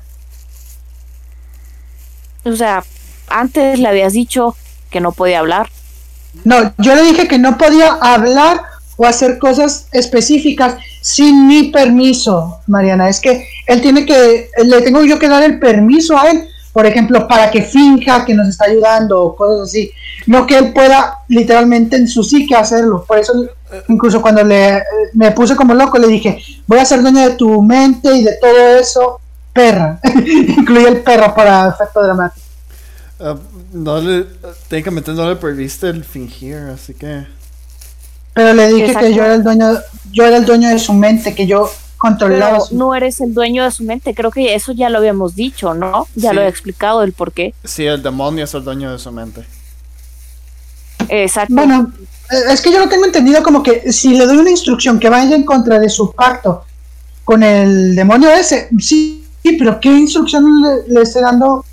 O sea, antes le habías dicho que no podía hablar. No, yo le dije que no podía hablar o hacer cosas específicas sin mi permiso, Mariana. Es que le tengo yo que dar el permiso a él, por ejemplo, para que finja que nos está ayudando o cosas así. No que él pueda literalmente en su psique hacerlo. Por eso, incluso cuando me puse como loco, le dije, voy a ser dueño de tu mente y de todo eso, perra. Incluí el perro para efecto dramático. Técnicamente no le prohibiste el fingir, así que. Pero le dije Exacto. que yo era el dueño de su mente, que yo controlaba Pero su... no eres el dueño de su mente. Creo que eso ya lo habíamos dicho, ¿no? Ya Sí. lo he explicado el por qué. Sí, el demonio es el dueño de su mente. Exacto. Bueno, es que yo lo tengo entendido como que si le doy una instrucción que vaya en contra de su pacto con el demonio ese, sí, pero ¿qué instrucción le estoy dando?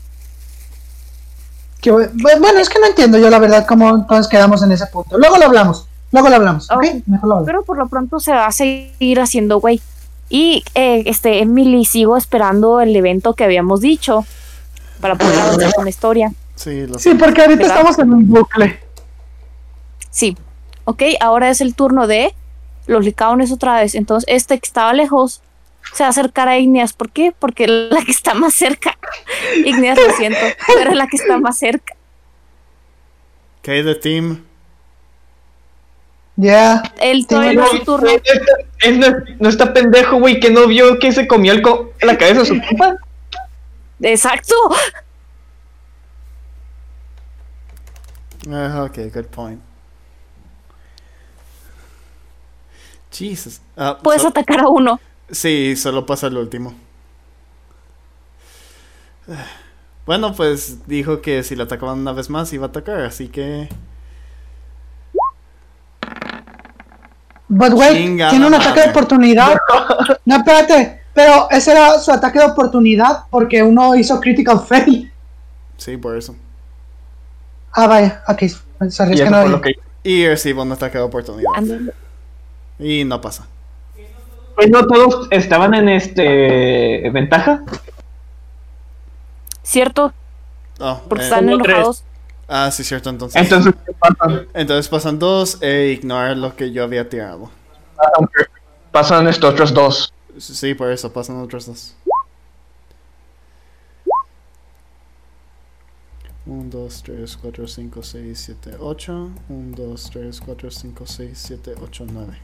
Bueno, es que no entiendo yo la verdad cómo todos quedamos en ese punto. Luego lo hablamos, ¿ok? Ok. Mejor lo hablamos. Pero por lo pronto se va a seguir haciendo güey. Y Emily, sigo esperando el evento que habíamos dicho para poder avanzar con la historia. Sí, lo Sí, sé. porque ahorita ¿Verdad? estamos en un bucle. Sí. Ok, ahora es el turno de los licaones otra vez. Entonces, que estaba lejos se va a acercar a Igneas. ¿Por qué? Porque la que está más cerca. Igneas, lo siento, pero es la que está más cerca. ¿Qué de team? Ya. Él todavía no es su turno. No está pendejo, güey, que no vio que se comió la cabeza de su compa. Exacto. Ok, good point. Jesus. Puedes atacar a uno. Sí, solo pasa el último. Bueno, pues dijo que si la atacaban una vez más iba a atacar, así que... But wait, Chingada tiene un ataque madre. de oportunidad. No, espérate. Pero ese era su ataque de oportunidad porque uno hizo critical fail. Sí, por eso. Ah, vaya. Ok. Sorry, Y es eso que no fue vi. lo que... Y recibo un ataque de oportunidad. Ándale. Y no pasa. Pues no todos estaban en ventaja. Cierto, Oh, porque están Como tres. enojados. sí, cierto, entonces. Entonces, ¿qué pasa? Entonces pasan 2 e ignorar lo que yo había tirado. Pasan estos otros dos. Sí, por eso pasan otros 2. 1, 2, 3, 4, 5, 6, 7, 8. 1, 2, 3, 4, 5, 6, 7, 8, 9.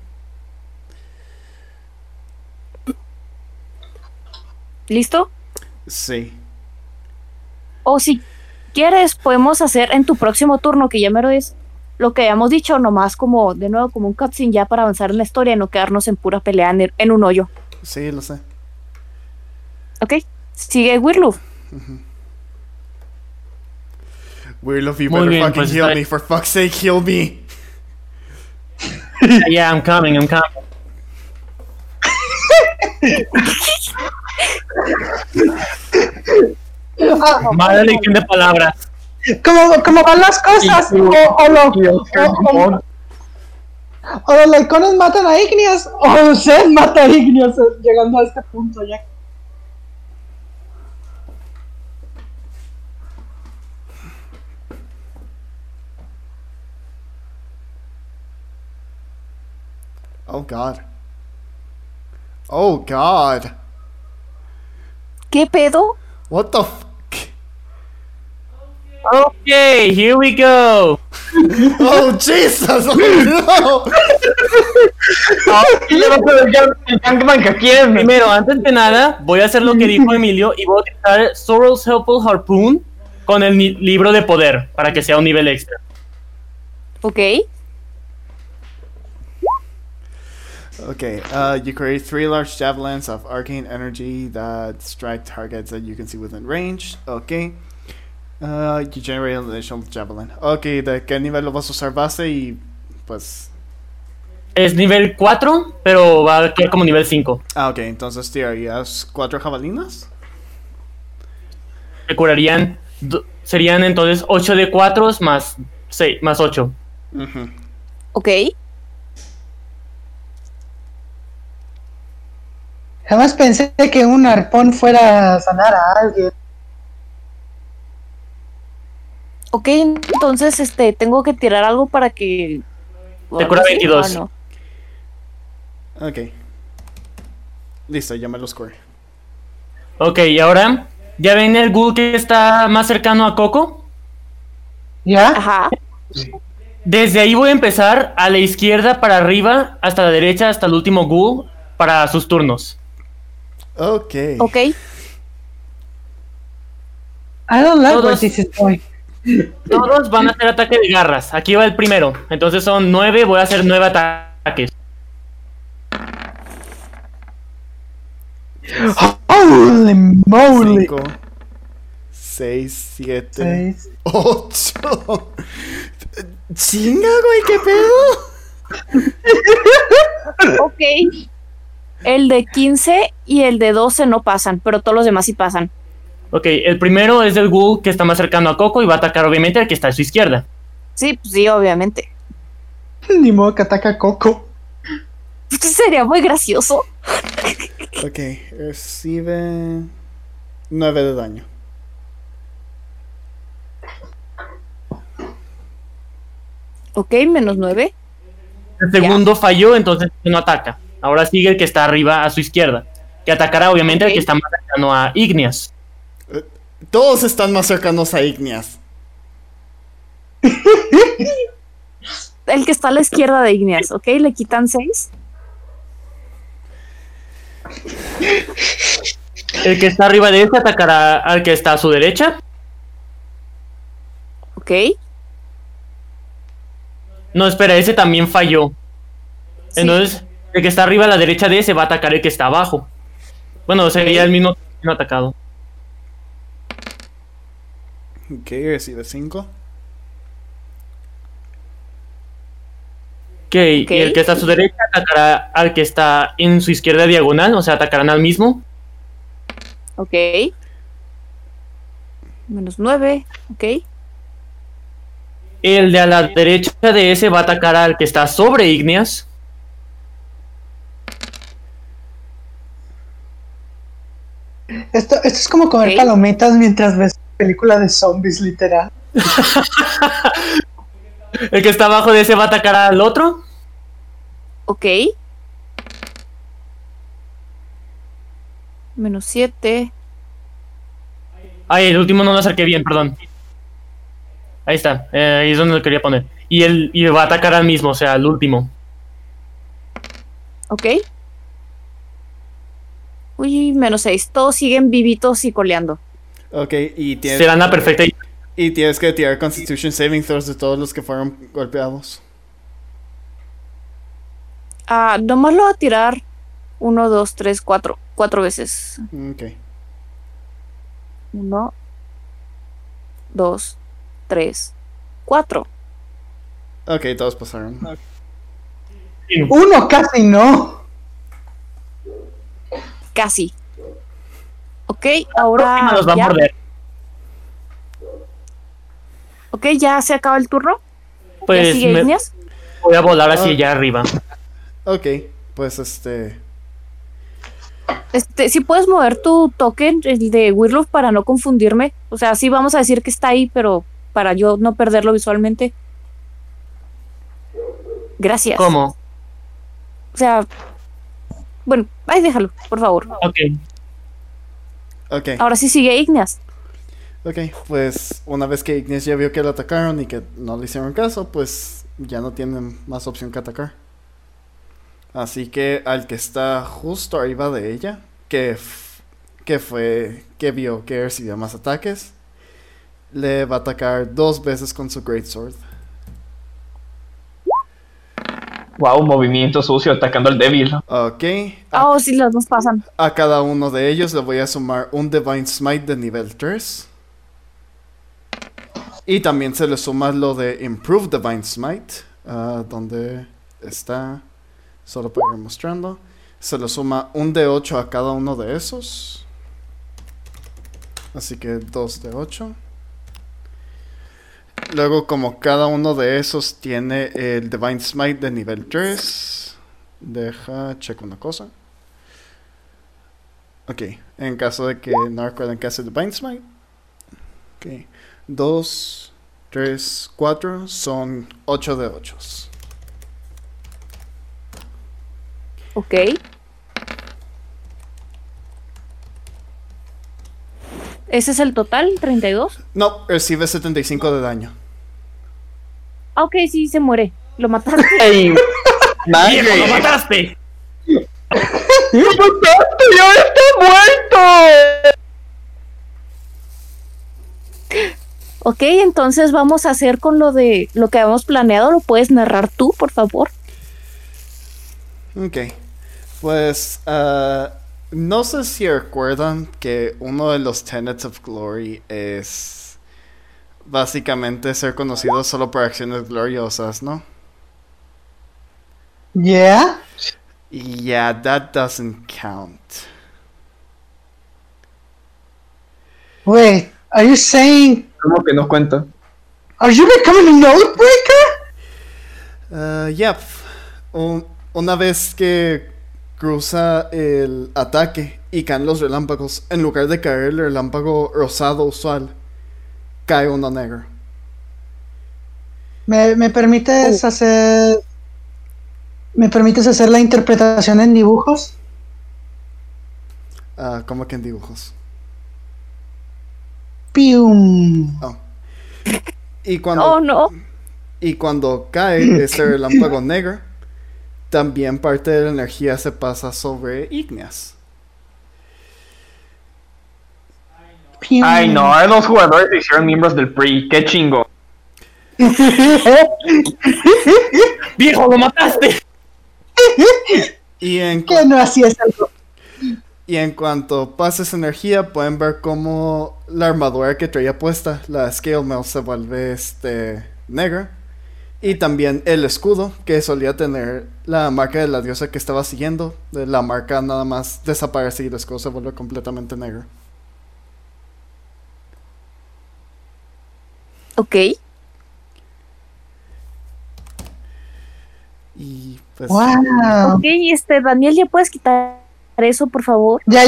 ¿Listo? Sí. O si quieres, podemos hacer en tu próximo turno, que ya mero es lo que habíamos dicho, nomás como, de nuevo, como un cutscene ya para avanzar en la historia y no quedarnos en pura pelea en un hoyo. Sí, lo sé. ¿Ok? Sigue Wirloof. Weirloof, you Muy better bien, fucking pues heal está- me. For fuck's sake, heal me. Yeah, I'm coming. Ah, Mala elección de palabras. como van las cosas. O los Lycones matan a Igneas. O Zed mata a Igneas llegando a este punto ya. Oh god. Oh god. ¿Qué pedo? What the fuck? Okay, here we go. Oh Jesus! Oh no! Y le va a poner el Gangman que quieren. Primero, antes de nada, voy a hacer lo que dijo Emilio y voy a utilizar Sorrel's Helpful Harpoon con el libro de poder para que sea un nivel extra. Ok. Okay, you create 3 large javelins of arcane energy that strike targets that you can see within range. Okay. You generate an additional javelin. Okay, ¿de qué nivel lo vas a usar base? Y pues... Es nivel 4, pero va a actuar como nivel 5. ok, entonces tirarías 4 jabalinas. Me curarían, serían entonces 8 de 4 más 6, más 8. Ujú. Ok. Jamás pensé que un arpón fuera a sanar a alguien. Ok, entonces tengo que tirar algo para que... Te cura ¿Sí? 22. Ah, no. Ok. Listo, ya me los curé. Ok, y ahora, ¿ya ven el ghoul que está más cercano a Coco? ¿Ya? Ajá. Desde ahí voy a empezar a la izquierda para arriba, hasta la derecha, hasta el último ghoul para sus turnos. Ok. Ok. I don't like where Todos- this is going. Todos van a hacer ataque de garras. Aquí va el primero. Entonces son 9, voy a hacer 9 ataques. Holy moly. 5, 6, 7, Seis. 8. Chinga, güey, ¿qué pedo? Ok. El de 15 y el de 12 no pasan, pero todos los demás sí pasan. Ok, el primero es el ghoul que está más cercano a Coco y va a atacar obviamente al que está a su izquierda. Sí, pues sí, obviamente. Ni modo que ataca a Coco. Sería muy gracioso. Ok, recibe 9 de daño. Ok, menos 9. El segundo falló, entonces no ataca. Ahora sigue el que está arriba a su izquierda, y atacará obviamente Ok. al que está más cercano a Igneas. Todos están más cercanos a Igneas. El que está a la izquierda de Igneas, ¿ok? Le quitan 6. El que está arriba de este atacará al que está a su derecha. ¿Ok? No, espera, ese también falló. Sí. Entonces, el que está arriba a la derecha de ese va a atacar el que está abajo. Bueno, sería el mismo atacado. Ok, recibe 5. Ok, y el que está a su derecha atacará al que está en su izquierda diagonal, o sea, atacarán al mismo. Ok. -9, ok. El de a la derecha de ese va a atacar al que está sobre Igneas. Esto es como comer Ok. palomitas mientras ves película de zombies, literal. El que está abajo de ese va a atacar al otro. Ok. -7. Ay, el último no lo acerqué bien, perdón. Ahí está, ahí es donde lo quería poner. Y va a atacar al mismo, o sea, al último. Ok. Uy, -6. Todos siguen vivitos y coleando. Ok, y Serán la perfecta. y tienes que tirar Constitution Saving Throws de todos los que fueron golpeados. Nomás lo voy a tirar 1, 2, 3, 4. 4 veces. Ok. 1, 2, 3, 4. Ok, todos pasaron. Uno casi no. Casi. Ok, Próxima ahora los va a ya. morder. Ok, ya se acaba el turno. ¿Ya Pues sigue me Igneas? voy a volar hacia allá arriba. Ok, pues Si puedes mover tu token, el de Wirlof, para no confundirme. O sea, sí vamos a decir que está ahí, pero para yo no perderlo visualmente. Gracias. ¿Cómo? O sea, bueno, ahí déjalo, por favor. Ok. Ok. Ahora sí sigue Igneas. Ok, pues una vez que Igneas ya vio que lo atacaron y que no le hicieron caso, pues ya no tienen más opción que atacar. Así que al que está justo arriba de ella, que vio que recibió más ataques, le va a atacar 2 veces con su Greatsword. Wow, movimiento sucio atacando al débil. Ok, Oh, sí, los dos pasan. a cada uno de ellos le voy a sumar un Divine Smite de nivel 3. Y también se le suma lo de Improved Divine Smite, donde está, solo para ir mostrando. Se le suma un de 8 a cada uno de esos. Así que 2 de 8. Luego, como cada uno de esos tiene el Divine Smite de nivel 3, checo una cosa. Ok, en caso de que no recuerden que hace Divine Smite. Ok, 2, 3, 4 son 8 de 8. Ok. ¿Ese es el total? ¿32? No, recibe 75 de daño. Ok, sí, se muere. Lo mataste. ¡Ey! ¡Viejo, lo mataste! ¡Lo mataste! ¡Ya está muerto! Ok, entonces vamos a hacer con lo que habíamos planeado. ¿Lo puedes narrar tú, por favor? Ok, pues no sé si recuerdan que uno de los tenets of glory es básicamente ser conocido solo por acciones gloriosas, ¿no? Yeah. Yeah, that doesn't count. Wait, are you saying, ¿Cómo que no cuenta? are you becoming a Nodebreaker? Yep. Una vez que cruza el ataque y caen los relámpagos, en lugar de caer el relámpago rosado usual, cae uno negro. ¿Me permites hacer... ¿Me permites hacer la interpretación en dibujos? ¿Cómo que en dibujos? ¡Pium! Oh. Y cuando, Oh, no. y cuando cae ese relámpago negro, también parte de la energía se pasa sobre ígneas. ¡Pium! Ay, no, a los jugadores se hicieron miembros del PRI. Qué chingo. ¡Viejo, lo mataste! Y en, ¿Qué no hacías algo? y en cuanto pasa esa energía, pueden ver cómo la armadura que traía puesta, la Scale Mail, se vuelve negra. Y también el escudo que solía tener la marca de la diosa que estaba siguiendo. La marca nada más desaparece y el escudo se vuelve completamente negro. Ok. Y pues... ¡Wow! Ok, Daniel, ¿ya puedes quitar eso, por favor? Ya.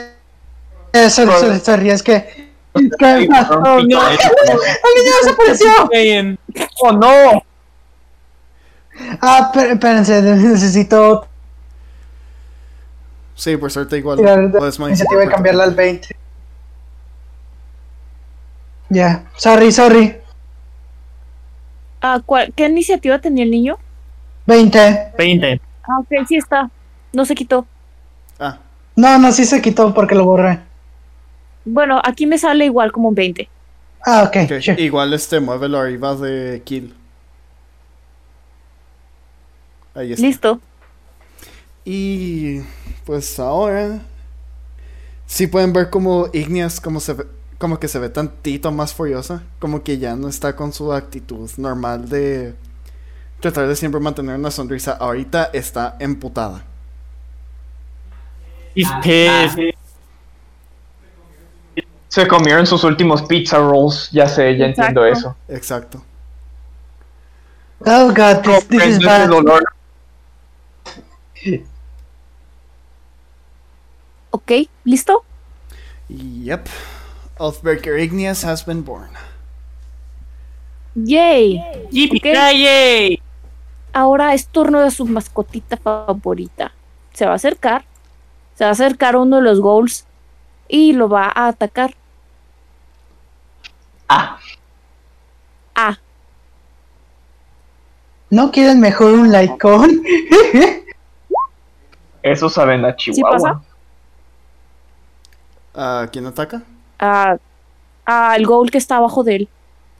Sorry, es que. Oh, no. ¡El niño desapareció! Bien. ¡Oh, no! Espérense, necesito Sí, por suerte igual. tirar puedes la iniciativa y modificar. cambiarla al 20. Ya, sorry. ¿Qué iniciativa tenía el niño? 20. 20. Ah, ok, sí está. No se quitó. Ah, No, sí se quitó porque lo borré. Bueno, aquí me sale igual como un 20. Ok, ok. sure. Igual muévelo arriba de Kill. Ahí está. Listo. Y pues ahora sí pueden ver como Igneas como que se ve tantito más furiosa, como que ya no está con su actitud normal de tratar de siempre mantener una sonrisa. Ahorita está emputada. He's pissed. Se comieron sus últimos pizza rolls. Ya sé, ya entiendo Exacto. eso. Exacto. Oh god, this is Comprendo ese bad. dolor. Ok, ¿listo? Yep. Oathbreaker Igneas has been born. Yay. ¡Yippee-ki-yay! Ahora es turno de su mascotita favorita. Se va a acercar a uno de los ghouls y lo va a atacar. Ah, Ah, ¿No quieren mejor un Lycon? eso saben a ¿sí Chihuahua. pasa? ¿Quién ataca? El ghoul que está abajo de él.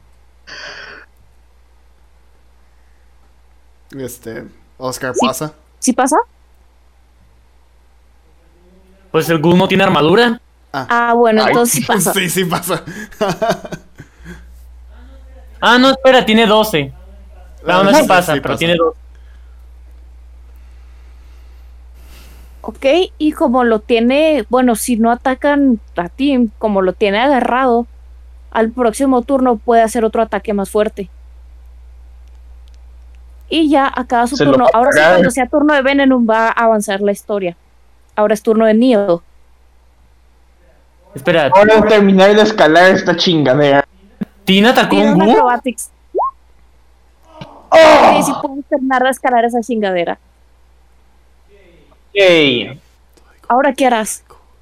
Oscar Sí. pasa. ¿Sí pasa? Pues el ghoul no tiene armadura. Bueno, Ay. entonces sí pasa. Sí pasa. Ah, no, espera, tiene 12. Aún así pasa, sí pero pasa. tiene 12. Ok, y como lo tiene, bueno, si no atacan a ti, como lo tiene agarrado, al próximo turno puede hacer otro ataque más fuerte. Y ya acaba su Se lo turno. va a Ahora sí, pagar. cuando sea turno de Venenum va a avanzar la historia. Ahora es turno de Neo. Espera, Ahora de terminar de escalar esta chingadera. ¿Tina atacó Tira un un ghoul? acrobatics. Ok, si puedes terminar de escalar esa chingadera. Yay. Ahora, ¿qué harás?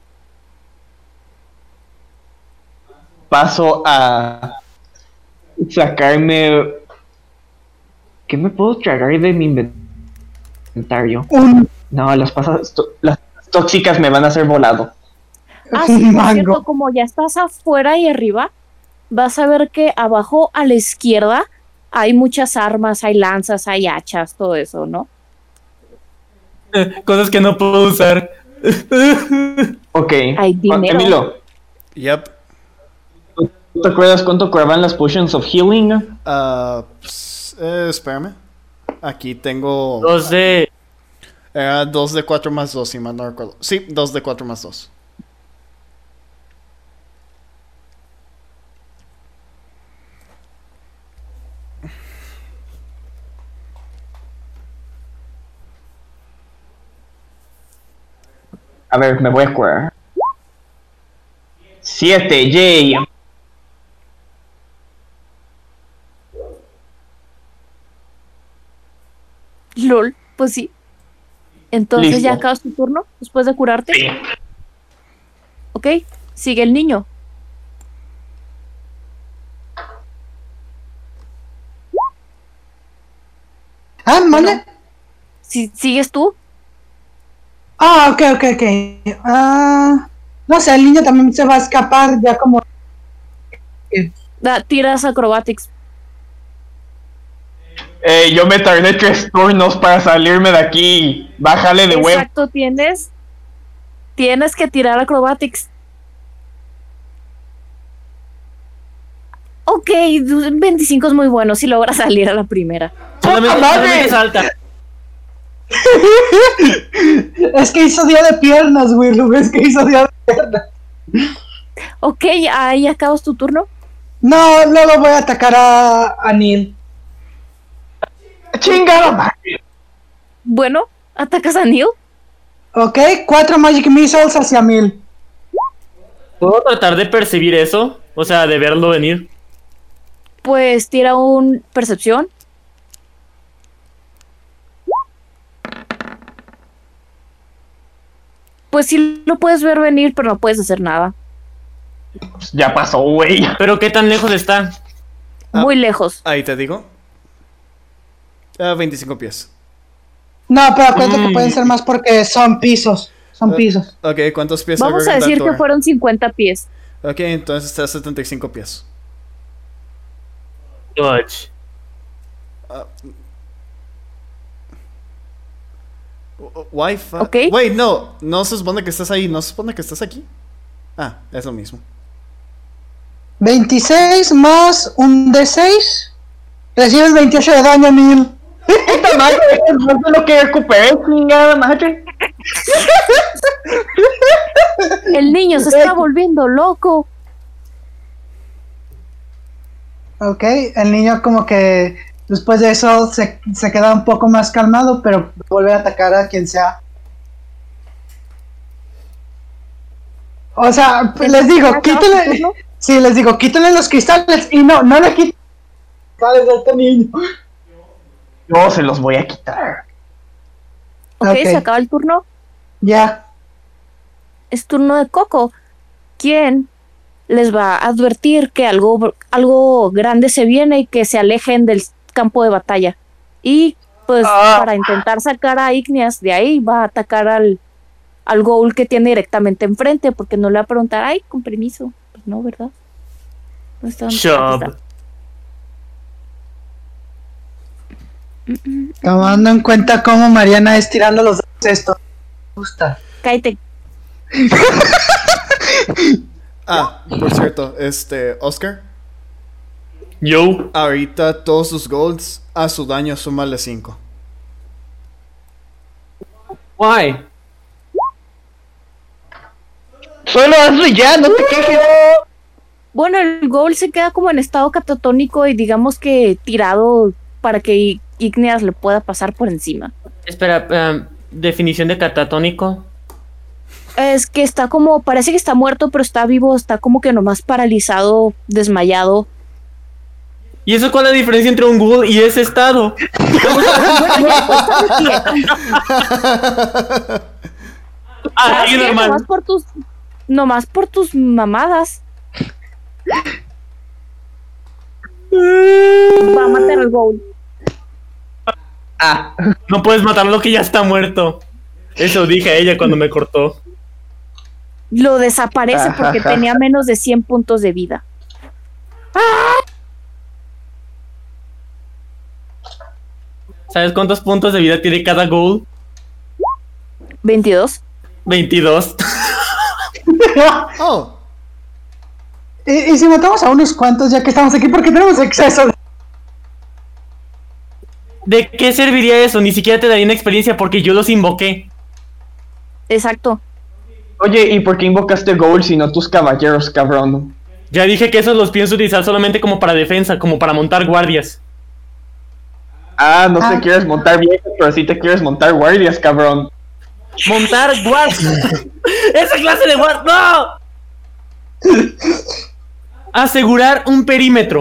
Paso a sacarme. ¿Qué me puedo tragar de mi inventario? No, las tóxicas me van a hacer volado. Sí, por Mango. cierto, como ya estás afuera y arriba, vas a ver que abajo a la izquierda hay muchas armas, hay lanzas, hay hachas, todo eso, ¿no? Cosas que no puedo usar. Ok. Hay dinero. Emilio, Yep. ¿tú te acuerdas cuánto cobraban las potions of healing? Espérame. Aquí tengo. 2 de... Era 2 de 4 más 2, si mal no recuerdo. Sí, 2 de 4 más 2. A ver, me voy a curar. 7, yay. LOL, pues sí. Entonces Listo. ya acabas tu turno después de curarte. Sí. Ok, sigue el niño. Ah, ¿mande? ¿Sigues tú? Ah, ok. No sé, el niño también se va a escapar ya como... Tiras acrobatics. Yo me tardé 3 turnos para salirme de aquí. Bájale de huevo. Exacto, tienes que tirar acrobatics. Ok, 25 es muy bueno si logras salir a la primera. Solamente salta. Es que hizo día de piernas, Willow. Es que hizo día de piernas. Ok, ahí acabas tu turno. No, luego voy a atacar a Neil. ¡Chingada madre! Bueno, atacas a Neil. Ok, 4 Magic Missiles hacia Neil. ¿Puedo tratar de percibir eso? O sea, de verlo venir. Pues tira un percepción. Pues sí lo puedes ver venir, pero no puedes hacer nada. Pues ya pasó, güey. ¿Pero qué tan lejos está? Muy lejos. Ahí te digo. 25 pies. No, pero acuérdate que pueden ser más porque son pisos. Son pisos. Ok, ¿cuántos pies? Vamos a agrega decir Dantor? que fueron 50 pies. Ok, entonces está a 75 pies. Dodge. Wi-Fi. Ok. Wait, no. No se supone que estás ahí. No se supone que estás aquí. Ah, es lo mismo. 26 más un D6. Recibes 28 de daño, Neil. ¡Puta madre! No es lo que recuperé, chingada madre. El niño se está volviendo loco. Ok, el niño como que después de eso se queda un poco más calmado, pero vuelve a atacar a quien sea. O sea, les digo, quítenle. Sí, les digo, quítenle los cristales. Y no le quiten los cristales a este niño. Yo se los voy a quitar. Ok, Ok. se acaba el turno. Ya. Es turno de Coco. ¿Quién les va a advertir que algo grande se viene y que se alejen del campo de batalla? Y pues para intentar sacar a Igneas de ahí, va a atacar al ghoul que tiene directamente enfrente, porque no le va a preguntar, ay, con permiso. Pues no, ¿verdad? ¿Dónde está? Shove. Tomando en cuenta cómo Mariana es tirando los dados esto. Me gusta. Cállate. Ah, por cierto, Oscar. Yo. Ahorita todos sus golds a su daño súmale 5. Why? Solo hazlo ya, no te quejes. Bueno, el ghoul se queda como en estado catatónico y digamos que tirado para que Igneas le pueda pasar por encima. Espera, definición de catatónico. Es que está como, parece que está muerto, pero está vivo, está como que nomás paralizado, desmayado. ¿Y eso cuál es la diferencia entre un ghoul y ese estado? Ah, sí, normal. Nomás por tus mamadas. Va a matar al ghoul. No puedes matarlo que ya está muerto. Eso dije a ella cuando me cortó. Lo desaparece porque tenía menos de 100 puntos de vida. ¿Sabes cuántos puntos de vida tiene cada ghoul? 22. 22. Oh, Y si matamos a unos cuantos ya que estamos aquí, porque tenemos exceso. ¿De qué serviría eso? Ni siquiera te daría una experiencia porque yo los invoqué. Exacto. Oye, ¿y por qué invocaste Gold si no tus caballeros, cabrón? Ya dije que esos los pienso utilizar solamente como para defensa, como para montar guardias. No te quieres montar bien, pero sí te quieres montar guardias, cabrón. ¡Montar guardias! ¡Esa clase de guardias! ¡No! Asegurar un perímetro.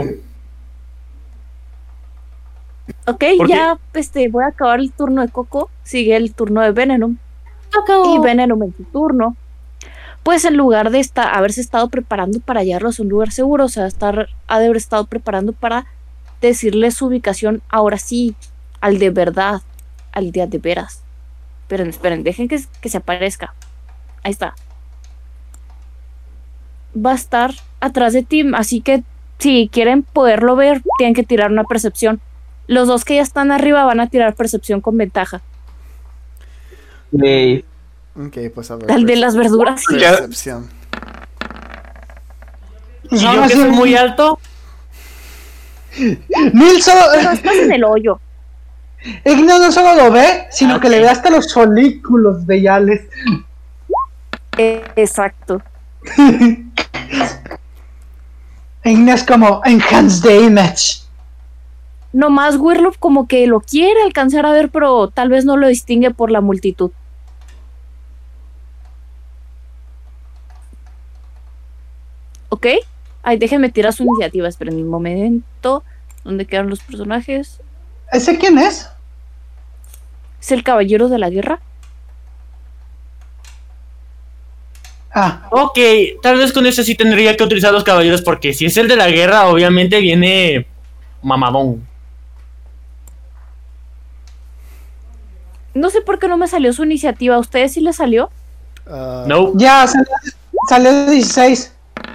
Ok, ¿Por ya voy a acabar el turno de Coco. Sigue el turno de Venenum. Y Venenum en su turno pues en lugar de haberse estado preparando para hallarlos en un lugar seguro, o sea, ha de haber estado preparando para decirles su ubicación ahora sí, al de verdad, al de veras. Esperen, dejen que se aparezca. Ahí está. Va a estar atrás de ti, así que si quieren poderlo ver, tienen que tirar una percepción. Los dos que ya están arriba van a tirar percepción con ventaja. Ok, pues a ver. Al de las verduras. Percepción. Y yo que soy muy alto, Nilsson, Pero estás en el hoyo. Ignis no solo lo ve, sino que le ve hasta los folículos vellales. Exacto. Ignis como enhance the image. Nomás Wirloop como que lo quiere alcanzar a ver, pero tal vez no lo distingue por la multitud. ¿Ok? Ay, déjenme tirar su iniciativa. Esperen un momento. ¿Dónde quedan los personajes? ¿Ese quién es? ¿Es el caballero de la guerra? Ah, ok, tal vez con ese sí tendría que utilizar los caballeros, porque si es el de la guerra, obviamente viene mamadón. No sé por qué no me salió su iniciativa. ¿A ustedes sí les salió? No. ya salió 16.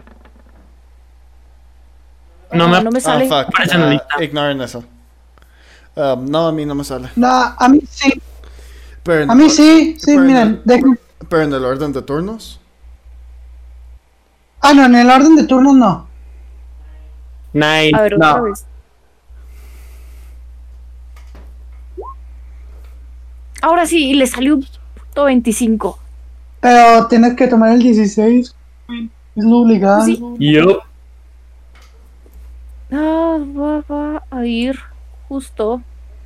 No me no me sale. Fuck. aparece en la lista. Ignoren eso. No, a mí no me sale. No, a mí sí. Pero A mí sí, pero miren. pero en el orden de turnos. Ah, no, en el orden de turnos no. Nice. A ver, No. otra vez. Ahora sí, le salió un punto 25. Pero tienes que tomar el 16. Es lo obligado. Sí. Yup. Va a ir justo.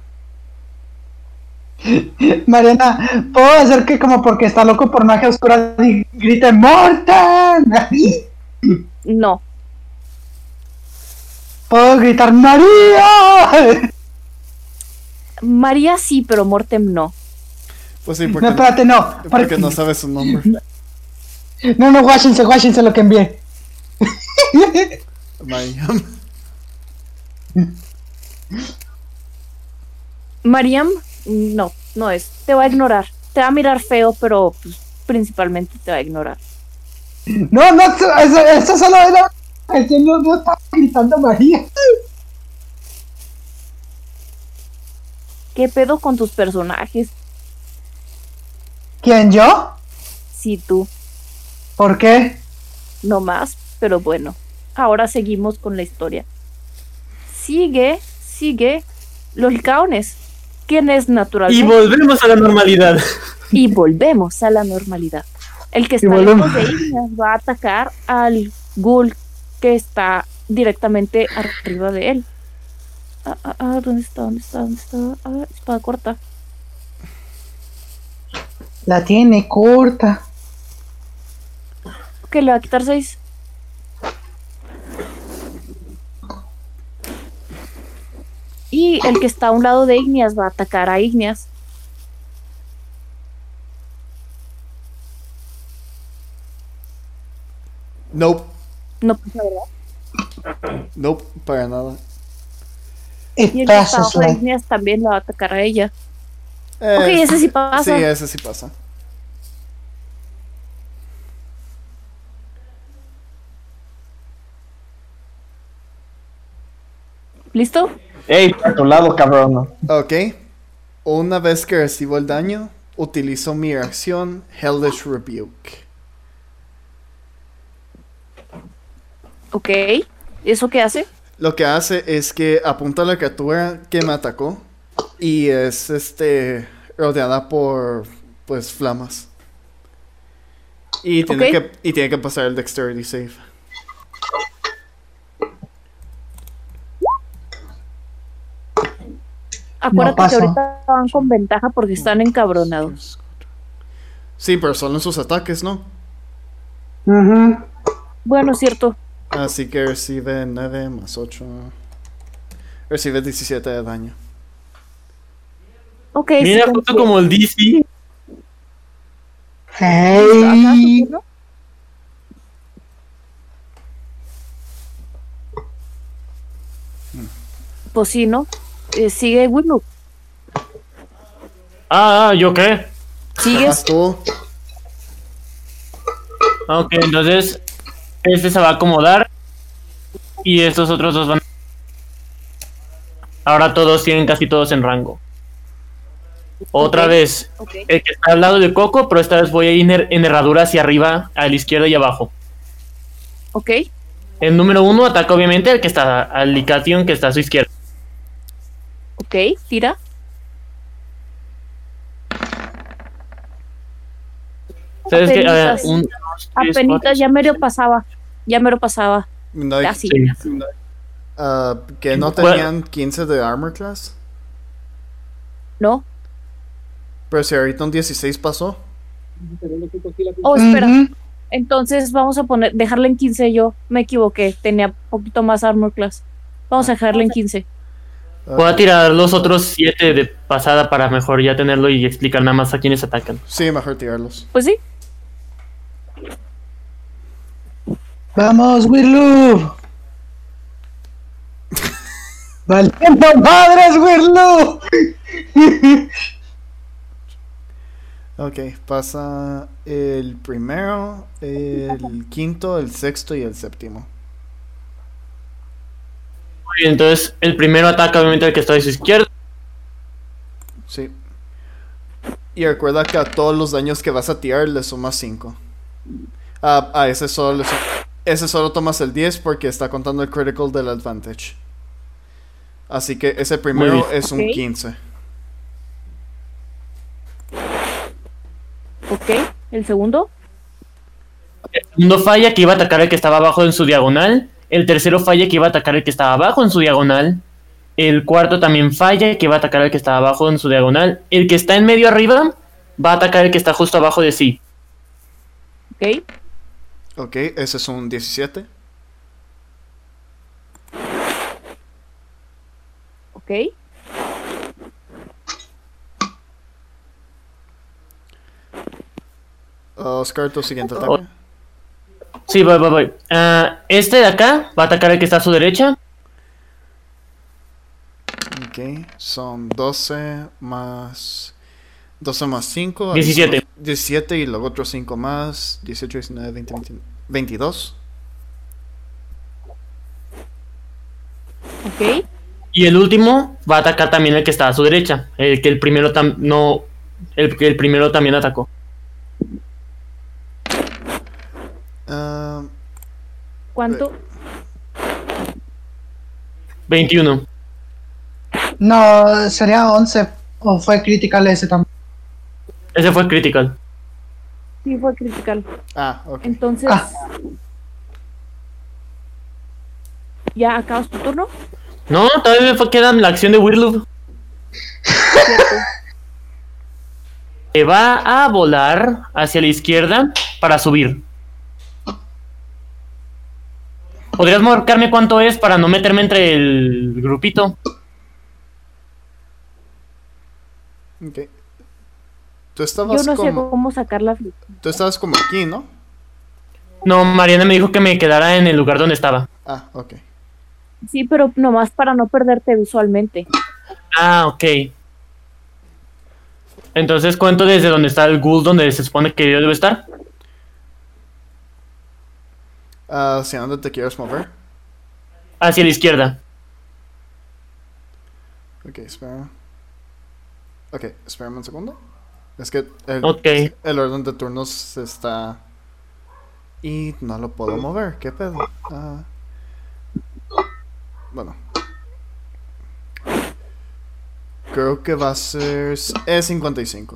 Mariana, puedo hacer que como porque está loco por magia oscura grite ¡Morten! No. Puedo gritar ¡María! María sí, pero Mortem no. Pues sí, No, porque, espérate, no. porque no sabes su nombre. No, guáchense lo que envié. Mariam. Mariam, no es. Te va a ignorar. Te va a mirar feo, pero pues, principalmente te va a ignorar. No, eso solo era. Yo no estaba gritando María. ¿Qué pedo con tus personajes? ¿Quién, yo? Sí, tú. ¿Por qué? No más, pero bueno. Ahora seguimos con la historia. Sigue los Licaones. ¿Quién es Y naturalmente? volvemos a la normalidad. Y volvemos a la normalidad. El que está volvemos. lejos de Igneas va a atacar al ghoul que está directamente arriba de él. ¿Dónde está? Espada corta. La tiene corta. Ok, le va a quitar 6. Y el que está a un lado de Igneas va a atacar a Igneas. Nope. No pasa, ¿verdad? Nope, para nada. Y el que está abajo de Igneas también la va a atacar a ella. Ok, ese sí pasa. Sí, ese sí pasa. ¿Listo? Ey, a tu lado, cabrón. Ok. Una vez que recibo el daño, utilizo mi acción Hellish Rebuke. Ok. ¿Eso qué hace? Lo que hace es que apunta a la criatura que me atacó y es rodeada por pues flamas. Y tiene, Ok. tiene que pasar el Dexterity Save. Acuérdate que paso. ahorita van con ventaja porque están encabronados. Sí, pero solo en sus ataques, ¿no? Ujú. Bueno, cierto. Así que recibe 9 más 8. Recibe 17 de daño. Ok, Mira, sí, justo como el DC. Ajá, ¿tu Hey. turno? Pues sí, ¿no? Sigue Willow. ¿Yo qué? Sigues. Vas tú. Ok, entonces este se va a acomodar y estos otros dos van. Ahora todos tienen casi todos en rango. Otra Ok. vez, Ok. el que está al lado de Coco, pero esta vez voy a ir en herradura hacia arriba, a la izquierda y abajo. Ok. El número 1 ataca obviamente al que está, al Lication que está a su izquierda. Ok. Tira. ¿Sabes qué? A ver, Apenitas. 1, 2, 3, Apenitas, ya mero pasaba. Ya mero pasaba. No, Casi. que no tenían 15 de armor class. ¿No? Pero si ahorita un 16 pasó. Oh, espera. Ujú. Entonces vamos a dejarle en 15 yo. Me equivoqué. Tenía poquito más armor class. Vamos a dejarle en 15. Voy a tirar los otros 7 de pasada para mejor ya tenerlo y explicar nada más a quiénes atacan. Sí, mejor tirarlos. Pues sí. Vamos, Wirlu. ¡Valiente madres, Wirlu! Ok, pasa el primero, el quinto, el sexto y el séptimo. Muy bien, entonces el primero ataca obviamente al que está a su izquierda. Sí. Y recuerda que a todos los daños que vas a tirar le sumas 5. A ese solo ese solo tomas el 10 porque está contando el critical del advantage. Así que ese primero bien. es un Ok. 15. Ok. El segundo. El segundo falla que iba a atacar al que estaba abajo en su diagonal. El tercero falla que iba a atacar al que estaba abajo en su diagonal. El cuarto también falla que iba a atacar al que estaba abajo en su diagonal. El que está en medio arriba va a atacar al que está justo abajo de sí. Ok. Ok, ese es un 17. Ok. Oscar, tu siguiente ataque. Sí, voy. Este de acá va a atacar al que está a su derecha. Ok, son 12 más 5. 17. 17 y luego otros 5 más. 18, 19, 20, 22. Ok. Y el último va a atacar también al que está a su derecha. El que el primero el que el primero también atacó. Ah, ¿Cuánto? 21. No, sería 11. O fue critical ese también. Ese fue critical. Sí, fue critical. ok. Entonces. Ah. ¿Ya acabas tu turno? No, todavía queda la acción de Wirloop. Cierto. Que va a volar hacia la izquierda para subir. ¿Podrías marcarme cuánto es para no meterme entre el grupito? Ok. Tú estabas Yo no sé como. cómo sacar la flita. Tú estabas como aquí, ¿no? No, Mariana me dijo que me quedara en el lugar donde estaba. Ok. Sí, pero nomás para no perderte visualmente. Ok. Entonces cuento desde donde está el ghoul donde se supone que yo debo estar. ¿Hacia dónde te quieres mover? Hacia la izquierda. Ok, espera. Ok, espérame un segundo. Es que Ok. el orden de turnos está... Y no lo puedo mover, ¿qué pedo? Bueno. Creo que va a ser E55.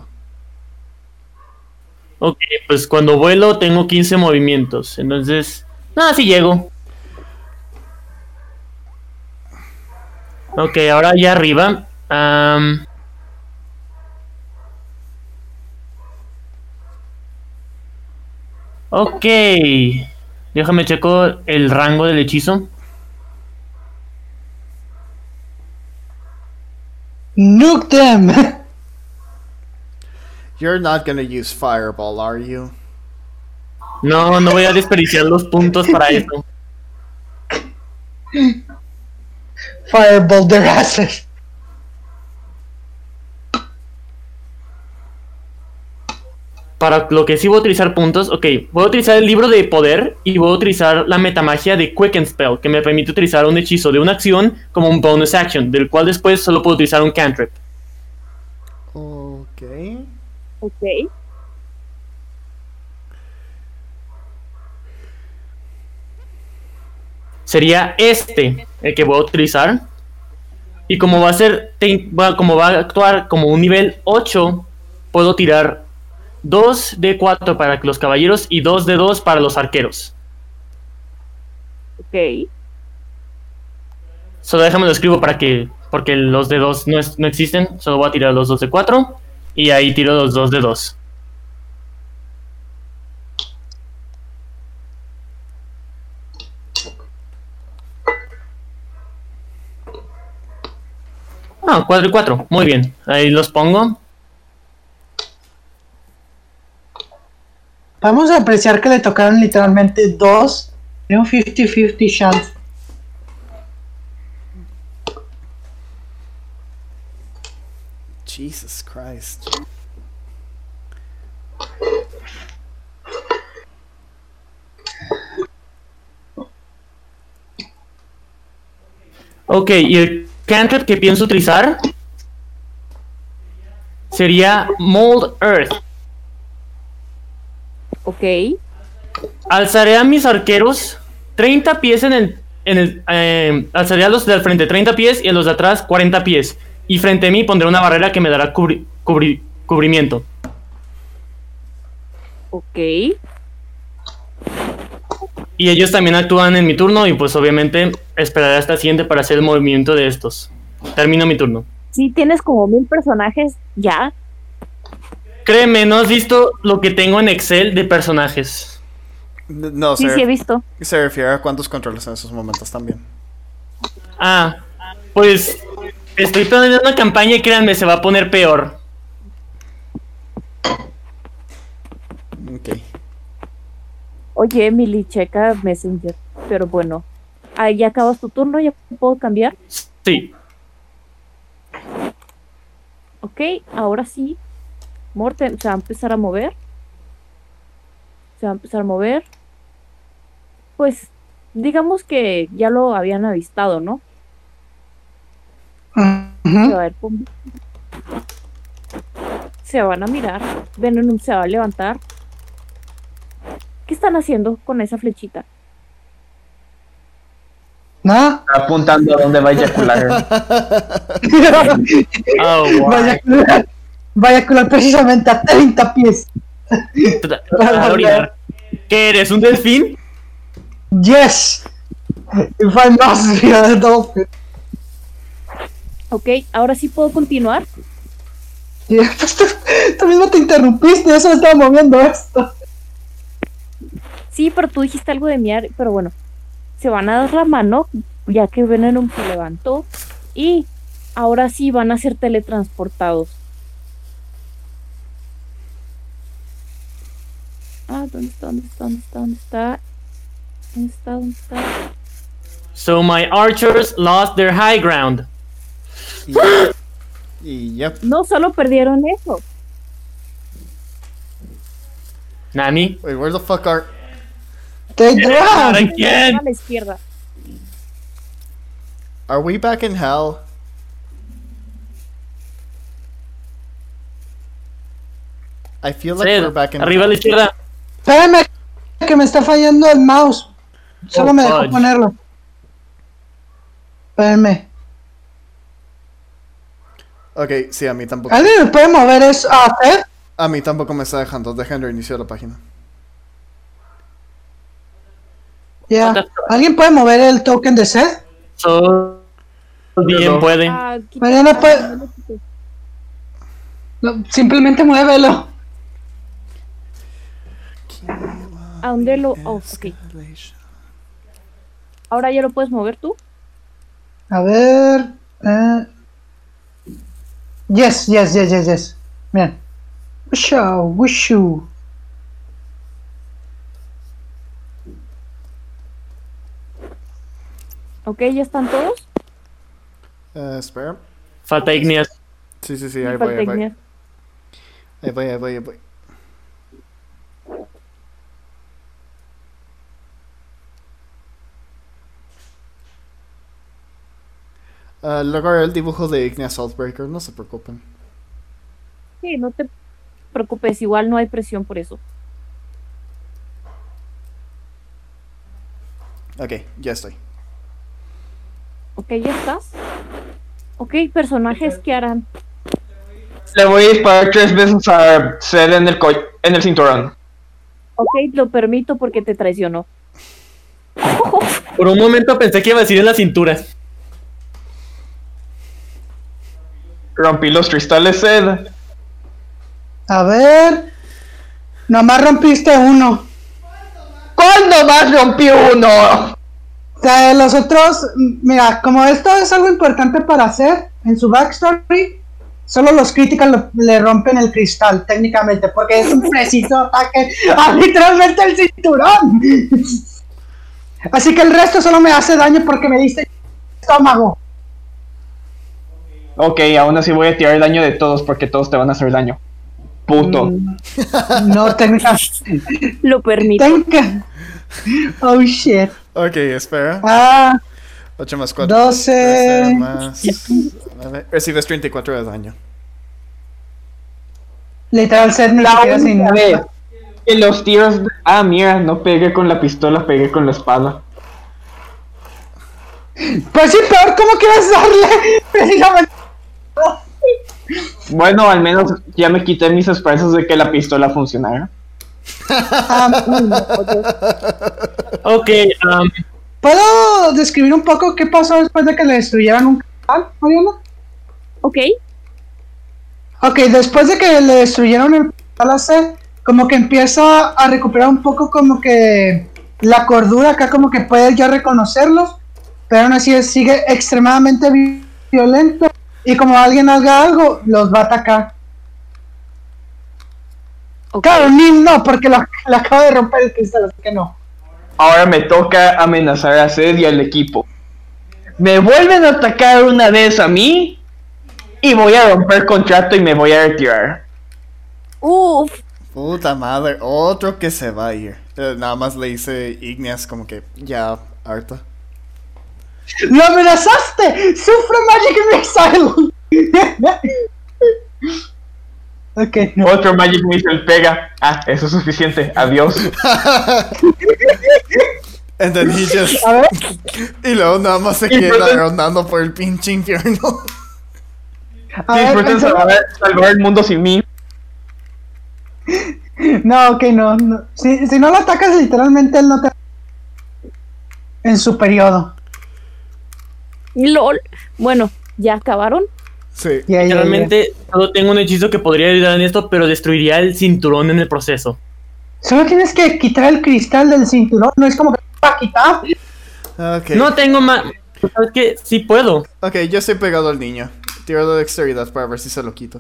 Ok, pues cuando vuelo tengo 15 movimientos. Entonces... sí llego. Ok, ahora allá arriba. Ok. Déjame checo el rango del hechizo. Nuke them. You're not gonna use Fireball, are you? No, no voy a desperdiciar los puntos para eso. Fireball their asses. Para lo que sí voy a utilizar puntos, ok, voy a utilizar el libro de poder y voy a utilizar la metamagia de Quicken Spell, que me permite utilizar un hechizo de una acción como un bonus action, del cual después solo puedo utilizar un cantrip. Ok. Ok. Sería este el que voy a utilizar. Y como va a ser, como va a actuar como un nivel 8, puedo tirar 2 de 4 para los caballeros y 2 de 2 para los arqueros. Ok. Solo déjame lo escribo porque los de 2 no existen. Solo voy a tirar los 2 de 4 y ahí tiro los 2 de 2. Ah, 4 y 4. Muy bien. Ahí los pongo. Vamos a apreciar que le tocaron literalmente 2 de un 50-50 chance. Jesus Christ. Ok, y el cantrip que pienso utilizar sería Mold Earth. Ok. Alzaré a mis arqueros 30 pies alzaré a los del frente 30 pies y a los de atrás 40 pies. Y frente a mí pondré una barrera que me dará cubrimiento. Ok. Y ellos también actúan en mi turno y pues obviamente esperaré hasta el siguiente para hacer el movimiento de estos. Termino mi turno. Sí, tienes como 1000 personajes ya. Créeme, no has visto lo que tengo en Excel de personajes. No, Sí, sí he visto. se refiere a cuántos controles en esos momentos también. Ah, pues estoy planeando una campaña y créanme, se va a poner peor. Ok. Oye, Emily, checa Messenger. Pero bueno. Ahí ya acabas tu turno, ya puedo cambiar. Sí. Ok, ahora sí. Morten se va a empezar a mover. Se va a empezar a mover. Pues, digamos que ya lo habían avistado, ¿no? Se va a ver se van a mirar. Venom se va a levantar. ¿Qué están haciendo con esa flechita? ¿No? Está apuntando a dónde va a eyacular. Oh, wow. Va a eyacular precisamente a 30 pies. A orinar. ¿Qué eres, un delfín? Yes. If I must be a dolphin. Ok, ahora sí puedo continuar. Yeah. Tú mismo te interrumpiste, eso me estaba moviendo esto. Sí, pero tú dijiste algo de mi área. Pero bueno, se van a dar la mano, ya que Venom se levantó. Y ahora sí van a ser teletransportados. Ah, ¿dónde está? ¿Dónde está? ¿Dónde está? ¿Dónde está? ¿Dónde está? ¿Dónde está? So my archers lost their high ground. Y yep. No, solo perdieron eso. Nani. Wait, where the fuck are... Te drown. Again. A la izquierda. Are we back in hell? I feel like Sí, we're back in arriba a la izquierda. Espérame, que me está fallando el mouse. Solo Oh, me dejó fudge. ponerlo. Espérame. Ok, sí, a mí tampoco. ¿Alguien me puede mover eso? Ah, ¿eh? A mí tampoco me está dejando. Dejen reinicio la página. Ya. ¿Alguien puede mover el token de Seth? So, bien puede. Ah, Mariana puede. No, simplemente muévelo. ¿A dónde lo...? Oh, ok. Ahora ya lo puedes mover tú. A ver. Yes. Bien. Wushu. Ok, ¿ya están todos? Espera. Falta Igneas. Sí, ahí voy, Falta ahí voy. Igneas. Ahí voy. Luego haré el dibujo de Igneous Saltbreaker, no se preocupen. Sí, no te preocupes, igual no hay presión por eso. Ok, ya estoy. Ok, ya estás. Ok, personajes, ¿qué harán? Le voy a disparar 3 veces a Zed en el cinturón. Ok, lo permito porque te traicionó. Por un momento pensé que iba a decir en la cintura. Rompí los cristales, Zed. A ver. Nomás rompiste uno. ¿Cuándo más rompí uno? O sea, los otros, mira, como esto es algo importante para hacer en su backstory, solo los critical le rompen el cristal, técnicamente, porque es un preciso ataque a literalmente el cinturón. Así que el resto solo me hace daño porque me diste estómago. Ok, aún así voy a tirar el daño de todos porque todos te van a hacer daño. Puto. No, técnicamente. Lo permito. Oh shit. Ok, espera. 8 más 4. 12. 13 más 9. Recibes 34 de daño. Literal, Seth ni siquiera sin única vez nada. que los tiros. Ah, mira, no pegué con la pistola, pegué con la espada. Pues sí, peor, ¿cómo quieres darle? Precisamente. Bueno, al menos ya me quité mis esperanzas de que la pistola funcionara. Ok, ¿Puedo describir un poco qué pasó después de que le destruyeran un cristal, Mariana? Ok, Ok, después de que le destruyeron el cristal a Seth, como que empieza a recuperar un poco como que la cordura acá, como que puede ya reconocerlos, pero aún así sigue extremadamente violento y como alguien haga algo, los va a atacar. ok. Claro, ni no, porque le acaba de romper el cristal, así que no. Ahora me toca amenazar a Zed y al equipo. Me vuelven a atacar una vez a mí y voy a romper contrato y me voy a retirar. Uf, Puta madre, otro que se va a ir. Nada más le hice Igneas como que ya harta. ¡Lo amenazaste! ¡Sufre Magic Missile! Ok, no. Otro Magic Missile pega. Ah, eso es suficiente. Adiós. And then he just... A ver, Y luego nada más se queda rondando por el pinche infierno. a ver, Disfruten salvar el mundo sin mí. no, ok, no. Si no lo atacas, literalmente él no te... En su periodo. lol. Bueno, ¿ya acabaron? Sí. Ya. realmente solo tengo un hechizo que podría ayudar en esto, pero destruiría el cinturón en el proceso. Solo tienes que quitar el cristal del cinturón, no es como que va a quitar. Ok. No tengo más. ¿Sabes qué? Sí puedo. Ok, yo estoy pegado al niño. Tiro de dexteridad para ver si se lo quito.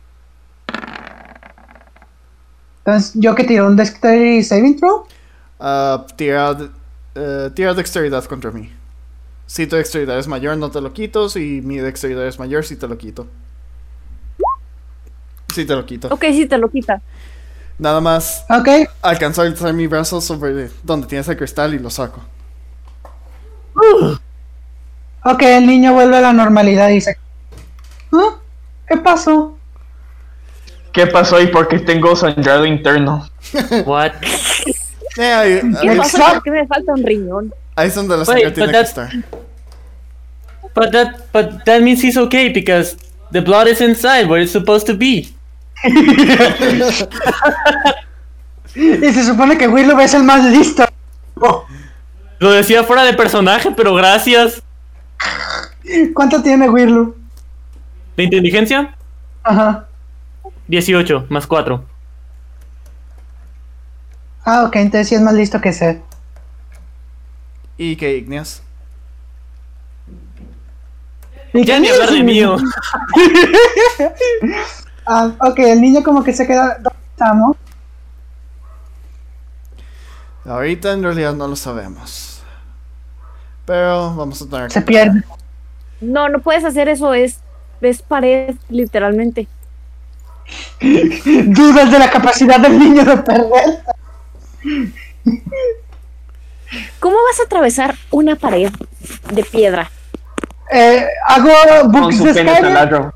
Entonces, yo que tiro un Dexterity Saving Throw. Tira dexteridad contra mí. Si tu dexteridad es mayor, no te lo quito. Si mi dexteridad es mayor, sí te lo quito. Sí te lo quito. Ok, sí te lo quita. Nada más Ok, alcanzo a alzar mi brazo sobre donde tienes el cristal y lo saco. ok, el niño vuelve a la normalidad y dice: ¿Ah? ¿Qué pasó? ¿Qué pasó y por qué tengo sangrado interno? What? Ahí, ¿Qué ahí- pasa? ¿Por qué me falta un riñón? ahí es donde la Wait, sangre tiene but que that- estar. But that means he's okay because the blood is inside where it's supposed to be. Y se supone que Willow es el más listo. Oh, Lo decía fuera de personaje, pero gracias. ¿cuánto tiene Willow? ¿De inteligencia? Ajá. 18 más 4. Ah, ok, entonces sí es más listo que Seth. ¿Y qué, Igneas? Ya ni hablar de mío. Ah, ok, el niño como que se queda... ¿Dónde estamos? Ahorita en realidad no lo sabemos. Pero vamos a tener Se que... pierde. No, no puedes hacer eso, es pared, literalmente. Dudas de la capacidad del niño de perder. ¿Cómo vas a atravesar una pared de piedra? Hago Con books su de pene Skyrim. taladro.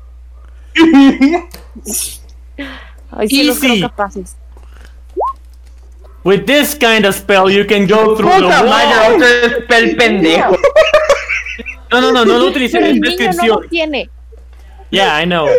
Ay, sí, los Easy. creo capaces. With this kind of spell, you can go through the Puta madre, wall. otro spell pendejo. No lo utilicé Pero en el niño no descripción. lo tiene. Yeah, I know.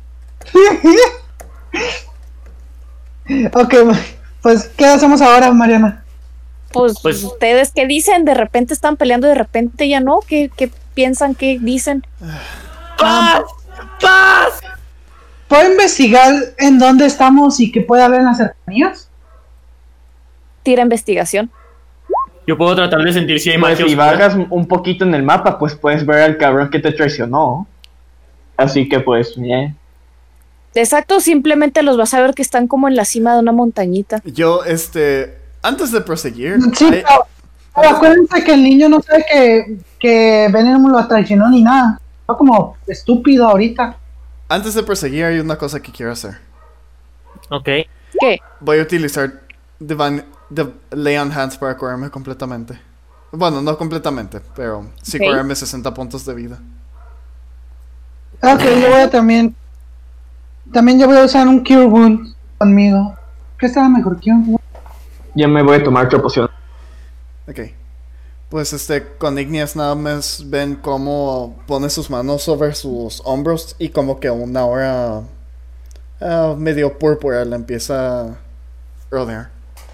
Ok, pues, ¿qué hacemos ahora, Mariana? Pues, Pues- ustedes qué dicen, de repente están peleando, de repente ya no, ¿qué piensan, qué dicen? ¡Paz! ¡Paz! ¿Puedo investigar en dónde estamos y qué puede haber en las cercanías? Tira investigación. Yo puedo tratar de sentir si hay Pues magia si oscura. bajas un poquito en el mapa, pues puedes ver al cabrón que te traicionó. Así que pues, Exacto, simplemente los vas a ver que están como en la cima de una montañita. Yo, antes de proseguir, Sí, pero acuérdense que el niño no sabe que Venom lo traicionó ni nada. Está como estúpido ahorita. antes de proseguir hay una cosa que quiero hacer. Ok. ¿Qué? Voy a utilizar Lay on Hands para curarme completamente. Bueno, no completamente, pero sí Ok. curarme 60 puntos de vida. Ok, yo voy a también yo voy a usar un Cure Wound conmigo. ¿Qué estaba mejor? Cure Wound. ya me voy a tomar otra poción. Ok. Pues con Igneas nada más ven cómo pone sus manos sobre sus hombros y como que una aura medio púrpura le empieza a rodear.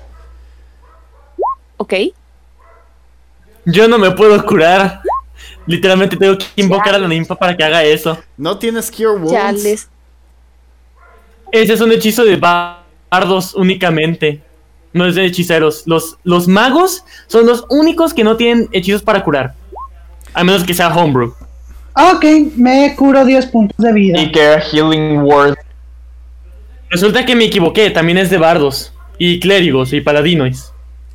Ok. Yo no me puedo curar. Literalmente tengo que invocar a la ninfa para que haga eso. No tienes Cure Wounds. Chales. Ese es un hechizo de bardos únicamente. No es de hechiceros. Los magos son los únicos que no tienen hechizos para curar. A menos que sea homebrew. Ok, me curo 10 puntos de vida. Y que era Healing Word. Resulta que me equivoqué. También es de bardos. Y clérigos y paladinos.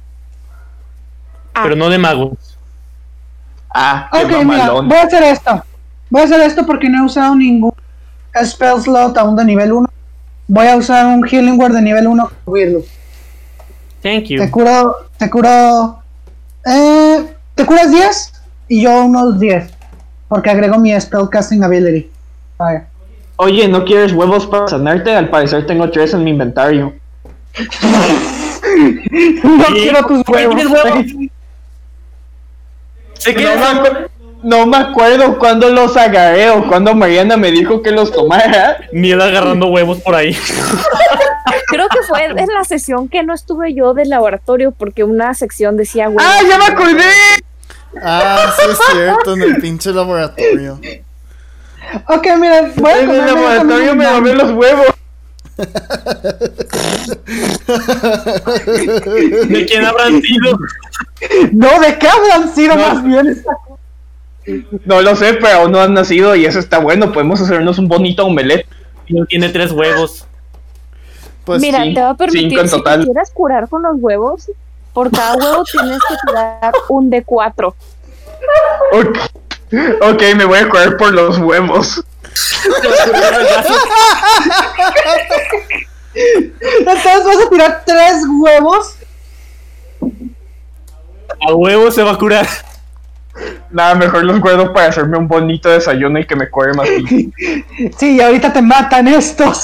Ah. Pero no de magos. Ah, qué Ok, mira, mamalón. voy a hacer esto. Voy a hacer esto porque no he usado ningún spell slot aún de nivel 1. Voy a usar un Healing Word de nivel 1 para cubrirlo. Thank you. Te curas 10 y yo unos 10. Porque agrego mi Spellcasting Ability. Vaya. Oye, ¿no quieres huevos para sanarte? Al parecer tengo 3 en mi inventario. No ¿Sí? quiero tus ¿Por qué huevos. tienes huevos? güey. Sé que No me acuerdo cuándo los agarré o cuando Mariana me dijo que los tomara. ni él agarrando huevos por ahí. Creo que fue en la sesión que no estuve yo del laboratorio porque una sección decía, güey. ¡Ah, ya me acordé! Ah, sí es cierto, en el pinche laboratorio. Ok, mira, voy a En el comerme laboratorio me lavé los huevos. ¿De quién habrán sido? No, ¿de qué habrán sido No. más bien esta cosa? No lo sé, pero aún no han nacido y eso está bueno. Podemos hacernos un bonito omelette. No tiene 3 huevos. Pues Mira, sí, te va a permitir, 5 en si total. te quieres curar con los huevos, por cada huevo tienes que tirar un D4. Ok, me voy a curar por los huevos. Entonces vas a tirar 3 huevos. A huevo se va a curar. Nada, mejor los guardo para hacerme un bonito desayuno y que me cure más bien. Sí, y ahorita te matan estos.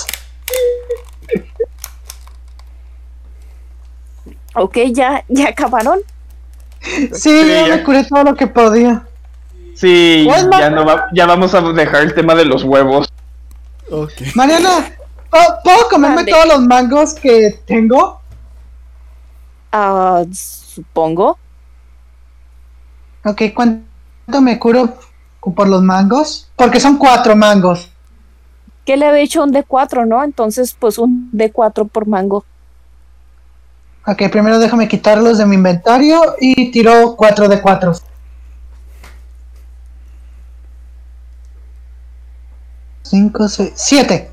Ok, ya acabaron. Sí, yo ya. me curé todo lo que podía. Sí, Pues, ya no ya vamos a dejar el tema de los huevos. Ok. Mariana, ¿puedo comerme Mande. todos los mangos que tengo? Ah, supongo. Ok, ¿cuánto me curo por los mangos? Porque son 4 mangos. Que le había hecho un D4, ¿no? Entonces, pues un D4 por mango. Ok, primero déjame quitarlos de mi inventario y tiro 4 de 4. Cinco, 6, 7.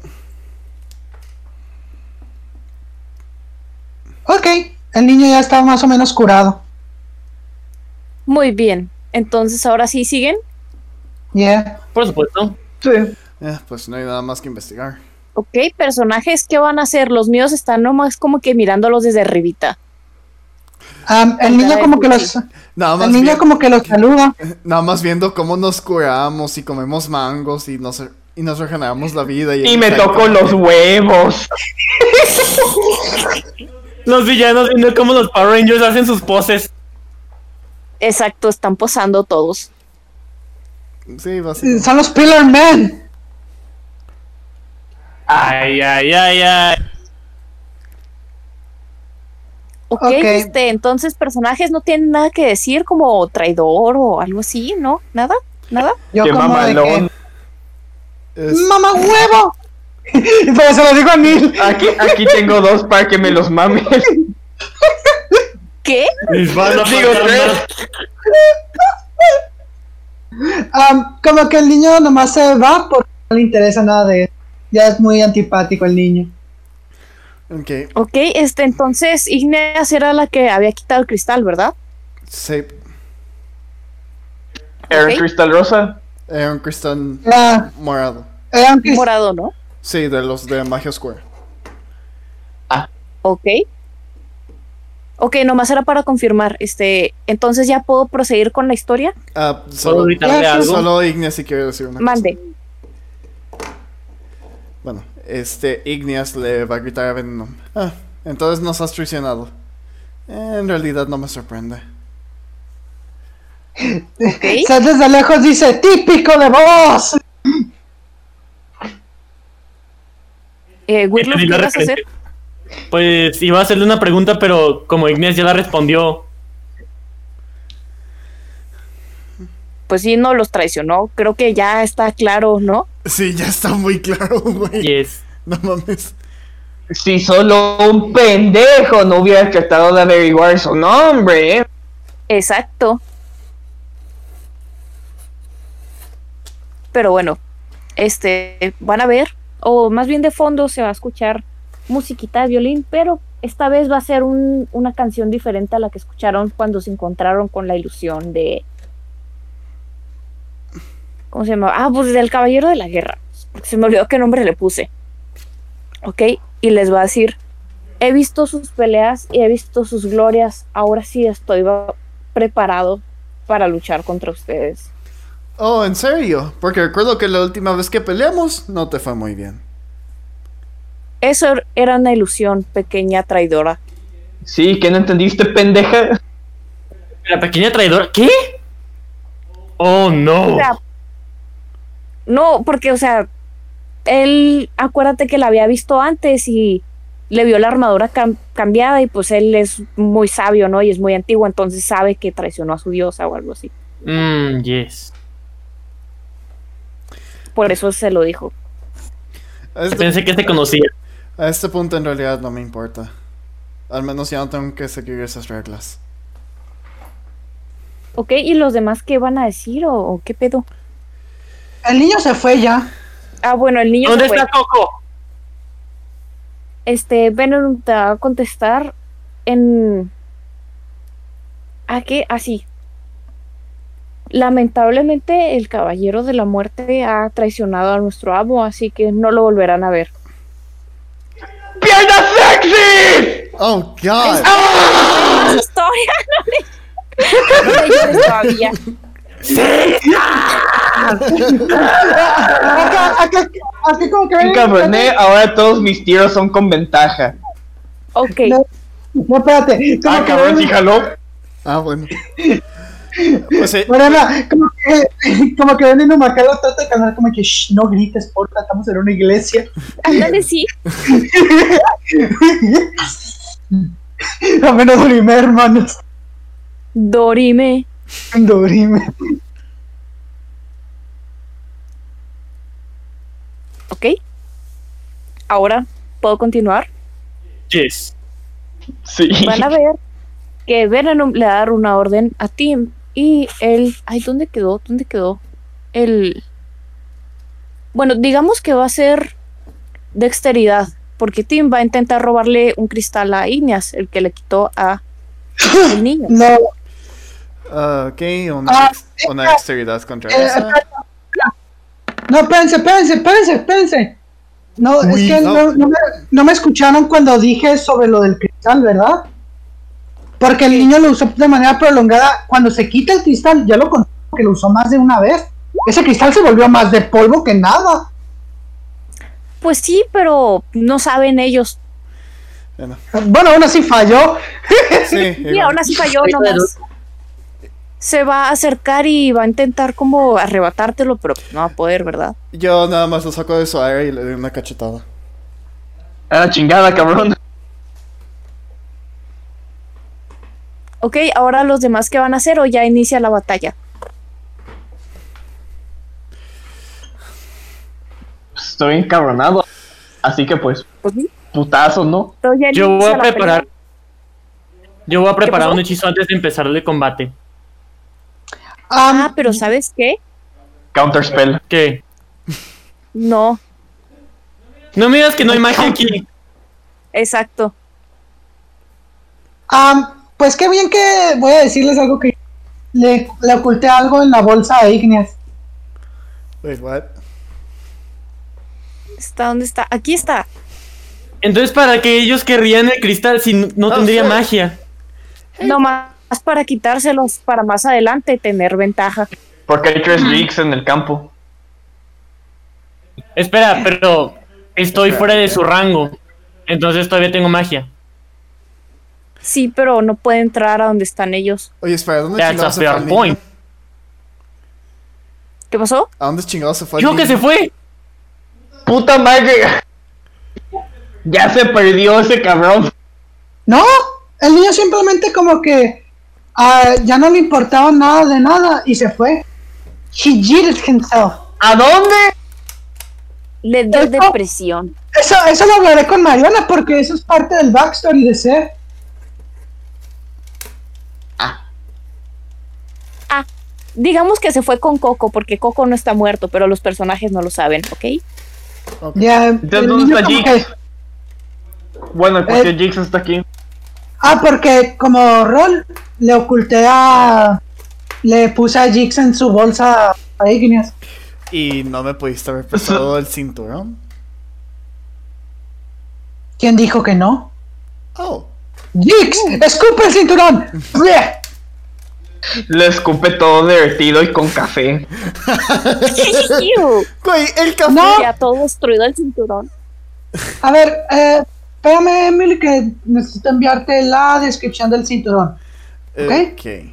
Ok, el niño ya está más o menos curado. Muy bien. Entonces, ahora sí siguen. Yeah. Por supuesto. Sí. Pues no hay nada más que investigar. Ok, personajes, ¿qué van a hacer? Los míos están nomás como que mirándolos desde arribita. El niño como que los... Nada más El niño vi- como que los saluda. Nada más viendo cómo nos curamos y comemos mangos y nos regeneramos la vida. Y me toco los huevos. Los villanos viendo cómo los Power Rangers hacen sus poses. Exacto, están posando todos. Sí, básicamente. Son los Pillar Men. Ay, ay, ay, ay. Ok, Ok. Entonces personajes no tienen nada que decir como traidor o algo así, ¿no? ¿Nada? ¿Nada? Yo Qué como de mamalón. que... Es- ¡Mamá huevo! Y por eso lo digo a Neil. Aquí tengo 2 para que me los mames. ¿Qué? Les van a Digo, faltar tres. más. Como que el niño nomás se va porque no le interesa nada de él. Ya es muy antipático el niño. Ok, Ok, entonces Igneas era la que había quitado el cristal, ¿verdad? sí. Aaron Ok. Crystal Rosa. Era un cristal Era, morado. era un crist- Morado, ¿no? Sí, de los de Magia Square. Ok. Ok, nomás era para confirmar. Entonces ya puedo proseguir con la historia. Ah, ¿Puedo solo, gritarle Ya, sí, algo? solo Igneas si quiere decir una Mande. cosa. Bueno, Igneas le va a gritar a Venom. Entonces nos has traicionado. En realidad no me sorprende. Ok. O sea, desde lejos dice, ¡típico de vos! Wirlof, Entendí ¿qué la vas a hacer? referencia. Pues iba a hacerle una pregunta, pero como Igneas ya la respondió. Pues sí, no los traicionó. Creo que ya está claro, ¿no? Sí, ya está muy claro, güey. Yes. No mames. Si solo un pendejo no hubiera tratado de averiguar su nombre. Exacto. Pero bueno, van a ver, o más bien de fondo se va a escuchar musiquita de violín, pero esta vez va a ser una canción diferente a la que escucharon cuando se encontraron con la ilusión de... ¿Cómo se llama? Pues del Caballero de la Guerra. Porque se me olvidó qué nombre le puse. Ok, y les va a decir, he visto sus peleas y he visto sus glorias, ahora sí estoy preparado para luchar contra ustedes. Oh, ¿en serio? Porque recuerdo que la última vez que peleamos no te fue muy bien. Eso era una ilusión, pequeña traidora. Sí, que no entendiste, pendeja. La pequeña traidora. ¿Qué? Oh, no. O sea, no, porque, o sea, él, acuérdate que la había visto antes y le vio la armadura cambiada y pues él es muy sabio, ¿no? Y es muy antiguo, entonces sabe que traicionó a su diosa o algo así. Yes. Por eso se lo dijo. Pensé que te conocía. A este punto en realidad no me importa. Al menos ya no tengo que seguir esas reglas. Ok, ¿y los demás qué van a decir o qué pedo? El niño se fue ya. Bueno, el niño ¿Dónde se fue. está Coco? Venom te va a contestar en... ¿A qué? Así. Lamentablemente el Caballero de la Muerte ha traicionado a nuestro amo, así que no lo volverán a ver. ¡Pierna sexy! Oh, God. ¡Más historia! No le llores todavía. Aquí como que... Cabroné, ahora todos mis tiros son con ventaja. Ok. No, espérate. Como que Cabrón, sí ven- jaló. Bueno. Pues sí. Morena, como que Veneno acá lo trata de calmar, como que shh, no grites, porfa, estamos en una iglesia. Ándale, sí. A menos dorime, hermanos. Dorime. Dorime. Ok. Ahora, ¿puedo continuar? Yes. Sí. Van a ver que Venom le va a dar una orden a Tim y él... Ay, ¿dónde quedó? ¿Dónde quedó? Bueno, digamos que va a ser dexteridad, porque Tim va a intentar robarle un cristal a Igneas, el que le quitó a el niño. No, Ok, una dexteridad contra esa. No, espérense. No, Uy, es que no. no me escucharon cuando dije sobre lo del cristal, ¿verdad? Porque el niño lo usó de manera prolongada. Cuando se quita el cristal, ya lo conté que lo usó más de una vez. Ese cristal se volvió más de polvo que nada. Pues sí, pero no saben ellos. Bueno, Bueno, aún así falló. sí, Y igual. aún así falló nomás. Se va a acercar y va a intentar como arrebatártelo, pero no va a poder, ¿verdad? Yo nada más lo saco de su aire y le doy una cachetada. Ah, chingada, cabrón. Ok, ahora los demás, ¿qué van a hacer o ya inicia la batalla? Estoy encabronado. Así que pues, Pues sí, putazo, ¿no? pero ya Yo voy inicia a la preparar. pelea. Yo voy a preparar pasó? un hechizo antes de empezar el combate. Ah, pero ¿sabes qué? Counterspell. ¿Qué? No, No me digas que no hay magia aquí. exacto. Pues qué bien que voy a decirles algo que le oculté algo en la bolsa a Igneas. Wait, what? ¿Dónde está? Aquí está. Entonces, ¿para qué ellos querrían el cristal si no No tendría sé. magia? Nomás para quitárselos para más adelante tener ventaja. Porque hay 3 jigs en el campo. Espera, pero estoy fuera de su rango. Entonces todavía tengo magia. Sí, pero no puede entrar a donde están ellos. Oye, espera, ¿dónde That's chingados a se fue fair el niño? point. ¿Qué pasó? ¿A dónde chingados se fue el Dijo que niño? se fue. Puta madre. Ya se perdió ese cabrón. No, el niño simplemente como que ya no le importaba nada de nada y se fue. He cheated himself. ¿A dónde? Le dio depresión. Eso lo hablaré con Mariana porque eso es parte del backstory de ser. Digamos que se fue con Coco, porque Coco no está muerto, pero los personajes no lo saben, ¿ok? Ok. Ya, Entonces, el ¿dónde niño está como Jix? que- Bueno, ¿y por qué Jigs está aquí? porque como rol le puse a Jix en su bolsa a Igneas. Y no me pudiste haber prestado el cinturón. ¿Quién dijo que no? Oh. Jix, escupe el cinturón. Bleh. Le escupe todo derretido y con café. Iu, Güey, el café. No. ya todo destruido el cinturón. A ver, espérame, Emily, que necesito enviarte la descripción del cinturón. Ok.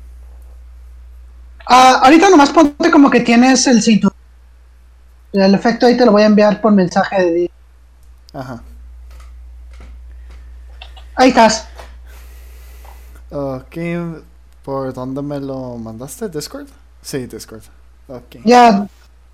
Ahorita nomás ponte como que tienes el cinturón. El efecto ahí te lo voy a enviar por mensaje de día. Ajá. Ahí estás. Ok. ¿Por dónde me lo mandaste? ¿Discord? Sí, Discord. Ok. Ya.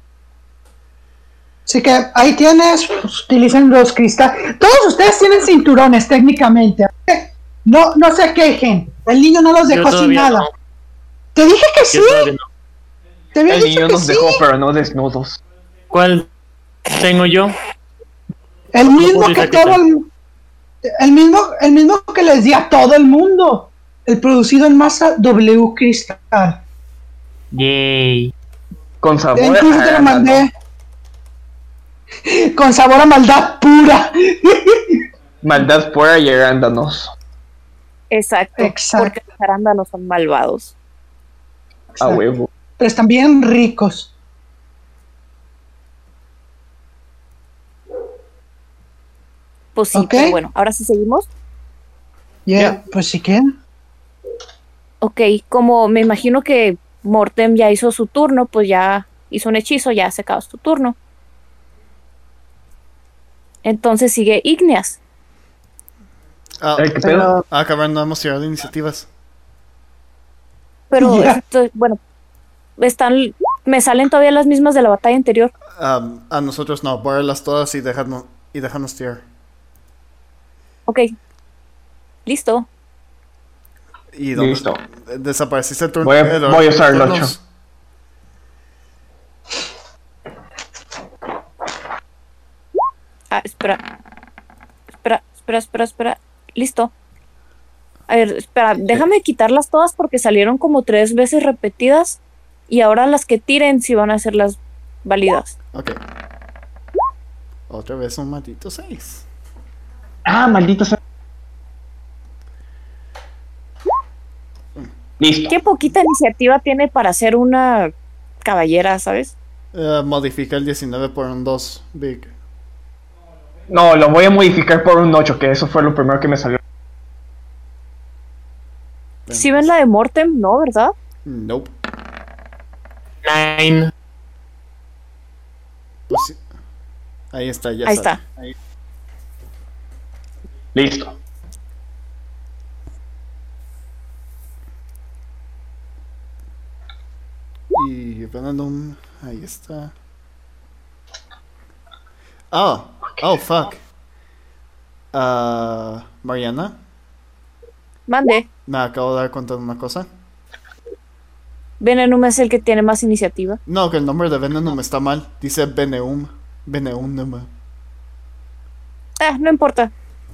Así que ahí tienes. Pues, utilicen los cristales. Todos ustedes tienen cinturones técnicamente. ¿Ok? No se quejen. El niño no los Yo dejó sin todavía nada. no. Te dije que sí. Yo todavía no. Te había El dicho niño que nos sí. dejó, pero no desnudos. ¿Cuál tengo yo? El mismo puedo que usar todo el mismo que les di a todo el mundo. El producido en masa W Cristal. Yay. Con sabor Incluso te lo arándano. mandé. Con sabor a maldad pura. Maldad pura y arándanos. Exacto, Exacto. porque los arándanos son malvados. A huevo. Pero están bien ricos. Pues sí, Ok. pero bueno, ahora sí seguimos. Yeah, pues si quieren. Ok, como me imagino que Mortem ya hizo su turno, pues ya hizo un hechizo, ya se acabó su turno. Entonces sigue Igneas. Ah, ¿Qué pedo? cabrón, no hemos tirado iniciativas. Pero, Ya. bueno, me salen todavía las mismas de la batalla anterior. A nosotros no, bórralas todas y déjanos tirar. Ok, listo. ¿Y dónde Listo. desapareciste el turno? Voy a usar el turnos. 8. Espera. Listo. A ver, espera, déjame quitarlas todas porque salieron como 3 veces repetidas y ahora las que tiren sí van a ser las válidas. Ok. Otra vez un maldito 6. Ah, maldito sea. Listo. Qué poquita iniciativa tiene para ser una caballera, ¿sabes? Modifica el 19 por un 2, Big. No, lo voy a modificar por un 8, que eso fue lo primero que me salió. Si ven la de Mortem, ¿no? ¿Verdad? Nope. 9. Pues sí. Ahí está, ya Ahí sale. está. Listo. Y Venom, ahí está. Oh, fuck. Mariana, Mande. me acabo de dar cuenta de una cosa. Venenum es el que tiene más iniciativa. No, que el nombre de Venom está mal. Dice Veneum. Veneum nomás. No importa.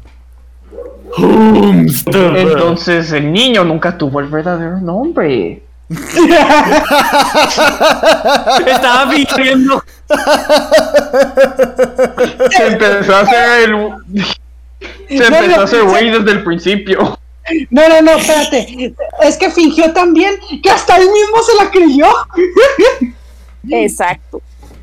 Entonces el niño nunca tuvo el verdadero nombre. Estaba fingiendo. Se empezó a hacer güey desde el principio. No, espérate. Es que fingió tan bien que hasta él mismo se la creyó. Exacto.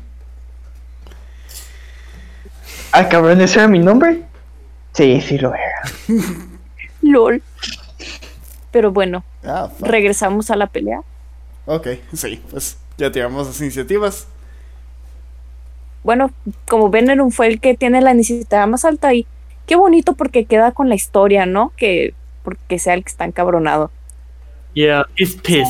Ah, cabrón, ¿ese era mi nombre? Sí, sí lo era. LOL. Pero bueno, Fuck. regresamos a la pelea. Ok, sí, pues ya tiramos las iniciativas. Bueno, como Venenum fue el que tiene la iniciativa más alta y qué bonito porque queda con la historia, ¿no? Que porque sea el que está encabronado. Yeah, he's pissed.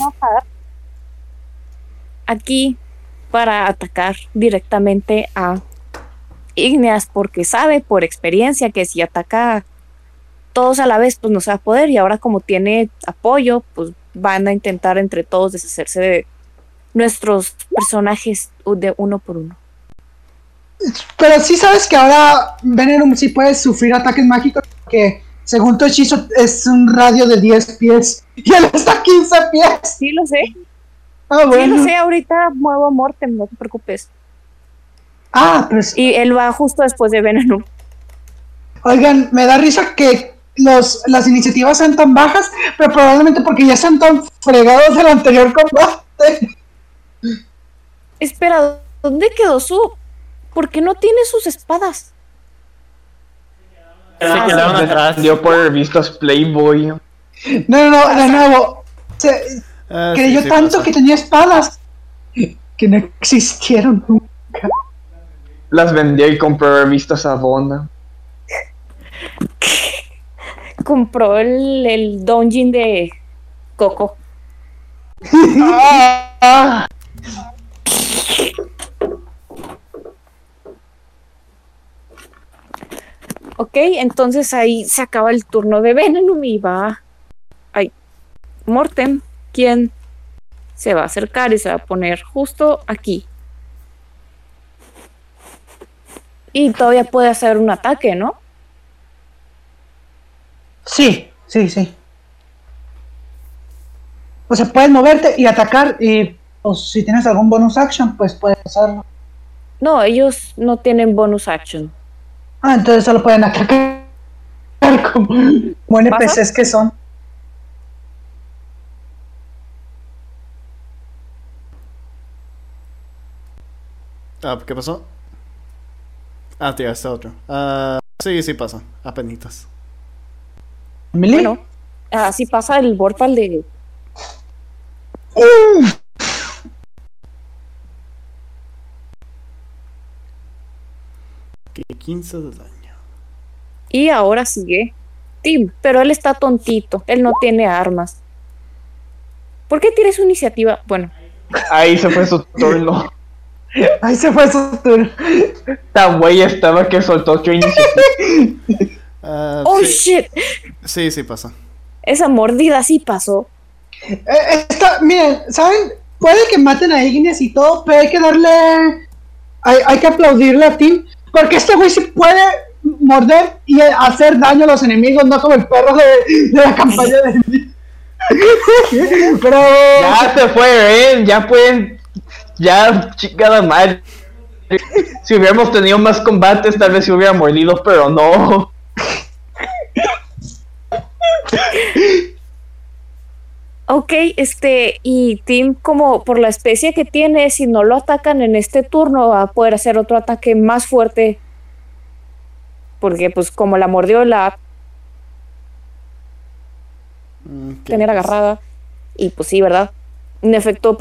Aquí para atacar directamente a Igneas porque sabe por experiencia que si ataca todos a la vez pues no se va a poder y ahora como tiene apoyo pues van a intentar entre todos deshacerse de nuestros personajes de uno por uno. Pero sí sabes que ahora Venom sí puede sufrir ataques mágicos porque según tu hechizo es un radio de 10 pies y él está a 15 pies. Sí lo sé, Ah, bueno. sí lo sé, ahorita muevo a Mortem, no te preocupes. Ah, pues, Y él va justo después de Venenum. oigan, me da risa que las iniciativas sean tan bajas, pero probablemente porque ya están tan fregados del anterior combate. Espera, ¿dónde quedó su...? ¿Por qué no tiene sus espadas? Se quedaron atrás. Dio por revistas Playboy. No, de nuevo. Creyó Sí, tanto pasa. que tenía espadas que no existieron nunca. Las vendía y compró revistas a Bona. Compró el Donjin de Coco. Ok, entonces ahí se acaba el turno de Venenum y va... Ay, Mortem, quien se va a acercar y se va a poner justo aquí. Y todavía puede hacer un ataque, ¿no? Sí. O sea, puedes moverte y atacar y pues, si tienes algún bonus action, pues puedes hacerlo. No, ellos no tienen bonus action. Ah, entonces solo pueden atacar como NPCs que son. ¿Qué pasó? Tiraste otro. Sí pasa. Apenitas. Emily. Bueno, así pasa el Vorpal de... Que 15 de daño. Y ahora sigue Tim, pero él está tontito, él no tiene armas. ¿Por qué tiene su iniciativa? Bueno, Ahí se fue su turno. Ahí se fue su turno. Esta güey estaba que soltó otra iniciativa. ¡oh, Sí. shit! Sí pasa. Esa mordida sí pasó. Miren, ¿saben? Puede que maten a Ignis y todo, pero hay que darle... Hay que aplaudirle a Tim, porque este güey sí puede morder y hacer daño a los enemigos, no como el perro de la campaña de... Pero... Ya se fue, ya pueden. Ya, chingada madre. Si hubiéramos tenido más combates, tal vez se hubiera mordido, pero no. Ok, y Tim, como por la especie que tiene, si no lo atacan en este turno, va a poder hacer otro ataque más fuerte. Porque, pues, como la mordió, la va a Ok, tener pues, agarrada. Y, pues, sí, ¿verdad? Un efecto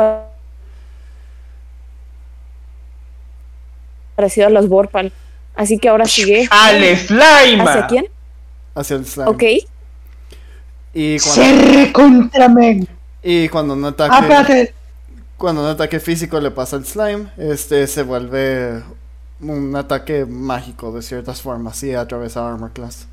parecido a los Vorpal. Así que ahora sigue. ¡Al slime! ¿Hacia quién? hacia el slime. Ok. Y cuando, ¡Cerre contra men! y cuando un ataque. Ah, espérate. Cuando un ataque físico le pasa al slime, se vuelve un ataque mágico de ciertas formas y atraviesa armor class.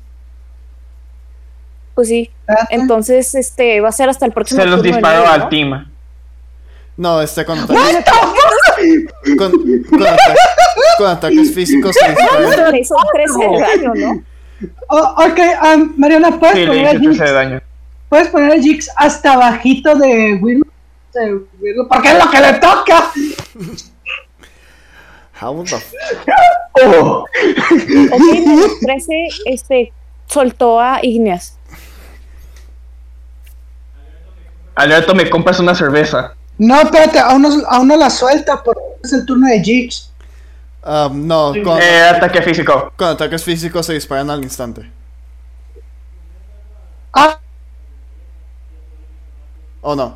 Pues sí. Espérate. Entonces, va a ser hasta el próximo Se los turno del disparó medio, al ¿no? team. No, con, What the fuck? con, con ataques físicos se dispara. Le hizo 13 de daño, ¿no? Oh, ok, Mariana, ¿puedes Sí, le poner a hice 13 de Jinx? daño. ¿Puedes poner a Jinx hasta bajito de Willow? Porque es lo que le toca. How the f- Oh. Ok, menos 13, soltó a Igneas. Alberto, me compras una cerveza. No, espérate, aún no la suelta porque es el turno de Jinx. No, Ataque físico. con ataques físicos se disparan al instante. Ah, Oh no.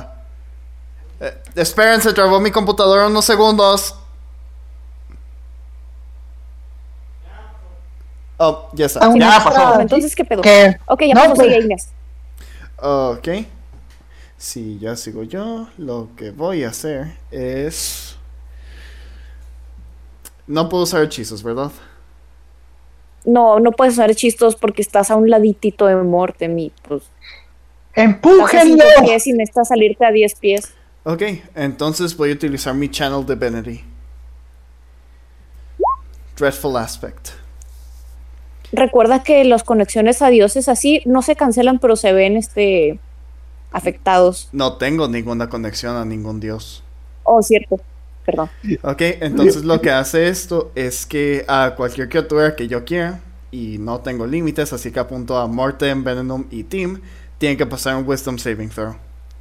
Esperen, se trabó mi computadora unos segundos. Oh, ya está. aún Ya no pasó. está. Entonces, ¿qué pedo? ¿Qué? Ok, ya No, pasó, pues- sigue Igneas. Ok. Si ya sigo yo, lo que voy a hacer es... No puedo usar hechizos, ¿verdad? No, no puedes usar hechizos porque estás a un laditito de Mortem y pues estás a ¡Empújenlo! 5 pies y necesitas salirte a 10 pies. Ok, entonces voy a utilizar mi Channel Divinity. Dreadful Aspect. Recuerda que las conexiones a dioses así no se cancelan, pero se ven afectados. No tengo ninguna conexión a ningún dios. Oh, cierto. Perdón. Ok, entonces lo que hace esto es que a cualquier criatura que yo quiera, y no tengo límites, así que apunto a Mortem, Venom y Team, tienen que pasar un Wisdom Saving Throw.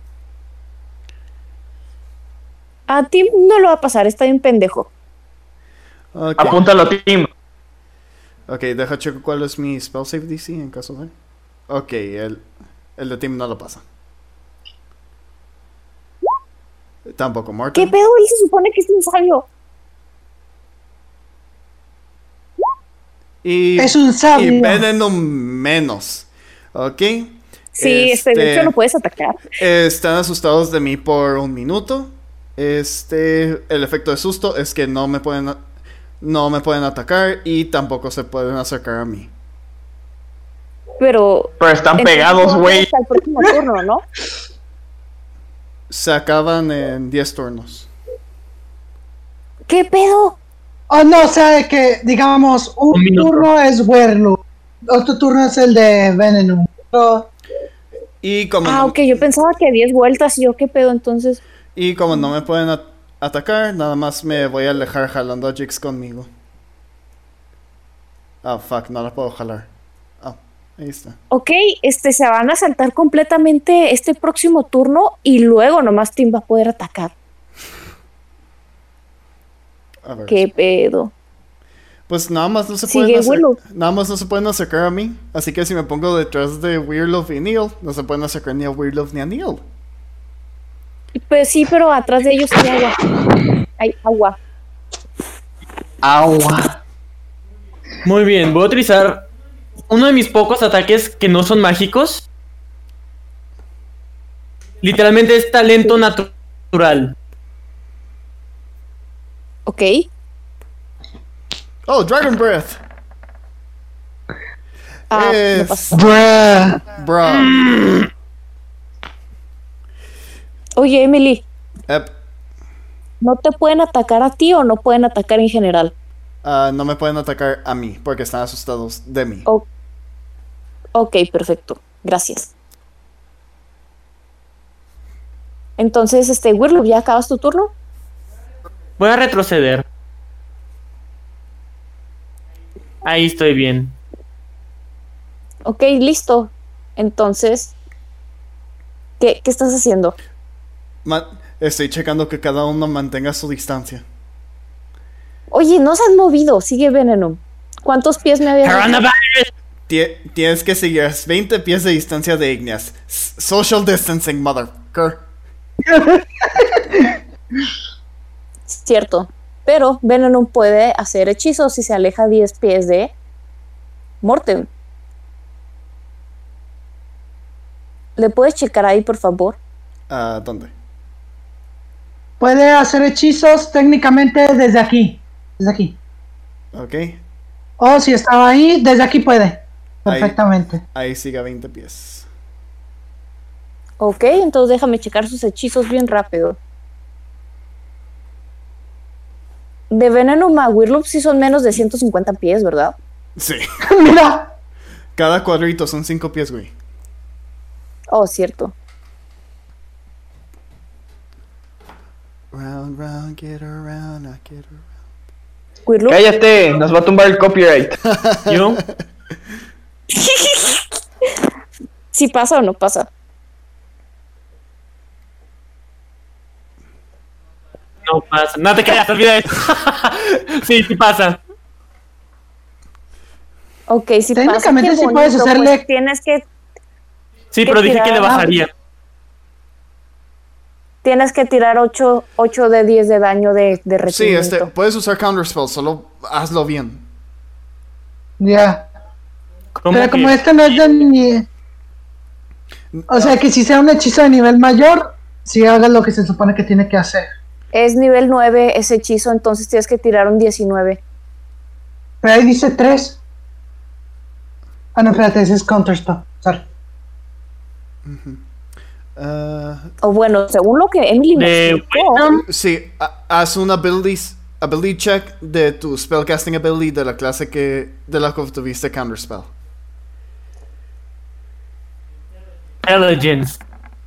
A Tim no lo va a pasar, está bien pendejo. Ok, Apúntalo, team. ok, deja checo cuál es mi Spell Save DC en caso de... Ok, el de Team no lo pasa. Tampoco ¿Qué Mortem. pedo? Él se supone que es un sabio. Y, Es un sabio. y Venom menos. Ok. Sí, de hecho lo puedes atacar. Están asustados de mí por un minuto. El efecto de susto es que no me pueden atacar y tampoco se pueden acercar a mí. Pero Pero están entonces pegados, va a ser güey. hasta el próximo turno, ¿no? Se acaban en 10 turnos. ¿Qué pedo? Oh, no, o sea, de que, digamos, un Un minuto. turno es Werlu, otro turno es el de Venom. Y como, Ah, no, ok, yo pensaba que 10 vueltas y yo, ¿qué pedo entonces? y como no me pueden atacar, nada más me voy a alejar jalando a Jix conmigo. Ah, fuck, no la puedo jalar. Ah, ahí está. Ok, se van a saltar completamente este próximo turno y luego nomás Tim va a poder atacar. A ver. ¿Qué pedo? Pues nada más no se Sigue pueden Willow. nada más no se pueden acercar a mí. Así que si me pongo detrás de Weirdlove y Neil, no se pueden acercar ni a Weirdlove ni a Neil. Pues sí, pero atrás de ellos hay agua. Hay agua. Agua. Muy bien, voy a utilizar uno de mis pocos ataques que no son mágicos. Literalmente es talento natural. Ok. Oh, Dragon Breath. Ah, no Es- pasa. Bruh. Bro. Oye, Emily, Ep, ¿no te pueden atacar a ti o no pueden atacar en general? no me pueden atacar a mí porque están asustados de mí. Oh. Ok, perfecto. Gracias. Entonces, Wirloop, ¿ya acabas tu turno? Voy a retroceder. Ahí estoy bien. Ok, listo. Entonces, ¿qué estás haciendo? Estoy checando que cada uno mantenga su distancia. Oye, no se han movido. Sigue Venom. ¿Cuántos pies me habías dicho? Coronavirus. Tienes que seguir 20 pies de distancia de Igneas. Social distancing, motherfucker. Cierto. Pero Venom puede hacer hechizos si se aleja 10 pies de Mortem. ¿Le puedes checar ahí, por favor? ¿Dónde? Puede hacer hechizos técnicamente desde aquí. Desde aquí. Ok. O si estaba ahí, desde aquí puede. Perfectamente. Ahí sigue a 20 pies. Ok, entonces déjame checar sus hechizos bien rápido. De Venom a Wirloop sí son menos de 150 pies, ¿verdad? Sí. Mira. Cada cuadrito son 5 pies, güey. Oh, cierto. Round, round, get around, I get around. Wirloop. Cállate, nos va a tumbar el copyright. Yo. ¿Sí pasa o no pasa? No pasa. No te creas, olvida eso. Sí, sí pasa. Ok, sí pasa. Técnicamente Qué sí puedes bonito, hacerle- pues tienes que Sí, ¿Qué pero dije que le tirada? bajaría. Tienes que tirar 8 de 10 de daño de Sí, recibimiento. puedes usar counterspell, solo hazlo bien. Ya. ¿Cómo Pero que? como este no es de ni... O sea que si sea un hechizo de nivel mayor, si haga lo que se supone que tiene que hacer. Es nivel 9 ese hechizo, entonces tienes que tirar un 19. Pero ahí dice 3. Ah, no, espérate, ese es counterspell. Sorry. O bueno, según lo que Emily me De explicó, Wisdom. Sí, haz un ability check de tu spellcasting ability de la clase de la que tuviste counterspell. Intelligence.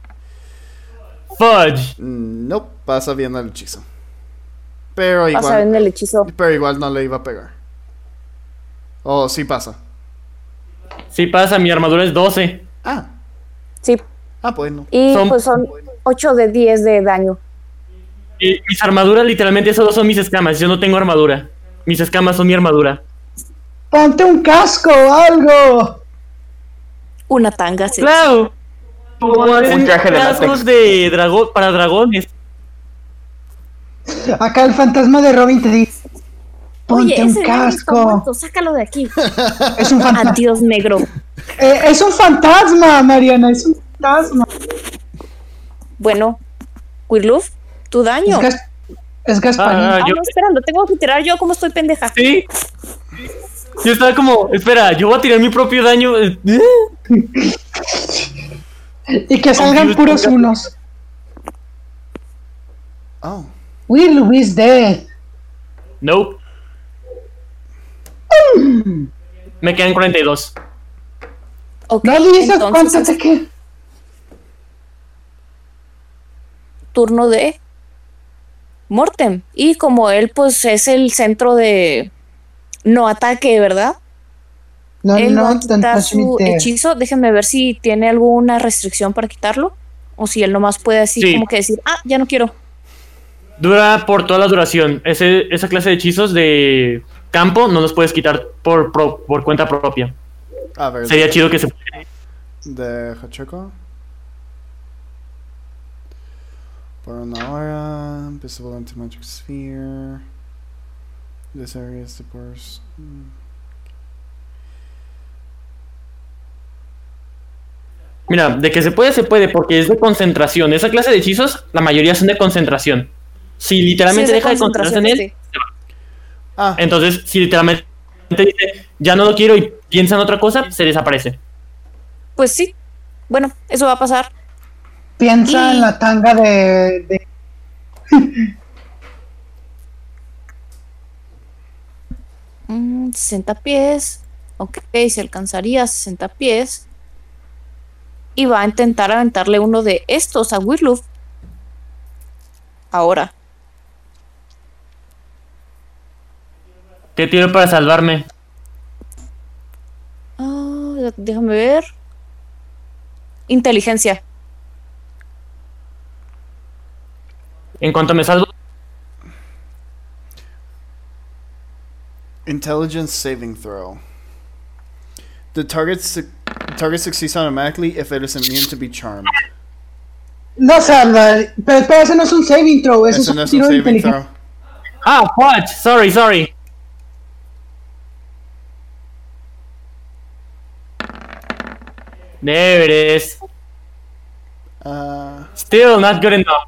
Fudge. No, pasa bien el hechizo. Pero pasa en igual, el hechizo. pero igual no le iba a pegar. Oh, sí pasa. Sí pasa, mi armadura es 12. Sí, Bueno. y Son- pues son 8 de 10 de daño. Y mis armaduras literalmente solo son mis escamas. Yo no tengo armadura. Mis escamas son mi armadura. ¡Ponte un casco o algo! Una tanga, sí. ¡Claro! Como hacen Un traje de cascos látex. de dragón para dragones. Acá el fantasma de Robin te dice: Oye, ponte un ese negro está casco. muerto, sácalo de aquí. Es un fantasma. Adiós, negro. Es un fantasma, Mariana, es un fantasma. Bueno, Wirloop, tu daño. Es Gasparín. Ah, yo- no, espera, lo tengo que tirar yo, como estoy pendeja. Sí. Yo estaba como, espera, yo voy a tirar mi propio daño. Y que salgan puros unos. Oh. Will is dead. Nope. Me quedan 42. Ok, No dices entonces cuánto es te queda. turno de Mortem. Y como él, pues, es el centro de no ataque, ¿verdad? No, Él va a no, quitar su hechizo. Déjenme ver si tiene alguna restricción para quitarlo. O si él nomás puede así Sí. como que decir, ya no quiero. Dura por toda la duración. Esa clase de hechizos de campo no los puedes quitar por cuenta propia. A ver. Sería chido que se... Deja checo. Por una hora. Visible anti-magic sphere. This area is the burst. Mira, de que se puede, porque es de concentración. Esa clase de hechizos, la mayoría son de concentración. Si literalmente Sí, es deja de concentrarse en él, sí. entonces si literalmente dice, ya no lo quiero y piensa en otra cosa, se desaparece. Pues sí. Bueno, eso va a pasar. Piensa en la tanga de 60 pies. Ok, se alcanzaría 60 pies. Y va a intentar aventarle uno de estos a Wirloop. Ahora. ¿Qué tiro para salvarme? déjame ver. Inteligencia. En cuanto me salvo, Intelligence saving throw. The target succeeds automatically if it is immune to be charmed. No salva, pero espera, eso no es un saving throw, eso Eso es no un es un tiro de saving inteligencia. throw. what? Sorry. There it is. Still not good enough.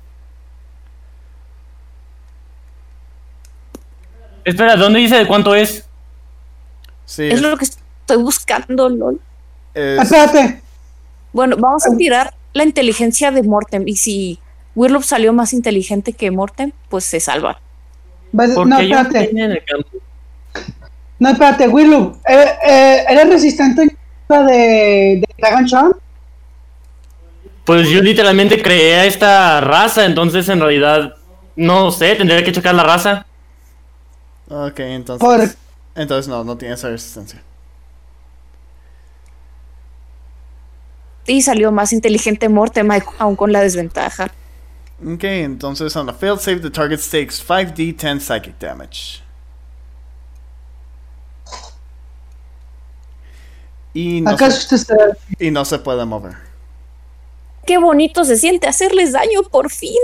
Espera, ¿dónde dice de cuánto es? Sí, Es lo que estoy buscando, lol. Espérate, Bueno, vamos a tirar la inteligencia de Mortem. Y si Wirloop salió más inteligente que Mortem, pues se salva. Porque no, yo espérate, tenía en el campo. no, espérate, Willow, ¿eres resistente de Dragon Charm? Pues yo literalmente creé a esta raza, entonces en realidad no sé, tendría que checar la raza. Ok, entonces. Por- Entonces no tiene esa resistencia. Y salió más inteligente Mortem, aún con la desventaja. Ok, entonces on a failed save, the target takes 5d10 psychic damage. Y no, ¿Acaso usted está... y no se puede mover. Qué bonito se siente hacerles daño, por fin.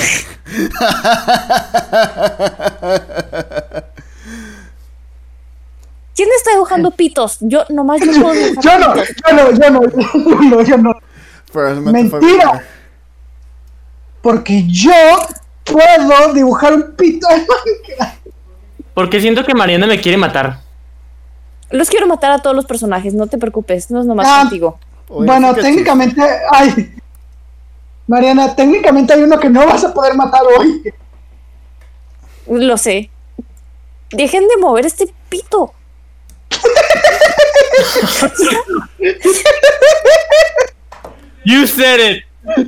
¿Quién está dibujando pitos? Yo nomás yo puedo dibujar pitos. Yo no. Probablemente fue Mentira. Victor. Porque yo puedo dibujar un pito. Porque siento que Mariana me quiere matar. Los quiero matar a todos los personajes, no te preocupes, no es nomás Ah. contigo. Oye, Bueno, sí que técnicamente hay... Mariana, técnicamente hay uno que no vas a poder matar hoy. Lo sé. Dejen de mover este pito. You said it.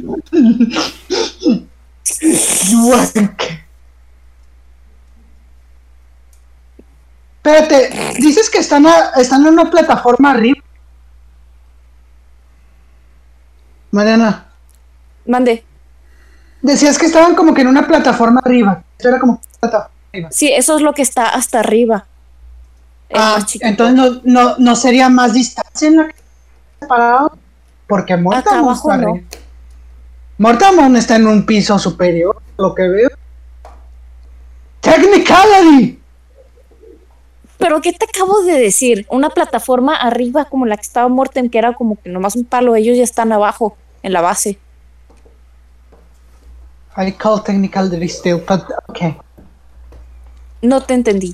Espérate, dices que están en una plataforma arriba. Mariana, Mande. decías que estaban como que en una plataforma arriba. Esto era como plataforma arriba. Sí, eso es lo que está hasta arriba. Es más chiquito. Entonces no sería más distancia en la que está parado. Porque Acá Mortamon abajo está no. arriba. Mortamon está en un piso superior, lo que veo. Technicality. ¿Pero qué te acabo de decir? Una plataforma arriba como la que estaba Mortem, que era como que nomás un palo, ellos ya están abajo, en la base. I call technicality still, but okay. No te entendí.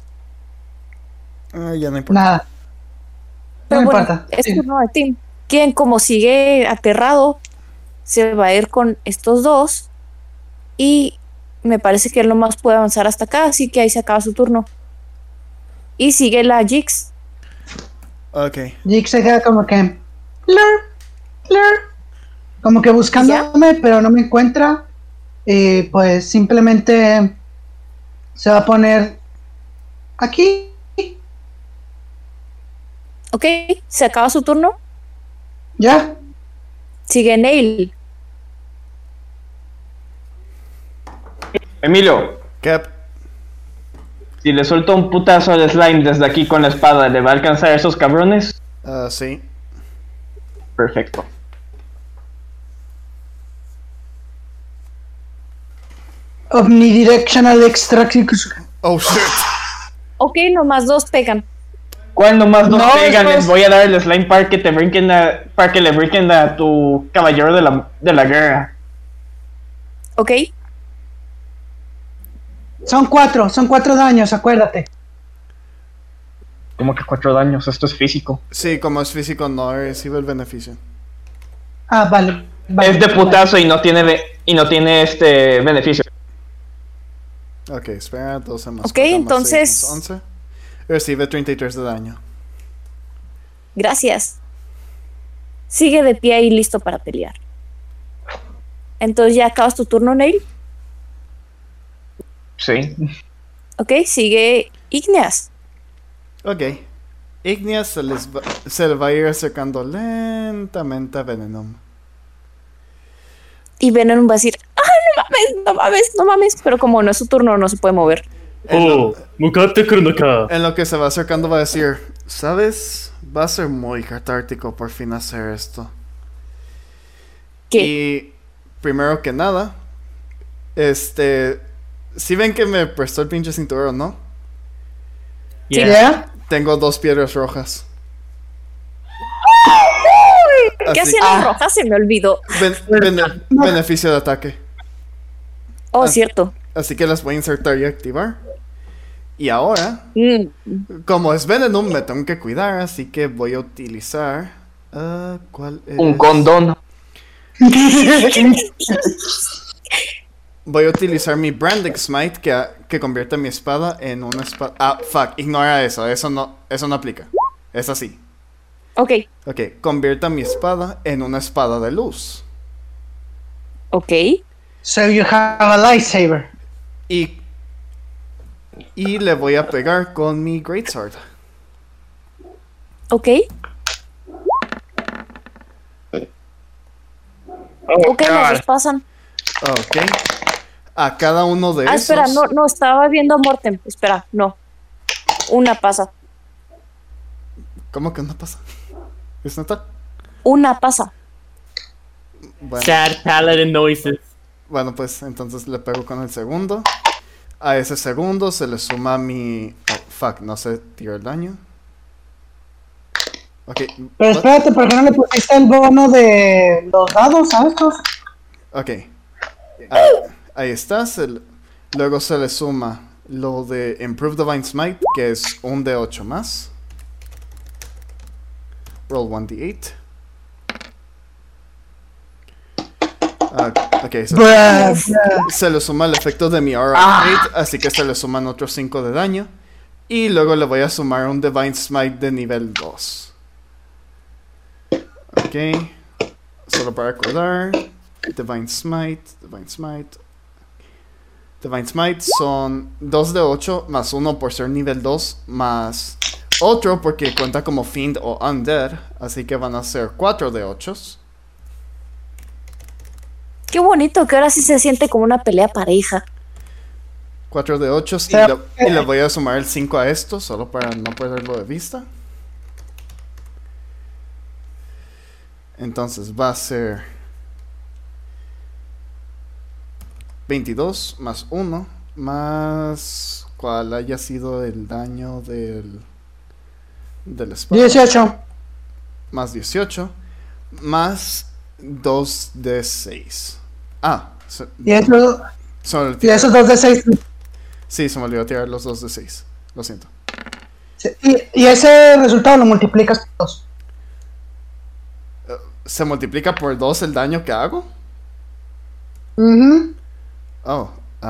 ya no importa. Nada. Pero No me bueno, importa. es Sí. turno de Tim. Quien como sigue aterrado, se va a ir con estos dos. Y me parece que él nomás puede avanzar hasta acá, así que ahí se acaba su turno. Y sigue la Jix. Ok. Jake se queda como que... Fleur. Como que buscándome, pero no me encuentra. Y pues simplemente se va a poner aquí. Ok, se acaba su turno. Ya. Sigue Neil. Emilio, Cap. si le suelto un putazo al slime desde aquí con la espada, ¿le va a alcanzar a esos cabrones? Sí. Perfecto. Omnidirectional extraction. Oh shit. Ok, nomás dos pegan. ¿Cuál nomás dos No, pegan? eso Les es- voy a dar el slime para que te brinquen para que le brinquen a tu caballero de la guerra. Ok, Son cuatro daños, acuérdate. Como que 4 daños, esto es físico. Sí, como es físico, no recibe el beneficio. Ah, vale. Es de putazo y no tiene este beneficio. Ok, espera, 12 más. Ok, 4 más entonces- 6 más 11. Recibe 33 de daño. gracias. Sigue de pie y listo para pelear. Entonces ya acabas tu turno, Neil. Sí. Ok, sigue Igneas. Ok. Ignia se le va a ir acercando lentamente a Venenum. Y Venom va a decir, no mames. Pero como no es su turno, no se puede mover. Mukate Kronaka. En lo que se va acercando va a decir, ¿sabes? Va a ser muy catártico por fin hacer esto. ¿Qué? Y primero que nada, si ven que me prestó el pinche cinturón, ¿no? Yeah. ¿Ya? Tengo 2 piedras rojas. ¿Qué Así- hacían las rojas? Se me olvidó. Beneficio de ataque. Oh, cierto. Así que las voy a insertar y activar. Y ahora, Mm. como es Venenum, me tengo que cuidar, así que voy a utilizar... ¿cuál es? Un condón. Voy a utilizar mi Branding Smite que convierte mi espada en una espada... Ah, fuck, ignora eso. Eso no aplica. Es así. Ok. Ok, convierta mi espada en una espada de luz. Ok. So you have a lightsaber. Y le voy a pegar con mi Greatsword. Ok. Oh, Ok, los dos pasan. Ok. A cada uno de esos... Espera, no, estaba viendo a Mortem. Espera, no. Una pasa. ¿Cómo que no pasa? ¿Es neta? Una pasa. Sad paladin noises. Bueno, pues entonces le pego con el segundo. A ese segundo se le suma mi... Oh, fuck, no sé tirar el daño. Ok. Pero espérate, ¿por qué no le pusiste el bono de los dados a estos? Ok. Ahí está. Luego se le suma lo de Improve Divine Smite, que es un D8 más. Roll 1d8. Ok, se le suma el efecto de mi Aura of Fate, así que se le suman otros 5 de daño. Y luego le voy a sumar un Divine Smite de nivel 2. Ok. Solo para recordar. Divine Smite son 2 de 8 más 1 por ser nivel 2 más otro porque cuenta como Fiend o Undead. Así que van a ser 4 de 8. Qué bonito que ahora sí se siente como una pelea pareja. 4 de 8 y le voy a sumar el 5 a esto solo para no perderlo de vista. Entonces va a ser 22 más 1 más cuál haya sido el daño del espada. 18. Más 18 más 2 de 6. Ah, Y eso, y esos 2 de 6. sí, se me olvidó tirar los 2 de 6. Lo siento. Y ese resultado lo multiplicas por 2. ¿Se multiplica por 2 el daño que hago? Oh,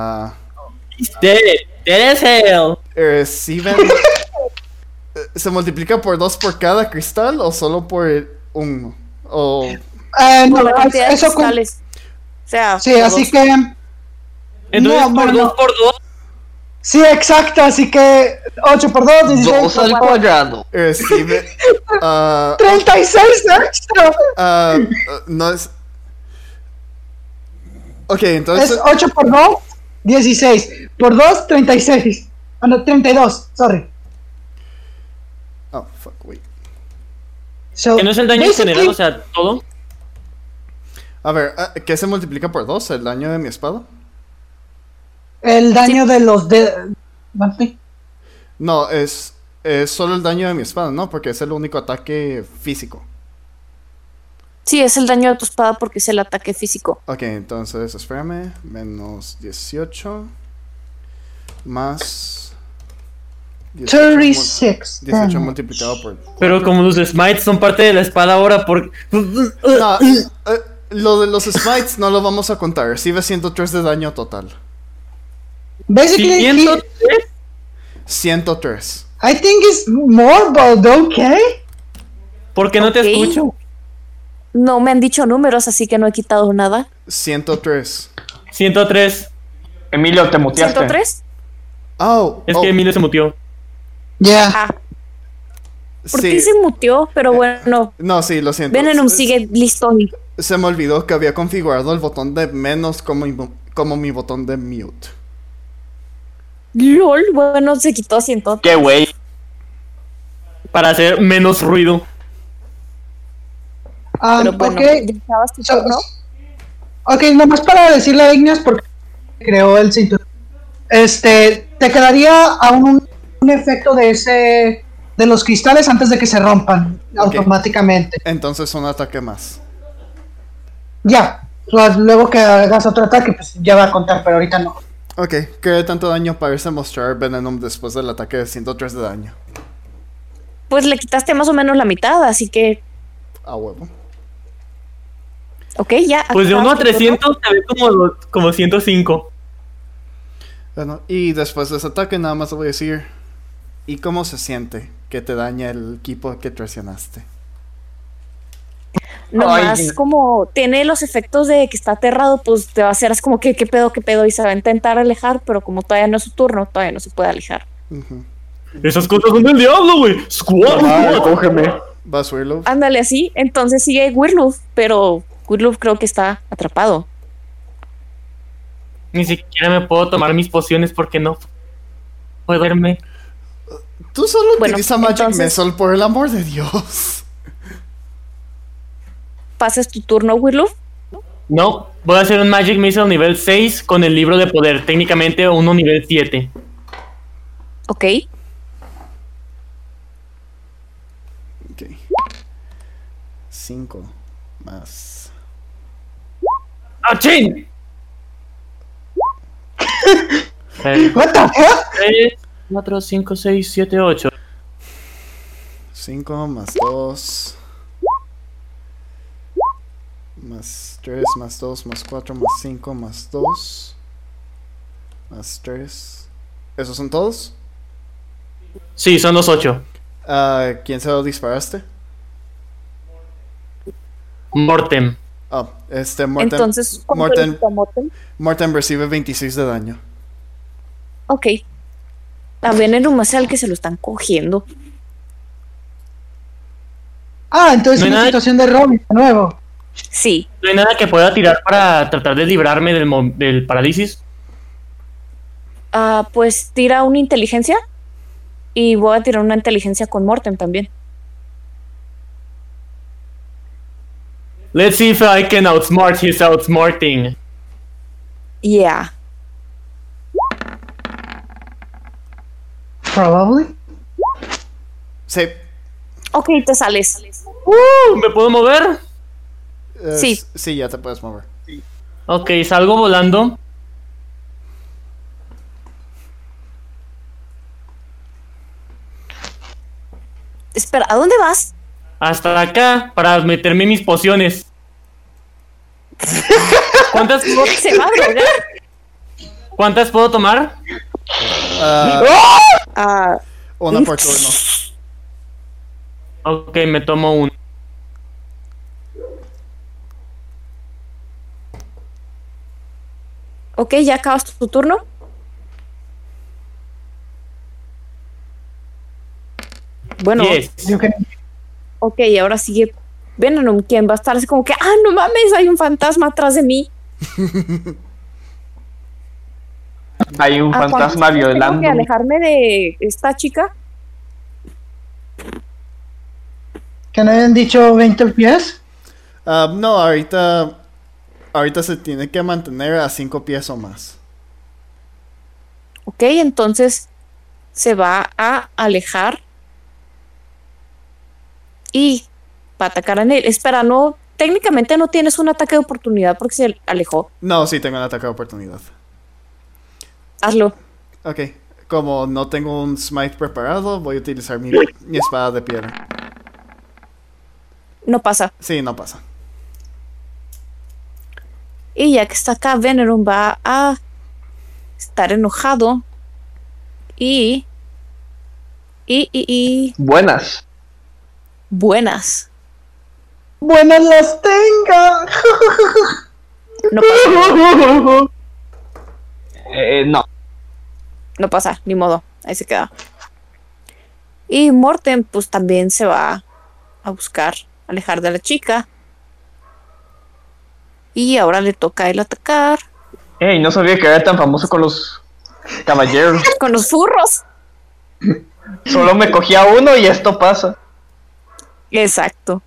Dead as hell. reciben... ¿Se multiplica por 2 por cada cristal o solo por uno? O... Por la cantidad de eso cristales. O sea, sí, por así dos. que... Entonces, No, por bueno, 2 por 2. Sí, exacto, así que 8 por 2, 16 2 por al 4. cuadrado. Recibe... 36 extra. No es... Ok, entonces... Es 8 por 2, 16. Por 2, 36. Ah, no, 32, sorry. Oh, fuck, wait. So, Que no es el daño en basically, general, o sea, todo. A ver, ¿qué se multiplica por 2? ¿El daño de mi espada? el daño de los de... No, es solo el daño de mi espada, ¿no? Porque es el único ataque físico. Sí, es el daño de tu espada porque es el ataque físico. Ok, entonces, espérame. Menos 18. Más... 36. 18 multiplicado por... Pero como los smites son parte de la espada ahora, por... No, lo de los smites no lo vamos a contar. Recibe 103 de daño total. Basically, 103. 103. I think it's more, but okay. ¿Por qué no te Ok. escucho? No me han dicho números, así que no he quitado nada. 103. 103. Emilio, te muteaste. ¿103? Oh, Es que Emilio se mutió. Yeah. Ah, ¿Por Sí. qué se muteó? Pero bueno, No, sí, lo siento. Venom sigue listo. Se me olvidó que había configurado el botón de menos como mi botón de mute. LOL, bueno, se quitó asiento. Qué güey. Para hacer menos ruido. Pero bueno, Ok, ya estabas tu turno. ok, nomás para decirle a Igneas porque creó el cinturón. Te quedaría aún un efecto de los cristales antes de que se rompan automáticamente. Entonces un ataque más. Ya, luego que hagas otro ataque, pues ya va a contar, pero ahorita no. Ok, ¿qué tanto daño parece mostrar Venom después del ataque de 103 de daño? Pues le quitaste más o menos la mitad, así que, A huevo. ok, ya. Pues de 1 a acabas tu turno. 300 se ve como 105. Bueno, y después de ese ataque nada más le voy a decir... ¿Y cómo se siente que te daña el equipo que traicionaste? Nomás Ay. como tiene los efectos de que está aterrado, pues te va a hacer así como que qué pedo, y se va a intentar alejar, pero como todavía no es su turno, todavía no se puede alejar. Ujú. Esas cosas son del diablo, güey. Squad. Ay, cógeme. ¿Vas, Wirlow? Ándale así, entonces sigue Wirloof, pero Wirloof creo que está atrapado. Ni siquiera me puedo tomar mis pociones porque no puedo verme. Tú solo Bueno, utiliza Magic entonces- Missile, por el amor de Dios. ¿Pasas tu turno, Wirloof? No, voy a hacer un Magic Missile nivel 6 con el libro de poder. Técnicamente uno nivel 7. Ok. Ok. 5 más... ¡Achín! What the fuck? 3, 4, 5, 6, 7, 8. 5 más 2... Más 3, más 2, más 4, más 5, más 2... Más 3... ¿Esos son todos? Sí, son los 8. ¿Quién se lo disparaste? Mortem. Oh, Mortem. Entonces, ¿cuánto le Mortem, quitó a Mortem? Mortem recibe 26 de daño. Ok. A Venom es al que se lo están cogiendo. Entonces No hay una nada- situación de Robin de nuevo. Sí. ¿No hay nada que pueda tirar para tratar de librarme del parálisis? Pues tira una inteligencia. Y voy a tirar una inteligencia con Mortem también. Let's see if I can outsmart his outsmarting. Yeah. Probably. Sí. Ok, te sales. ¿Me puedo mover? Sí. Sí, ya te puedes mover. Ok, salgo volando. Espera, ¿a dónde vas? Hasta acá para meterme mis pociones. ¿Cuántas Se va a drogar. ¿Cuántas puedo tomar? Ah, Una por turno. Ok, me tomo una. ok, ya acabas tu turno. Bueno, Yes. Yo que- ok, ahora sigue Venom, quien va a estar así como que, no mames, hay un fantasma atrás de mí. Hay un ¿A cuántos fantasma pies tengo violando. que alejarme de esta chica? que no habían dicho 20 pies. No, ahorita se tiene que mantener a 5 pies o más. Ok, entonces se va a alejar y va a atacar a él. Espera, no, técnicamente no tienes un ataque de oportunidad porque se alejó. No, sí tengo un ataque de oportunidad. Hazlo. Ok, como no tengo un smite preparado, voy a utilizar mi espada de piedra. No pasa. Sí, no pasa. Y ya que está acá, Venom va a estar enojado y Buenas. buenas. Buenas las tenga. No pasa, No. no pasa, ni modo. Ahí se queda. Y Morten pues también se va a buscar alejar de la chica. Y ahora le toca a él atacar Ey, no sabía que era tan famoso con los caballeros. con los furros. Solo me cogía uno y esto pasa. Exacto.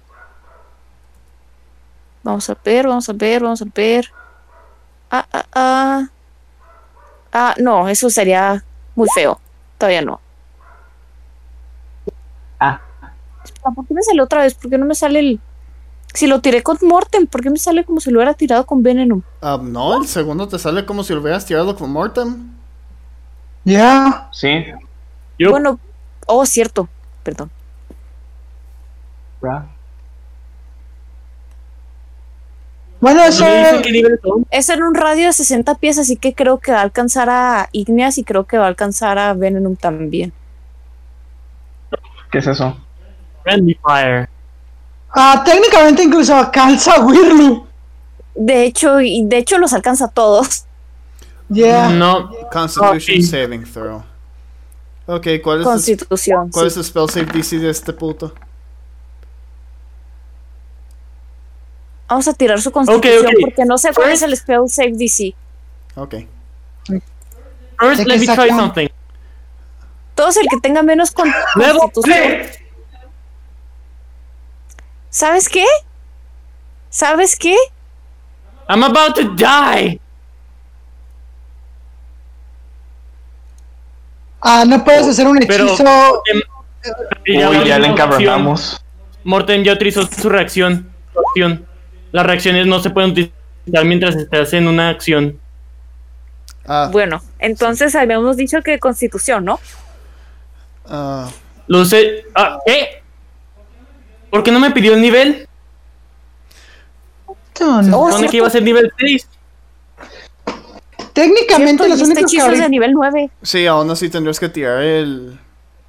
Vamos a ver. No, eso sería muy feo. Todavía no. Ah, Espera, ¿por qué me sale otra vez? ¿Por qué no me sale el...? Si lo tiré con Morten, ¿por qué me sale como si lo hubiera tirado con Venom? No, el segundo te sale como si lo hubieras tirado con Mortem. Ya. sí. Yo, Bueno, cierto. Perdón. Bueno, ¿no me dice ese. qué nivel son? Es en un radio de 60 pies, así que creo que va a alcanzar a Igneas y creo que va a alcanzar a Venom también. ¿Qué es eso? Friendly Fire. Técnicamente incluso alcanza a Wirlu. De hecho los alcanza a todos. Yeah. No, Constitution Ok. Saving Throw. Ok, ¿cuál es Constitución. ¿cuál es Sí. el spell save DC de este puto? Vamos a tirar su constitución ok. porque no sé cuál es el spell save DC. Ok. first ¿De let qué me try sacan? something. Todos el que tenga menos Level constitución. 3. ¿Sabes qué? ¿Sabes qué? I'm about to die. No puedes hacer un Pero hechizo. Uy, ya le encabronamos. Morten ya utilizó su reacción. Las reacciones no se pueden utilizar mientras estás en una acción. Bueno, entonces habíamos dicho que constitución, ¿no? Lo sé. ¿Qué? ¿Por qué no me pidió el nivel? No. Oh, Supone que iba a ser nivel 6. Técnicamente Cierto, los y este únicos que hechizo es de ahorita- nivel 9. Sí, aún así tendrías que tirar el...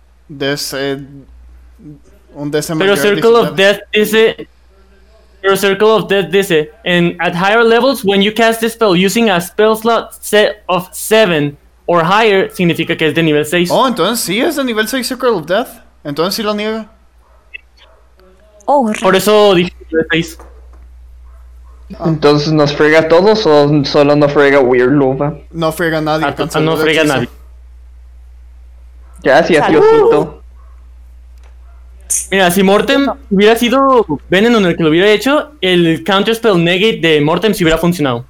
un DC Pero mayor Circle of 19. Death dice. Pero Circle of Death dice. At higher levels, when you cast this spell using a spell slot set of 7 or higher, significa que es de nivel 6. Oh, entonces sí es de nivel 6 Circle of Death. Entonces sí lo niega. Oh, Por eso dije nivel 6. Entonces, ¿nos frega a todos o solo nos frega Weird va? No friega a nadie. canceló No el frega a hechizo. nadie. Gracias, Salud. Diosito. Mira, si Mortem hubiera sido Venom el que lo hubiera hecho, el Counterspell Negate de Mortem sí hubiera funcionado.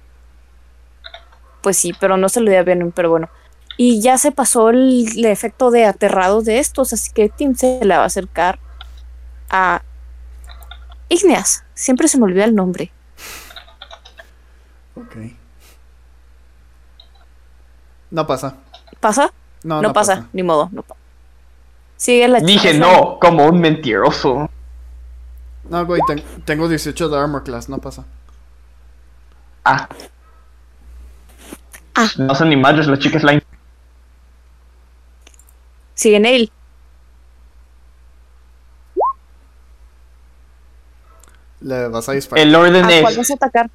pues sí, pero no se lo di a Venom, pero bueno. Y ya se pasó el efecto de aterrados de estos, así que Tim se le va a acercar a Igneas. Siempre se me olvida el nombre. Ok. No pasa. ¿Pasa? No, No pasa, ni modo. No pasa. Sigue la Dije chica. no, como un mentiroso. No, güey, tengo 18 de armor class, no pasa. Ah. No son ni madres, la chica slime. Sigue Neil. Le vas a disparar. El orden ¿A cuál es. vas a atacar?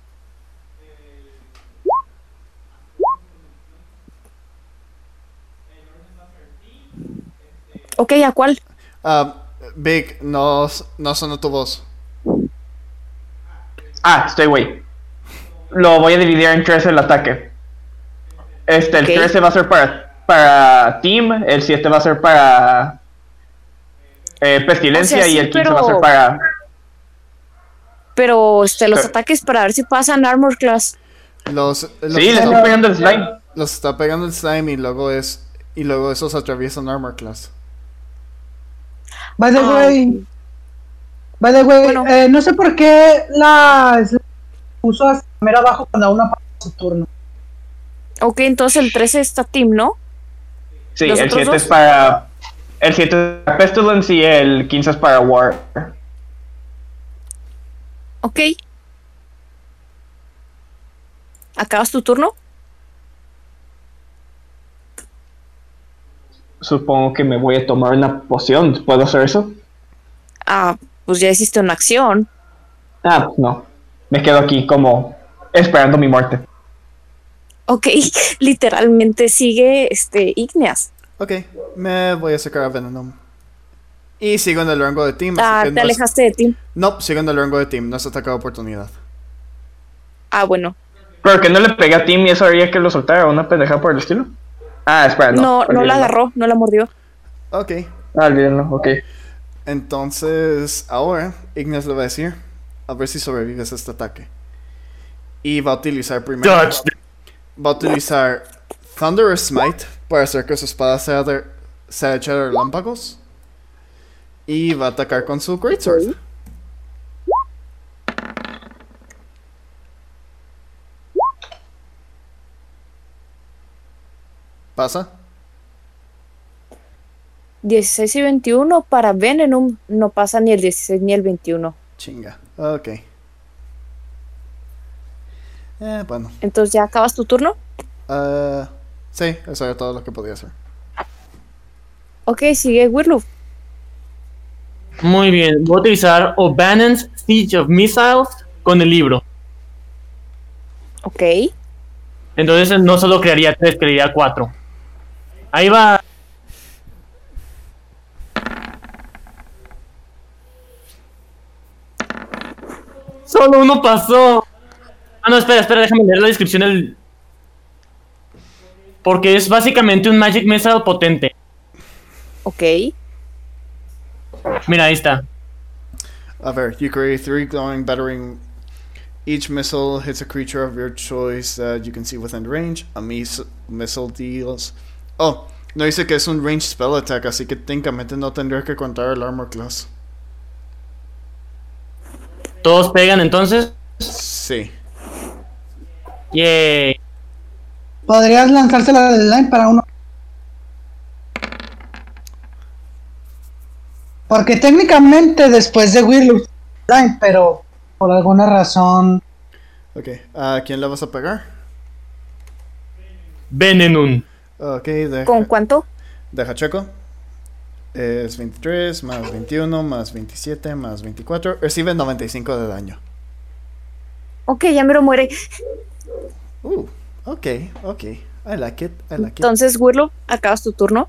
Ok, ¿a cuál? Big, no sonó tu voz. Estoy güey. Lo voy a dividir en 3 el ataque. El Ok. 13 va a ser para Team, el 7 va a ser para Pestilencia O sea, sí, y el 15 pero- va a ser para... Pero los Pero- ataques para ver si pasan Armor Class. Los Sí, le estoy pegando el slime. los está pegando el slime y luego esos atraviesan armor class. By the Ah, way. By the way, Bueno. no sé por qué la puso hasta mero abajo cuando uno pasa su turno. Ok, entonces el 13 está Team, ¿no? Sí, ¿Los el otros 7 es dos? para... El 7 es para Pestilence y el 15 es para War. Ok. ¿Acabas tu turno? Supongo que me voy a tomar una poción. ¿Puedo hacer eso? Pues ya hiciste una acción. No. Me quedo aquí como esperando mi muerte. Ok, literalmente sigue Igneas. Ok, me voy a sacar a Venom. Y sigo en el rango de team. así que Te alejaste de ti. No, sigo en el rango de team. No es ataque de oportunidad. Bueno. Pero que no le pegué a Tim y eso haría que lo soltara, una pendejada por el estilo. Espera, no. No la olvídenlo. agarró, no la mordió. Ok. Olvídenlo, ok. Entonces, ahora Ignis le va a decir, a ver si sobrevives a este ataque. Y va a utilizar primero. Dodge. Va a utilizar Thunderous Smite para hacer que su espada sea hecha de relámpagos. Y va a atacar con su Greatsword. ¿Pasa? 16 y 21 para Venom no pasa ni el 16 ni el 21. Chinga. Ok. Bueno. Entonces, ¿ya acabas tu turno? Sí, eso era todo lo que podía hacer. Ok, sigue Wirloof. Muy bien, voy a utilizar O'Bannon's Siege of Missiles con el libro. Ok. Entonces no solo crearía 3, crearía 4. Ahí va. Solo uno pasó. No, espera, déjame leer la descripción del... Porque es básicamente un Magic Missile potente. Ok. Mira, ahí está. A ver, you create 3 glowing battering. Each missile hits a creature of your choice that you can see within range. A missile deals... Oh, no dice que es un range spell attack, así que técnicamente no tendría que contar el armor class. ¿Todos pegan entonces? Sí. Yay. Podrías lanzársela del line para uno. Porque técnicamente después de Wirloof line, pero por alguna razón. Ok, ¿a quién le vas a pegar? Venenum. Ok, ¿Con cuánto? deja checo. Es 23 más 21 más 27 más 24. Recibe 95 de daño. Ok, ya me lo muere. Ok. I like it. Entonces, Wirloof, acabas tu turno.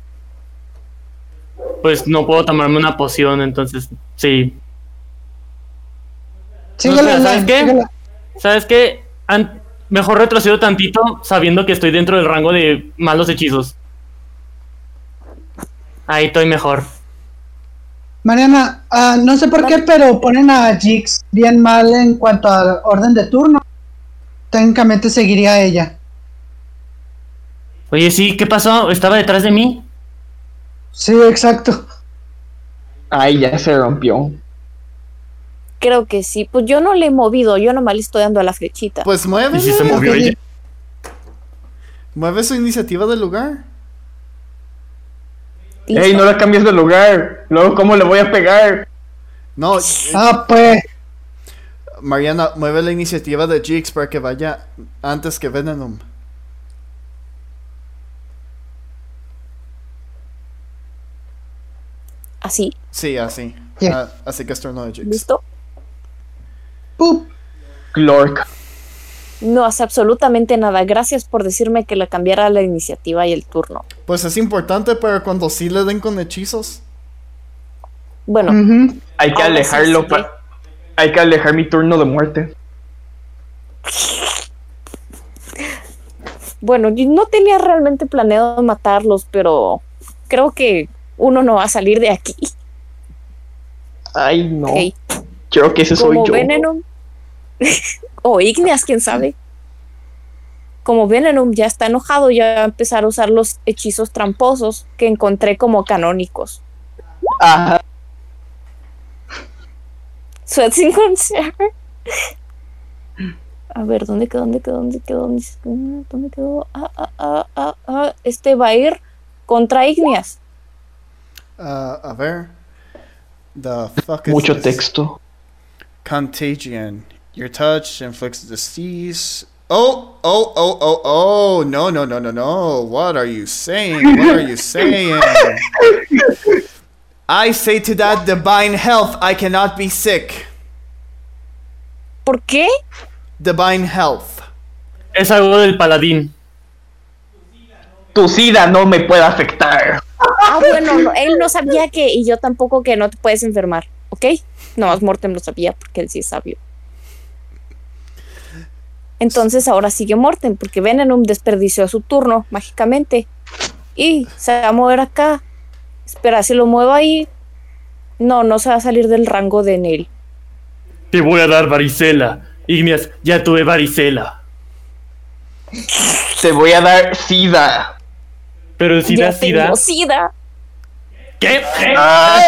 Pues no puedo tomarme una poción, entonces sí. Síguela, No, ¿sabes line, qué? síguela. ¿Sabes qué? Mejor retrocedo tantito sabiendo que estoy dentro del rango de malos hechizos. Ahí estoy mejor. Mariana, no sé por qué, pero ponen a Jix bien mal en cuanto a orden de turno. Técnicamente seguiría ella. Oye, sí, ¿qué pasó? ¿Estaba detrás de mí? Sí, exacto. Ya se rompió. Creo que sí. Pues yo no le he movido, yo nomás le estoy dando a la flechita. Pues mueve. ¿Y si se movió ella? Mueve su iniciativa del lugar. Listo. ¡Ey, no la cambies de lugar! Luego, ¿cómo le voy a pegar? No, Pues. Mariana, mueve la iniciativa de Jix para que vaya antes que Venom. Así, Sí, así. Yeah. Así que es turno de Jix. ¿listo? ¡Pup! Glork. No hace absolutamente nada. Gracias por decirme que le cambiara la iniciativa y el turno. Pues es importante para cuando sí le den con hechizos. Bueno, Ujú. Hay que Ahora alejarlo. sí, sí. Hay que alejar mi turno de muerte. bueno, yo no tenía realmente planeado matarlos, pero creo que uno no va a salir de aquí. Ay, no. Ok. Creo que ese soy Como yo. Venom o Igneas, quién sabe. Como Venom ya está enojado, ya va a empezar a usar los hechizos tramposos que encontré como canónicos. Ajá. Sweat sin concern. A ver, ¿dónde quedó? ¿Dónde quedó? Este va a ir contra Igneas. A ver. The fuck is Mucho this? texto. Contagion. Your touch inflicts disease. Oh, no. What are you saying? I say to that divine health, I cannot be sick. ¿Por qué? Divine health. Es algo del paladín. Tu sida no me puede afectar. bueno, él no sabía que, y yo tampoco, que no te puedes enfermar, ¿ok? Nomás Mortem lo sabía porque él sí es sabio. Entonces ahora sigue Mortem, porque Venom desperdició su turno mágicamente. Y se va a mover acá. Espera, si lo muevo ahí. No se va a salir del rango de Neil. Te voy a dar varicela. Igneas, ya tuve varicela. Te voy a dar SIDA. Pero el SIDA, Ya tengo SIDA. ¿Qué? Ah,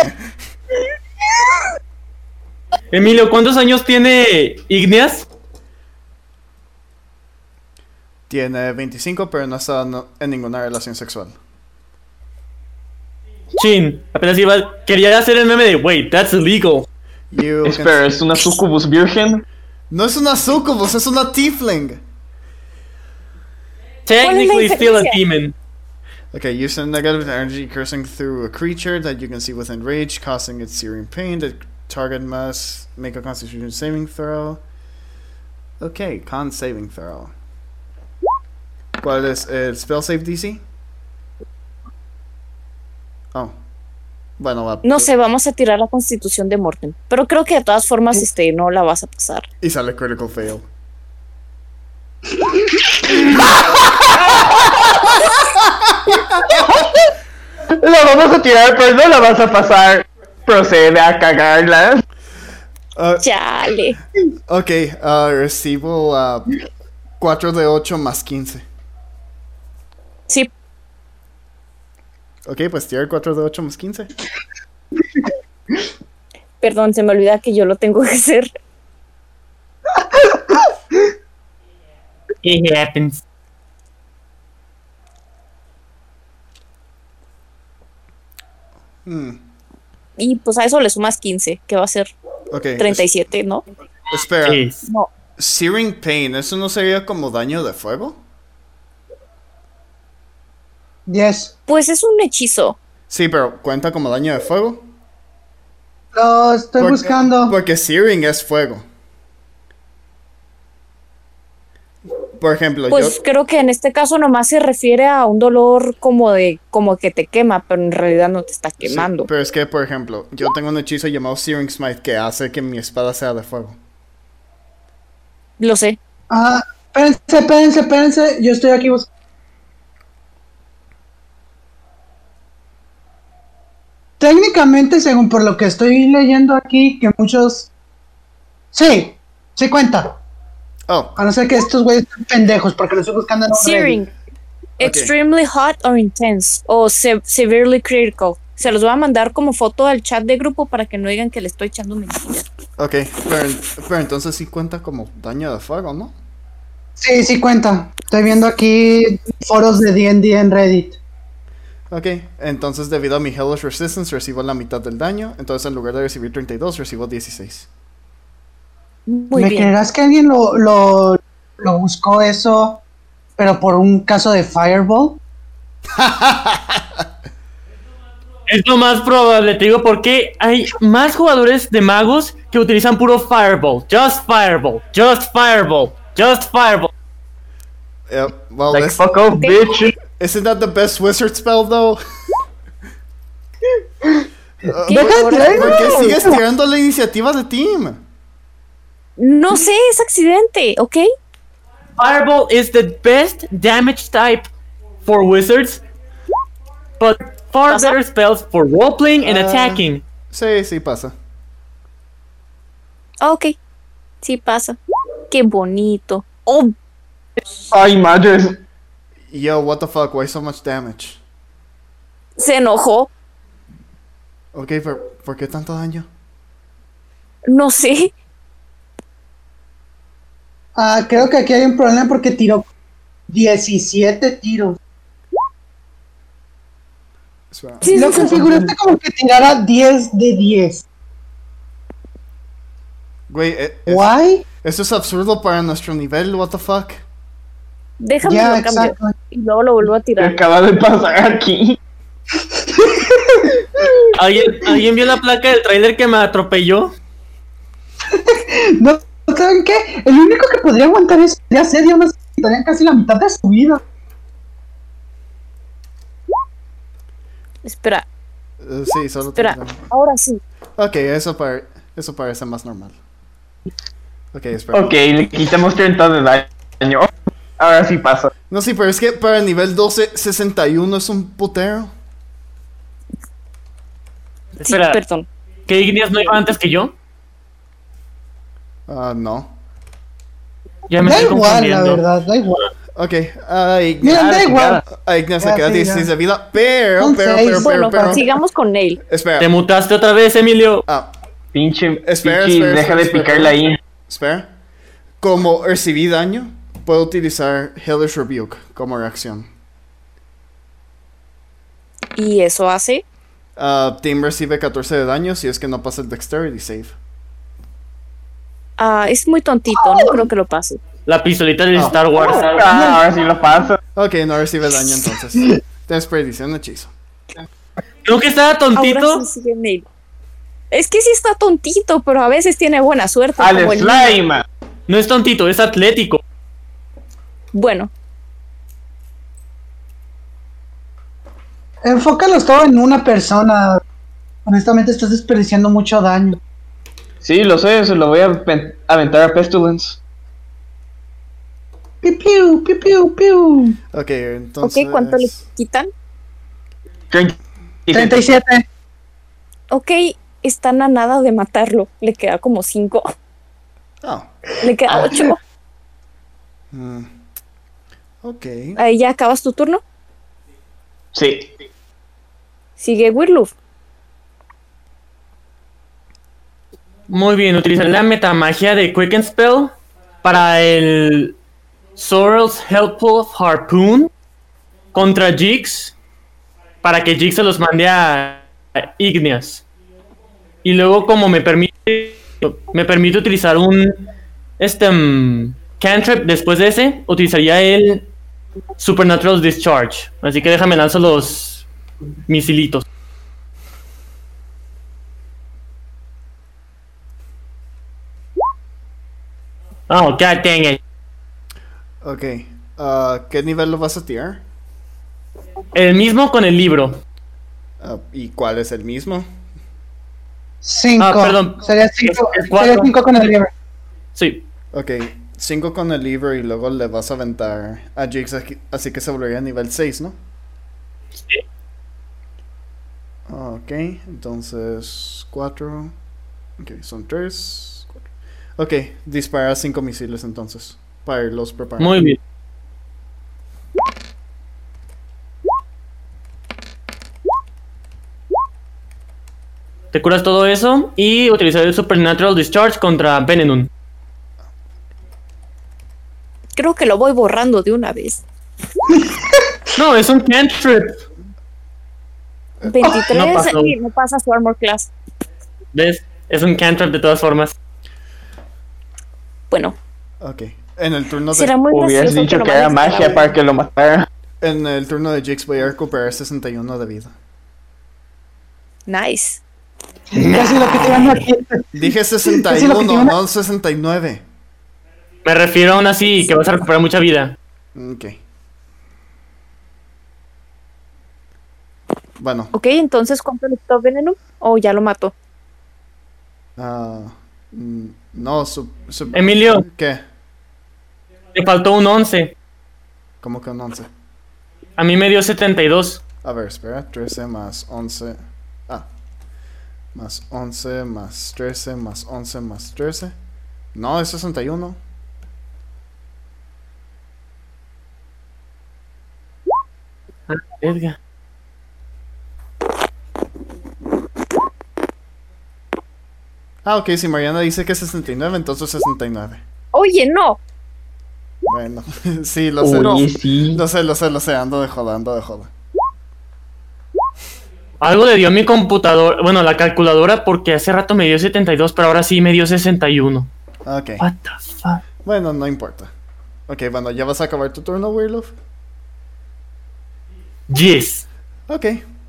Emilio, ¿cuántos años tiene Igneas? Tiene 25, pero no está en ninguna relación sexual. Chin, apenas quería hacer el meme de wait, that's illegal. You can- espera, ¿es una sucubus virgen? No es una sucubus, es una tiefling. Technically still a diferencia? demon. Okay, use a negative energy cursing through a creature that you can see within range, causing it searing pain. The target must make a constitution saving throw. Okay, con saving throw. ¿Cuál es el spell save DC? Oh. Bueno, va. No sé, vamos a tirar la constitución de Mortem. Pero creo que de todas formas, no la vas a pasar. Y sale critical fail. La vamos a tirar, pero no la vas a pasar. Procede a cagarla. Chale. Ok, recibo 4 de 8 más 15. Sí, Ok, pues tirar 4 de 8 más 15. perdón, se me olvida que yo lo tengo que hacer. It happens. Y pues a eso le sumas 15, que va a ser Ok. 37, ¿no? Espera. Yes. No. Searing Pain, ¿eso no sería como daño de fuego? 10. Pues es un hechizo. Sí, pero ¿cuenta como daño de fuego? Lo estoy buscando. Porque Searing es fuego. Por ejemplo, Pues yo... creo que en este caso nomás se refiere a un dolor como que te quema, pero en realidad no te está Sí, quemando. pero es que, por ejemplo, yo tengo un hechizo llamado Searing Smite que hace que mi espada sea de fuego. Lo sé. Ah, espérense. Yo estoy aquí buscando. Técnicamente, según por lo que estoy leyendo aquí, que muchos... Sí cuenta. Oh, A no ser que estos güeyes estén pendejos, porque lo estoy buscando en un Searing. Reddit. Extremely hot or intense. O severely critical. Se los voy a mandar como foto al chat de grupo para que no digan que le estoy echando mentiras. ok, pero entonces sí cuenta como daño de fuego, ¿no? Sí cuenta. Estoy viendo aquí foros de D&D en Reddit. Ok, entonces debido a mi Hellish Resistance recibo la mitad del daño, entonces en lugar de recibir 32 recibo 16. Muy ¿Me bien. creerás que alguien lo buscó eso, pero por un caso de Fireball? Es lo más probable, te digo, porque hay más jugadores de magos que utilizan puro Fireball. Just Fireball. Just Fireball. Just Fireball. Well, Like, fuck off, bitch. isn't that the best wizard spell, though? ¡Déjate! ¿Por qué sigues tirando la iniciativa de team? No sé, es accidente, ¿ok? Fireball is the best damage type for wizards, but far ¿Pasa? better spells for role-playing and attacking. Sí pasa. Ok. Sí pasa. Qué bonito. Oh, Ay, madres. Yo, what the fuck, why so much damage? se enojó. Ok, pero ¿por qué tanto daño? No sé. Creo que aquí hay un problema porque tiró 17 tiros. Espera. Sí, Lo configuraste como que tirara 10 de 10. Güey, ¿Why? eso es absurdo para nuestro nivel, what the fuck. Déjame Ya, lo cambio. exacto. Y luego lo vuelvo a ¿Qué tirar. acaba de pasar aquí? ¿Alguien vio la placa del trailer que me atropelló? No, ¿saben qué? El único que podría aguantar eso sería Sedia, unos quitarían casi la mitad de su vida. Espera, Sí, solo espera. tienes daño. Ahora sí. Ok, eso parece más normal. Ok, espera. Ok, le quitamos 30 de daño. Ahora sí pasa. No, sí, pero es que para el nivel 12, 61 es un putero. Sí, Espera, perdón. ¿qué Igneas no iba antes que yo? No. Ya me Da estoy igual, la confundiendo. verdad, da igual. Ok, Miren, da igual. a Ignacio le Ya, queda sí, 16 ya. de vida, pero, Son pero, seis. pero, Bueno, pero. sigamos con Neil. Te Espera. mutaste otra vez, Emilio. Pinche, Espera, pinche, espera, deja de espera, picarla ahí. Espera. Como recibí daño, puedo utilizar Hellish Rebuke como reacción. ¿Y eso hace? Team recibe 14 de daño si es que no pasa el Dexterity Save. Es muy tontito, no creo que lo pase. La pistolita de Ah. Star Wars. Ahora sí lo pasa. Ok, no recibe daño entonces. Desperdición hechizo. Creo que estaba tontito. Ahora sí sigue Neil. Es que sí está tontito, pero a veces tiene buena suerte. Al como el niño. slime. No es tontito, es atlético. Bueno, Enfócalos todo en una persona. Honestamente, estás desperdiciando mucho daño. Sí, lo sé, se lo voy a aventar a Pestilence. Piu, piu, piu, piu, piu. Ok, entonces. ok, ¿cuánto le quitan? 37. Ok, están a nada de matarlo. Le queda como 5. Oh. Le queda 8. mm. Ok. Ahí ya acabas tu turno. Sí. Sigue Wirloof. Muy bien, utilizaré la metamagia de Quicken Spell para el Sorrel's Helpful Harpoon contra Jix, para que Jix se los mande a Igneas. Y luego, como me permite utilizar un cantrip después de ese, utilizaría el Supernatural Discharge. Así que déjame lanzo los misilitos. Oh, god dang it. Ok. ¿Qué nivel lo vas a tirar? El mismo con el libro. ¿Y cuál es el mismo? 5. perdón. Sería 5 Es cuatro. con el libro. Sí. Ok. 5 con el libro y luego le vas a aventar a Jix, así que se volvería a nivel 6, ¿no? Sí. Ok, entonces 4. Ok, son 3. Ok, dispara 5 misiles entonces. Para irlos preparando. Muy bien. Te curas todo eso y utilizar el Supernatural Discharge contra Venenun. Creo que lo voy borrando de una vez. No, es un cantrip. 23 no pasó. y no pasa su armor class. ¿Ves? Es un cantrip de todas formas. Bueno, Ok, en el turno será de, muy Hubieras gracioso dicho no que me era dejes magia hablar. para que lo matara. en el turno de Jix voy a recuperar 61 de vida. Nice. Casi lo que te iban a decir. Dije Casi lo 61, que te iban a- no 69. Me refiero aún así que vas a recuperar mucha vida. Ok. Bueno, Ok, entonces, ¿cuánto le quitó Veneno? ¿O ya lo mató? no, Emilio. ¿Qué? Le faltó un 11. ¿Cómo que un 11? A mí me dio 72. A ver, espera, 13 más 11. Más 11 más 13 más 11 más 13. No, es 61. Verga. Ok, si Mariana dice que es 69, entonces 69. Oye, no. Bueno, sí, lo sé. Oye, sí. Lo sé, ando de joda. Algo le dio a mi computador, bueno, la calculadora, porque hace rato me dio 72, pero ahora sí me dio 61. Ok, What the fuck? bueno, no importa. Ok, bueno, ¿ya vas a acabar tu turno, Weirloof? Yes. Ok.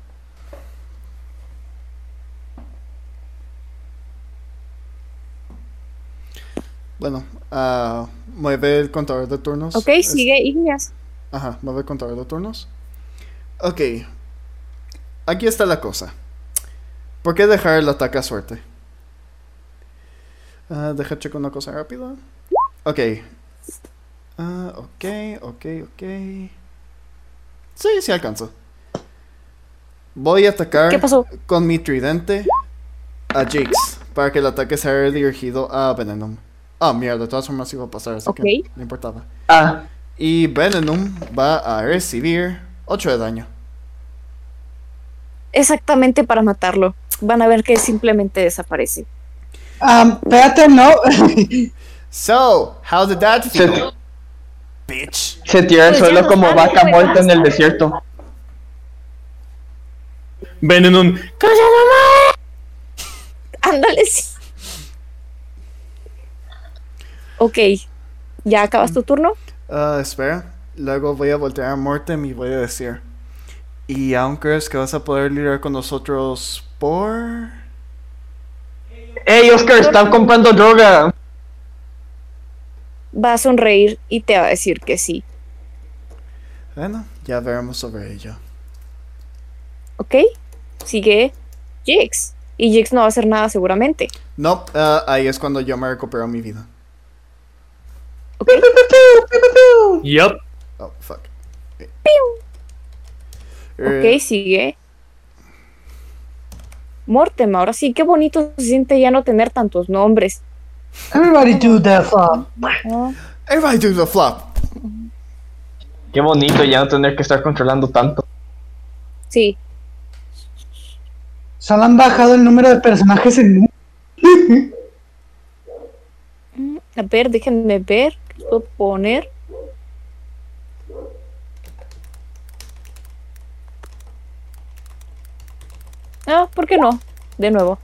Bueno, mueve el contador de turnos. Ok, sigue Igneas. Ajá, mueve el contador de turnos. Ok. aquí está la cosa. ¿Por qué dejar el ataque a suerte? Deja checar una cosa rápida. Ok. Ok. Sí alcanzo. Voy a atacar ¿Qué pasó? con mi tridente a Jix para que el ataque sea dirigido a Venenum. Mira, de todas formas iba a pasar, así Ok. que no importaba. Y Venenum va a recibir 8 de daño. Exactamente para matarlo. Van a ver que simplemente desaparece. Espérate, no. So, how did that Se, feel, bitch? se tira al Pues ya suelo no como sabe, vaca pues, muerta en el basta. desierto. Venenum. Ándale, sí. Ok. ¿Ya acabas tu turno? Espera. Luego voy a voltear a Mortem y voy a decir: ¿y aún crees que vas a poder lidiar con nosotros por...? ¡Ey, Oscar! ¡Están comprando droga! Va a sonreír y te va a decir que sí. Bueno, ya veremos sobre ello. ¿Ok? Sigue Jix. Y Jix no va a hacer nada seguramente. No, ahí es cuando yo me recupero mi vida. ¿Ok? Yup. Oh, fuck. Ok, sigue Mortem. Ahora sí, qué bonito se siente ya no tener tantos nombres. Everybody do that. Everybody do the flop. Qué bonito ya no tener que estar controlando tanto. Sí. Solo han bajado el número de personajes en... A ver, déjenme ver. ¿Qué puedo poner? ¿Por qué no? De nuevo.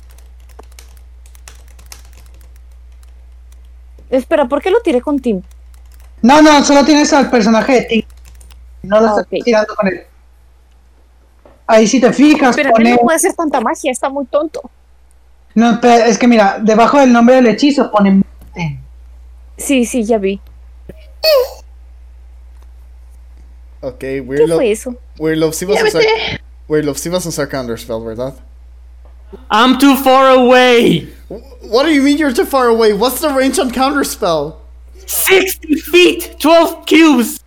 Espera, ¿por qué lo tiré con Tim? No, solo tienes al personaje de Tim. No lo estás Ok. tirando con él. Ahí si te fijas, Pero él pone... no puede hacer tanta magia, está muy tonto. No, espera, es que mira, debajo del nombre del hechizo pone... Sí, ya vi. Ok, ¿Qué fue eso? Weirlove, sí vas a usar Counterspell, ¿verdad? I'm too far away. What do you mean you're too far away? What's the range on Counterspell? 60 feet, 12 cubes.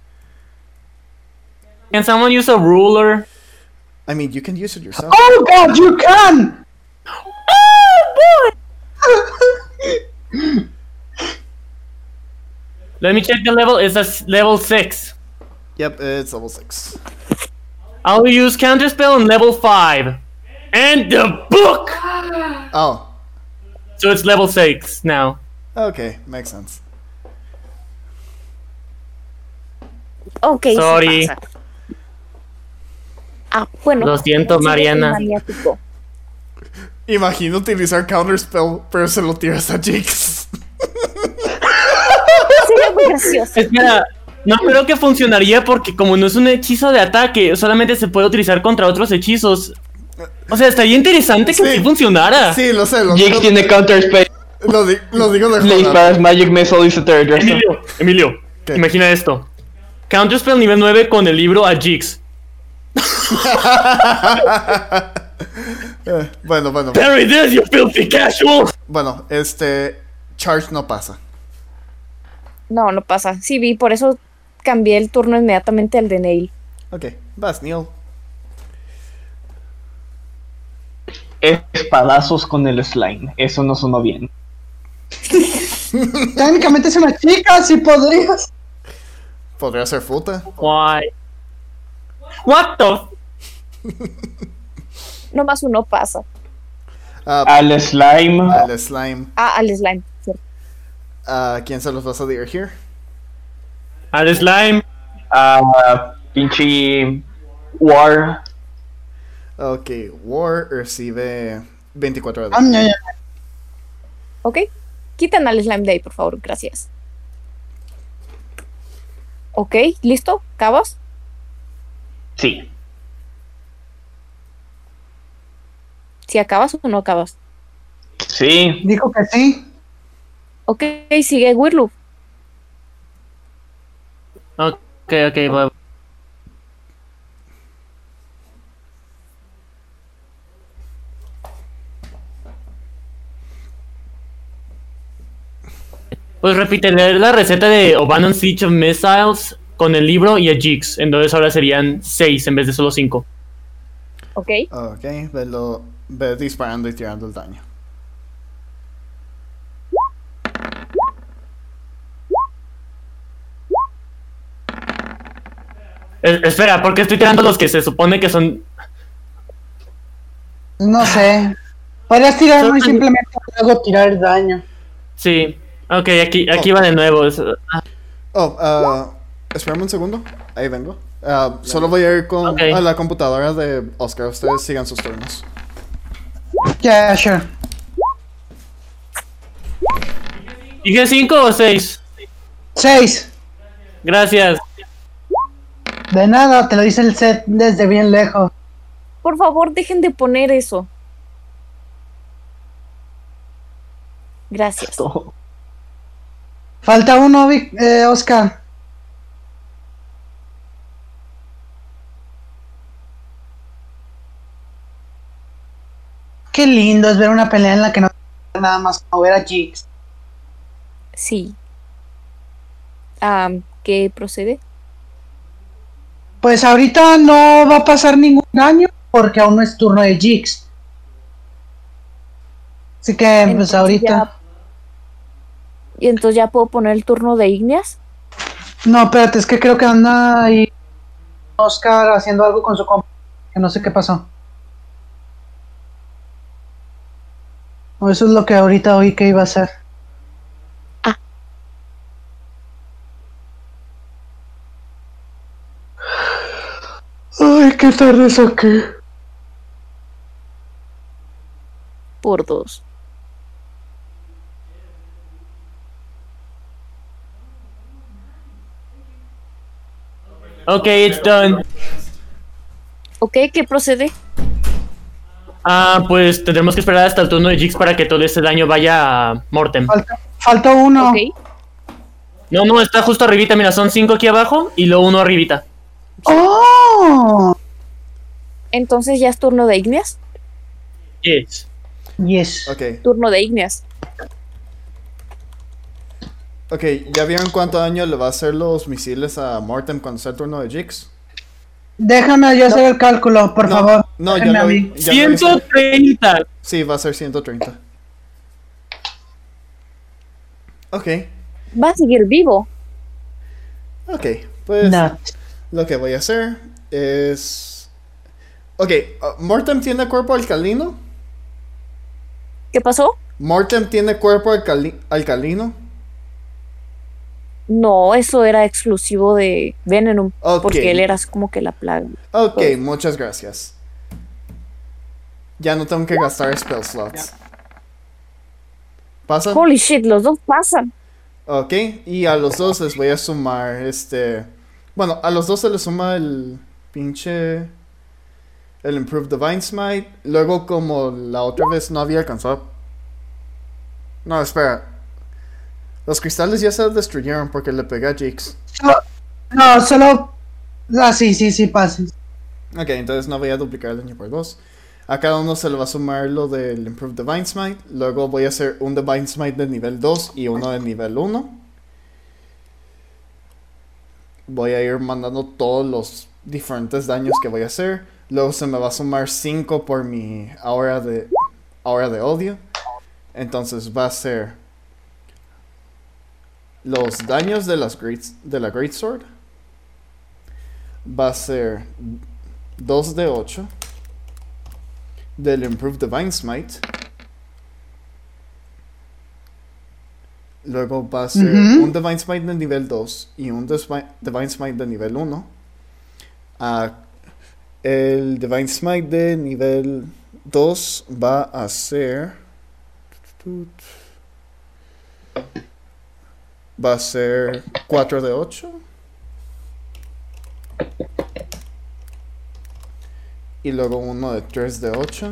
Can someone use a ruler? I mean, you can use it yourself. Oh god, you can! Let me check the level. It's a level 6. Yep, it's level 6. I'll use Counterspell on level 5. And the book! Oh, So it's level 6 now. okay, makes sense. Ok, Sorry. sí pasa. Bueno. Lo siento, sigue Mariana. el maniático. Imagino utilizar Counterspell, pero se lo tiras a Jix. Sería muy gracioso. Espera, no creo que funcionaría porque como no es un hechizo de ataque, solamente se puede utilizar contra otros hechizos. O sea, estaría interesante que Sí. sí funcionara. Sí, lo sé, Jix tiene counter space. lo digo de Le joda. disparas Magic Missile y se te regresa. Emilio, ¿Qué? imagina esto. Counterspell nivel 9 con el libro a Jix. Bueno, Parry this, you filthy casual! bueno, Charge no pasa. No, no pasa. Sí vi, por eso cambié el turno inmediatamente al de Neil. Ok, vas, Neil. Espadazos con el slime. Eso no sonó bien. Técnicamente es una chica, si podrías. Podría ser Futa. Why? What the? Nomás uno pasa. Al slime. Al slime. Al slime. Cierto. ¿Quién se los vas a dirigir? Al slime. A pinche War. Ok, War recibe 24 de daño. Ya. Ok. Quitan al slime de ahí, por favor. Gracias. Ok, ¿listo? ¿Cabas? Sí. ¿Si acabas o no acabas? Sí. Dijo que sí. Ok, sigue Wirlu. Ok, voy. Pues repite la receta de O'Bannon Siege of Missiles con el libro y el Jigs. Entonces ahora serían 6 en vez de solo 5. Ok. Ok, ve disparando y tirando el daño. Espera, ¿por qué estoy tirando los que se supone que son...? No sé. Podrías tirar muy simplemente y luego tirar el daño. Sí. Ok, aquí va de nuevo. Espérame un segundo. Ahí vengo. Solo voy a ir a la computadora de Oscar. Ustedes sigan sus turnos. Yeah, sure. ¿Dije 5 o 6? 6. Gracias. De nada, te lo dice el set desde bien lejos. Por favor, dejen de poner eso. Gracias. Falta uno, Oscar. Qué lindo es ver una pelea en la que no nada más como ver a Jigs. Sí. ¿Qué procede? Pues ahorita no va a pasar ningún daño porque aún no es turno de Jigs. Así que pues Entonces ahorita... ¿Y entonces ya puedo poner el turno de Igneas? No, espérate, es que creo que anda ahí Oscar haciendo algo con su compa, que no sé qué pasó. O eso es lo que ahorita oí que iba a hacer. Ah. Ay, qué tarde es aquí. Por 2. Ok, it's done. Ok, ¿qué procede? Pues tendremos que esperar hasta el turno de Jigs para que todo ese daño vaya a Mortem. Falta uno. Ok. No, está justo arribita, mira, son 5 aquí abajo y luego uno arribita. ¡Oh! Entonces ya es turno de Igneas. Yes. Yes. Ok. Turno de Igneas. Ok, ¿ya vieron cuánto daño le va a hacer los misiles a Mortem cuando sea el turno de Jigs? Déjame yo hacer el cálculo, por favor. No, ya Déjenme a lo mí. ya lo hice. 130. Sí, va a ser 130. Ok, Va a seguir vivo. ok. Pues No. lo que voy a hacer es... Ok, Mortem tiene cuerpo alcalino. ¿Qué pasó? Mortem tiene cuerpo alcalino. No, eso era exclusivo de Venenum. Ok. Porque él era como que la plaga. Ok, muchas gracias. Ya no tengo que gastar spell slots. ¿Pasa? Holy shit, los dos pasan. Ok, y a los dos les voy a sumar Bueno, a los dos se les suma el pinche... El Improved Divine Smite. Luego, como la otra vez no había alcanzado... No, espera. Los cristales ya se destruyeron porque le pegué a Jigs. No, solo... Ah, sí, pases. Ok, entonces no voy a duplicar el daño por 2. A cada uno se le va a sumar lo del Improved Divine Smite. Luego voy a hacer un Divine Smite de nivel 2 y uno de nivel 1. Voy a ir mandando todos los diferentes daños que voy a hacer. Luego se me va a sumar 5 por mi aura de odio. Entonces va a ser los daños de la Greatsword. Va a ser 2 de 8 del Improved Divine Smite. Luego va a ser un Divine Smite de nivel 2 y un Divine Smite de nivel 1. El Divine Smite de nivel 2 va a ser... Va a ser 4 de 8. Y luego uno de 3 de 8.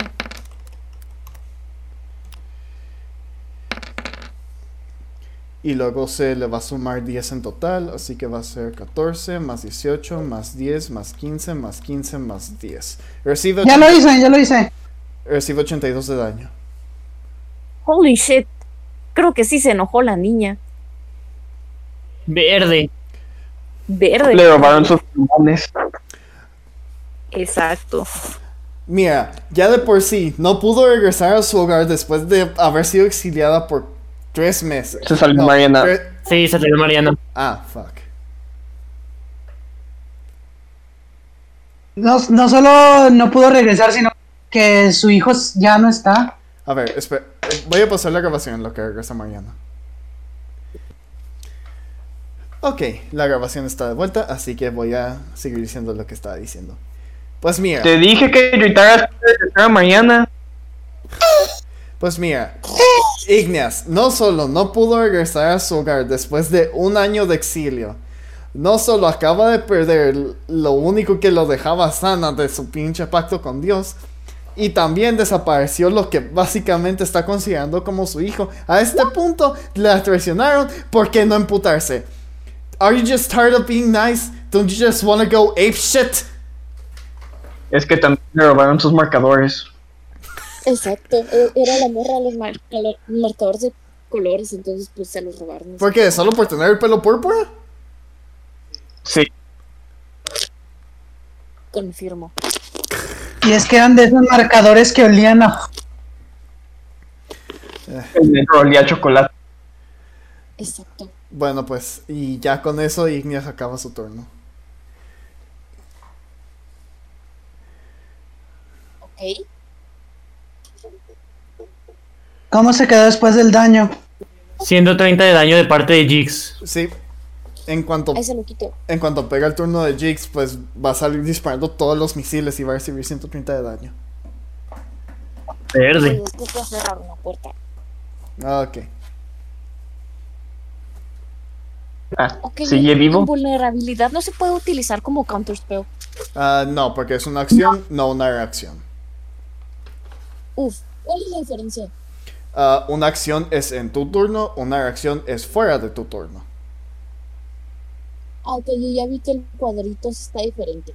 Y luego se le va a sumar 10 en total. Así que va a ser 14 más 18 más 10 más 15 más 15 más 10. Ya lo hice. Recibe 82 de daño. Holy shit. Creo que sí se enojó la niña. Verde. Verde. Le robaron sus pulmones. Exacto. Mira, ya de por sí, no pudo regresar a su hogar después de haber sido exiliada por 3 meses. Se salió No, Mariana. Sí, se salió Mariana. Ah, fuck. No solo no pudo regresar, sino que su hijo ya no está. A ver, espera. Voy a pasar la grabación en lo que regresa Mariana. Ok, la grabación está de vuelta, así que voy a seguir diciendo lo que estaba diciendo. Pues mira, Te dije que gritaras a Mariana. Igneas no solo no pudo regresar a su hogar después de 1 año de exilio, no solo acaba de perder lo único que lo dejaba sana de su pinche pacto con Dios, y también desapareció lo que básicamente está considerando como su hijo. A este punto la traicionaron. ¿Por qué no emputarse? Are you just tired of being nice? Don't you just wanna go ape shit? Es que también le robaron sus marcadores. Exacto, era la morra de los marcadores de colores, entonces pues se los robaron. ¿Por qué? ¿Solo por tener el pelo púrpura? Sí. Confirmo. Y es que eran de esos marcadores que olían a... El negro olía a chocolate. Exacto. Bueno, pues, y ya con eso Igneas acaba su turno. Ok. ¿Cómo se quedó después del daño? 130 de daño de parte de Jix. Sí, en cuanto Ahí se lo quito. pega el turno de Jix, pues va a salir disparando todos los misiles y va a recibir 130 de daño. Verde. Oye, es que fue a cerrar una puerta. Ok. Ok, ¿Sigue vivo? Invulnerabilidad no se puede utilizar como counterspell. No, porque es una acción, no una reacción. Uf, ¿cuál es la diferencia? Una acción es en tu turno, una reacción es fuera de tu turno. Ah, ok, yo ya vi que el cuadrito sí está diferente.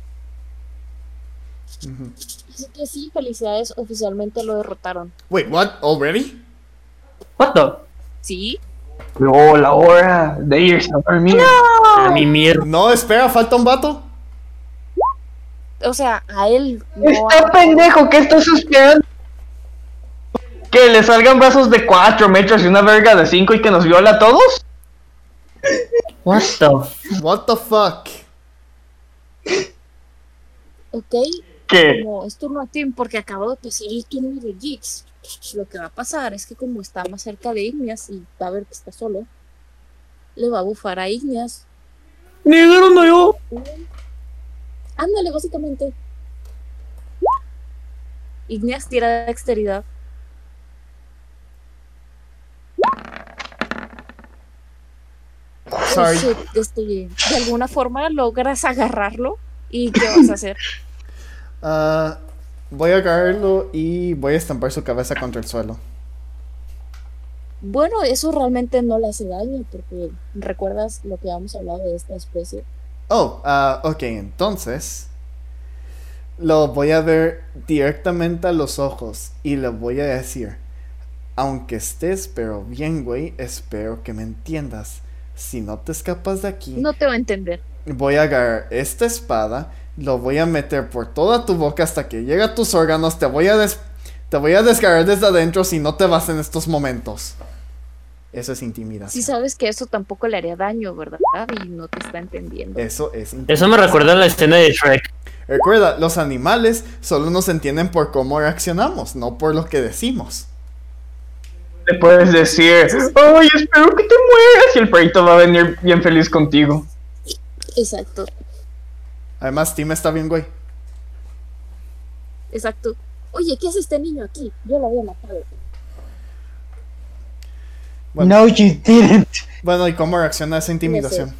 Ujú. Así que sí, felicidades, oficialmente lo derrotaron. Wait, what? Already? What the? ¿Sí? No, la hora de irse a dormir. A mi mierda. No, espera, falta un vato. O sea, a él no Está pendejo, ¿qué estás esperando? Que le salgan brazos de 4 metros y una verga de 5 y que nos viola a todos. What the? What the fuck? Ok, ¿Qué? como es turno a Tim porque acabo de pasar el turno de Jix. Lo que va a pasar es que como está más cerca de Igneas y va a ver que está solo, le va a bufar a Igneas. Negro no yo. Ándale, básicamente. Igneas tira dexteridad. Sorry. Shit, de alguna forma logras agarrarlo. ¿Y qué vas a hacer? Voy a agarrarlo y voy a estampar su cabeza contra el suelo. Bueno, eso realmente no le hace daño porque recuerdas lo que habíamos hablado de esta especie. Ok, entonces lo voy a ver directamente a los ojos y le voy a decir, aunque estés pero bien, güey, espero que me entiendas. Si no te escapas de aquí, No te va a entender. voy a agarrar esta espada, lo voy a meter por toda tu boca hasta que llegue a tus órganos, te voy a desgarrar desde adentro si no te vas en estos momentos. Eso es intimidación. Si sabes que eso tampoco le haría daño, ¿verdad? Y no te está entendiendo. Eso es Eso me recuerda a la escena de Shrek. Recuerda, los animales solo nos entienden por cómo reaccionamos, no por lo que decimos. Le puedes decir, ay, espero que te mueras y el perrito va a venir bien feliz contigo. Exacto, Además, Tim está bien, güey. exacto. Oye, ¿qué hace este niño aquí? Yo lo había matado. Bueno. No, you didn't. Bueno, ¿y cómo reacciona a esa intimidación?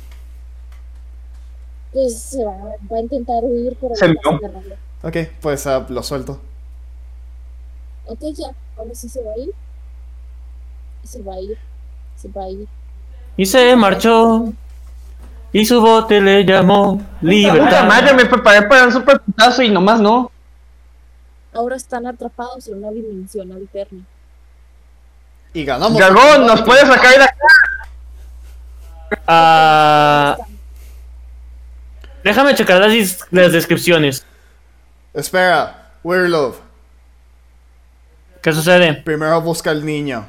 Pues se va a intentar huir, pero Se no vas a vio. agarrarlo. Ok, pues lo suelto. Ok, ya, ahora sí se va a ir. Se va a ir. Se va a ir. Y se marchó. Y su bote le llamó Puta Libertad. madre, me preparé para un super putazo y nomás no. Ahora están atrapados en una dimensión alterna. Y ganamos. Dragón, ¿nos puedes sacar de acá? Ah, déjame checar las descripciones. Espera, Weirlove. ¿Qué sucede? Primero busca al niño.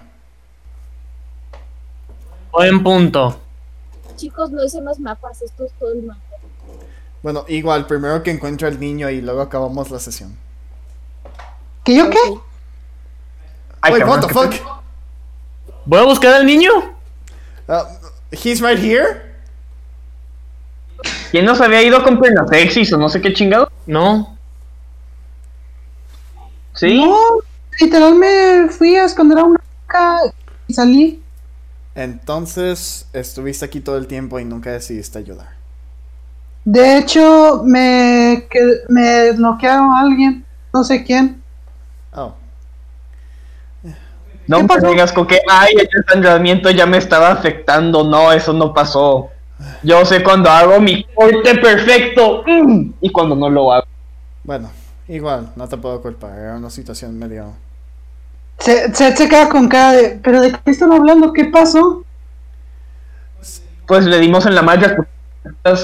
Buen punto. Chicos, no hice más mapas, esto es todo el mapa. Bueno, igual, primero que encuentre al niño y luego acabamos la sesión. ¿Que yo qué? Ok. Ay, Wait, what cabrón, the ¿qué fuck? ¿Voy a buscar al niño? He's right here? ¿Quién nos había ido con Pernafexis o no sé qué chingado? No. ¿Sí? No, literal me fui a esconder a una vaca y salí. Entonces, estuviste aquí todo el tiempo y nunca decidiste ayudar. De hecho, me bloquearon a alguien, no sé quién. Oh. No ¿Qué me pasó? digas con que, ay, el desangramiento ya me estaba afectando. No, eso no pasó. Yo sé cuando hago mi corte perfecto y cuando no lo hago. Bueno, igual, no te puedo culpar. Era una situación medio... Se queda con cara de, ¿pero de qué están hablando? ¿Qué pasó? Pues le dimos en la madre a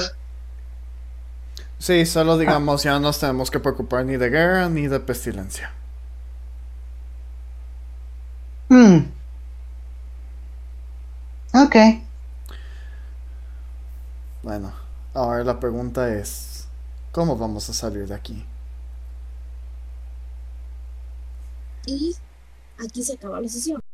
Sí, solo digamos, ya no nos tenemos que preocupar ni de guerra ni de pestilencia. Ok. Bueno, ahora la pregunta es, ¿cómo vamos a salir de aquí? Y aquí se acaba la sesión.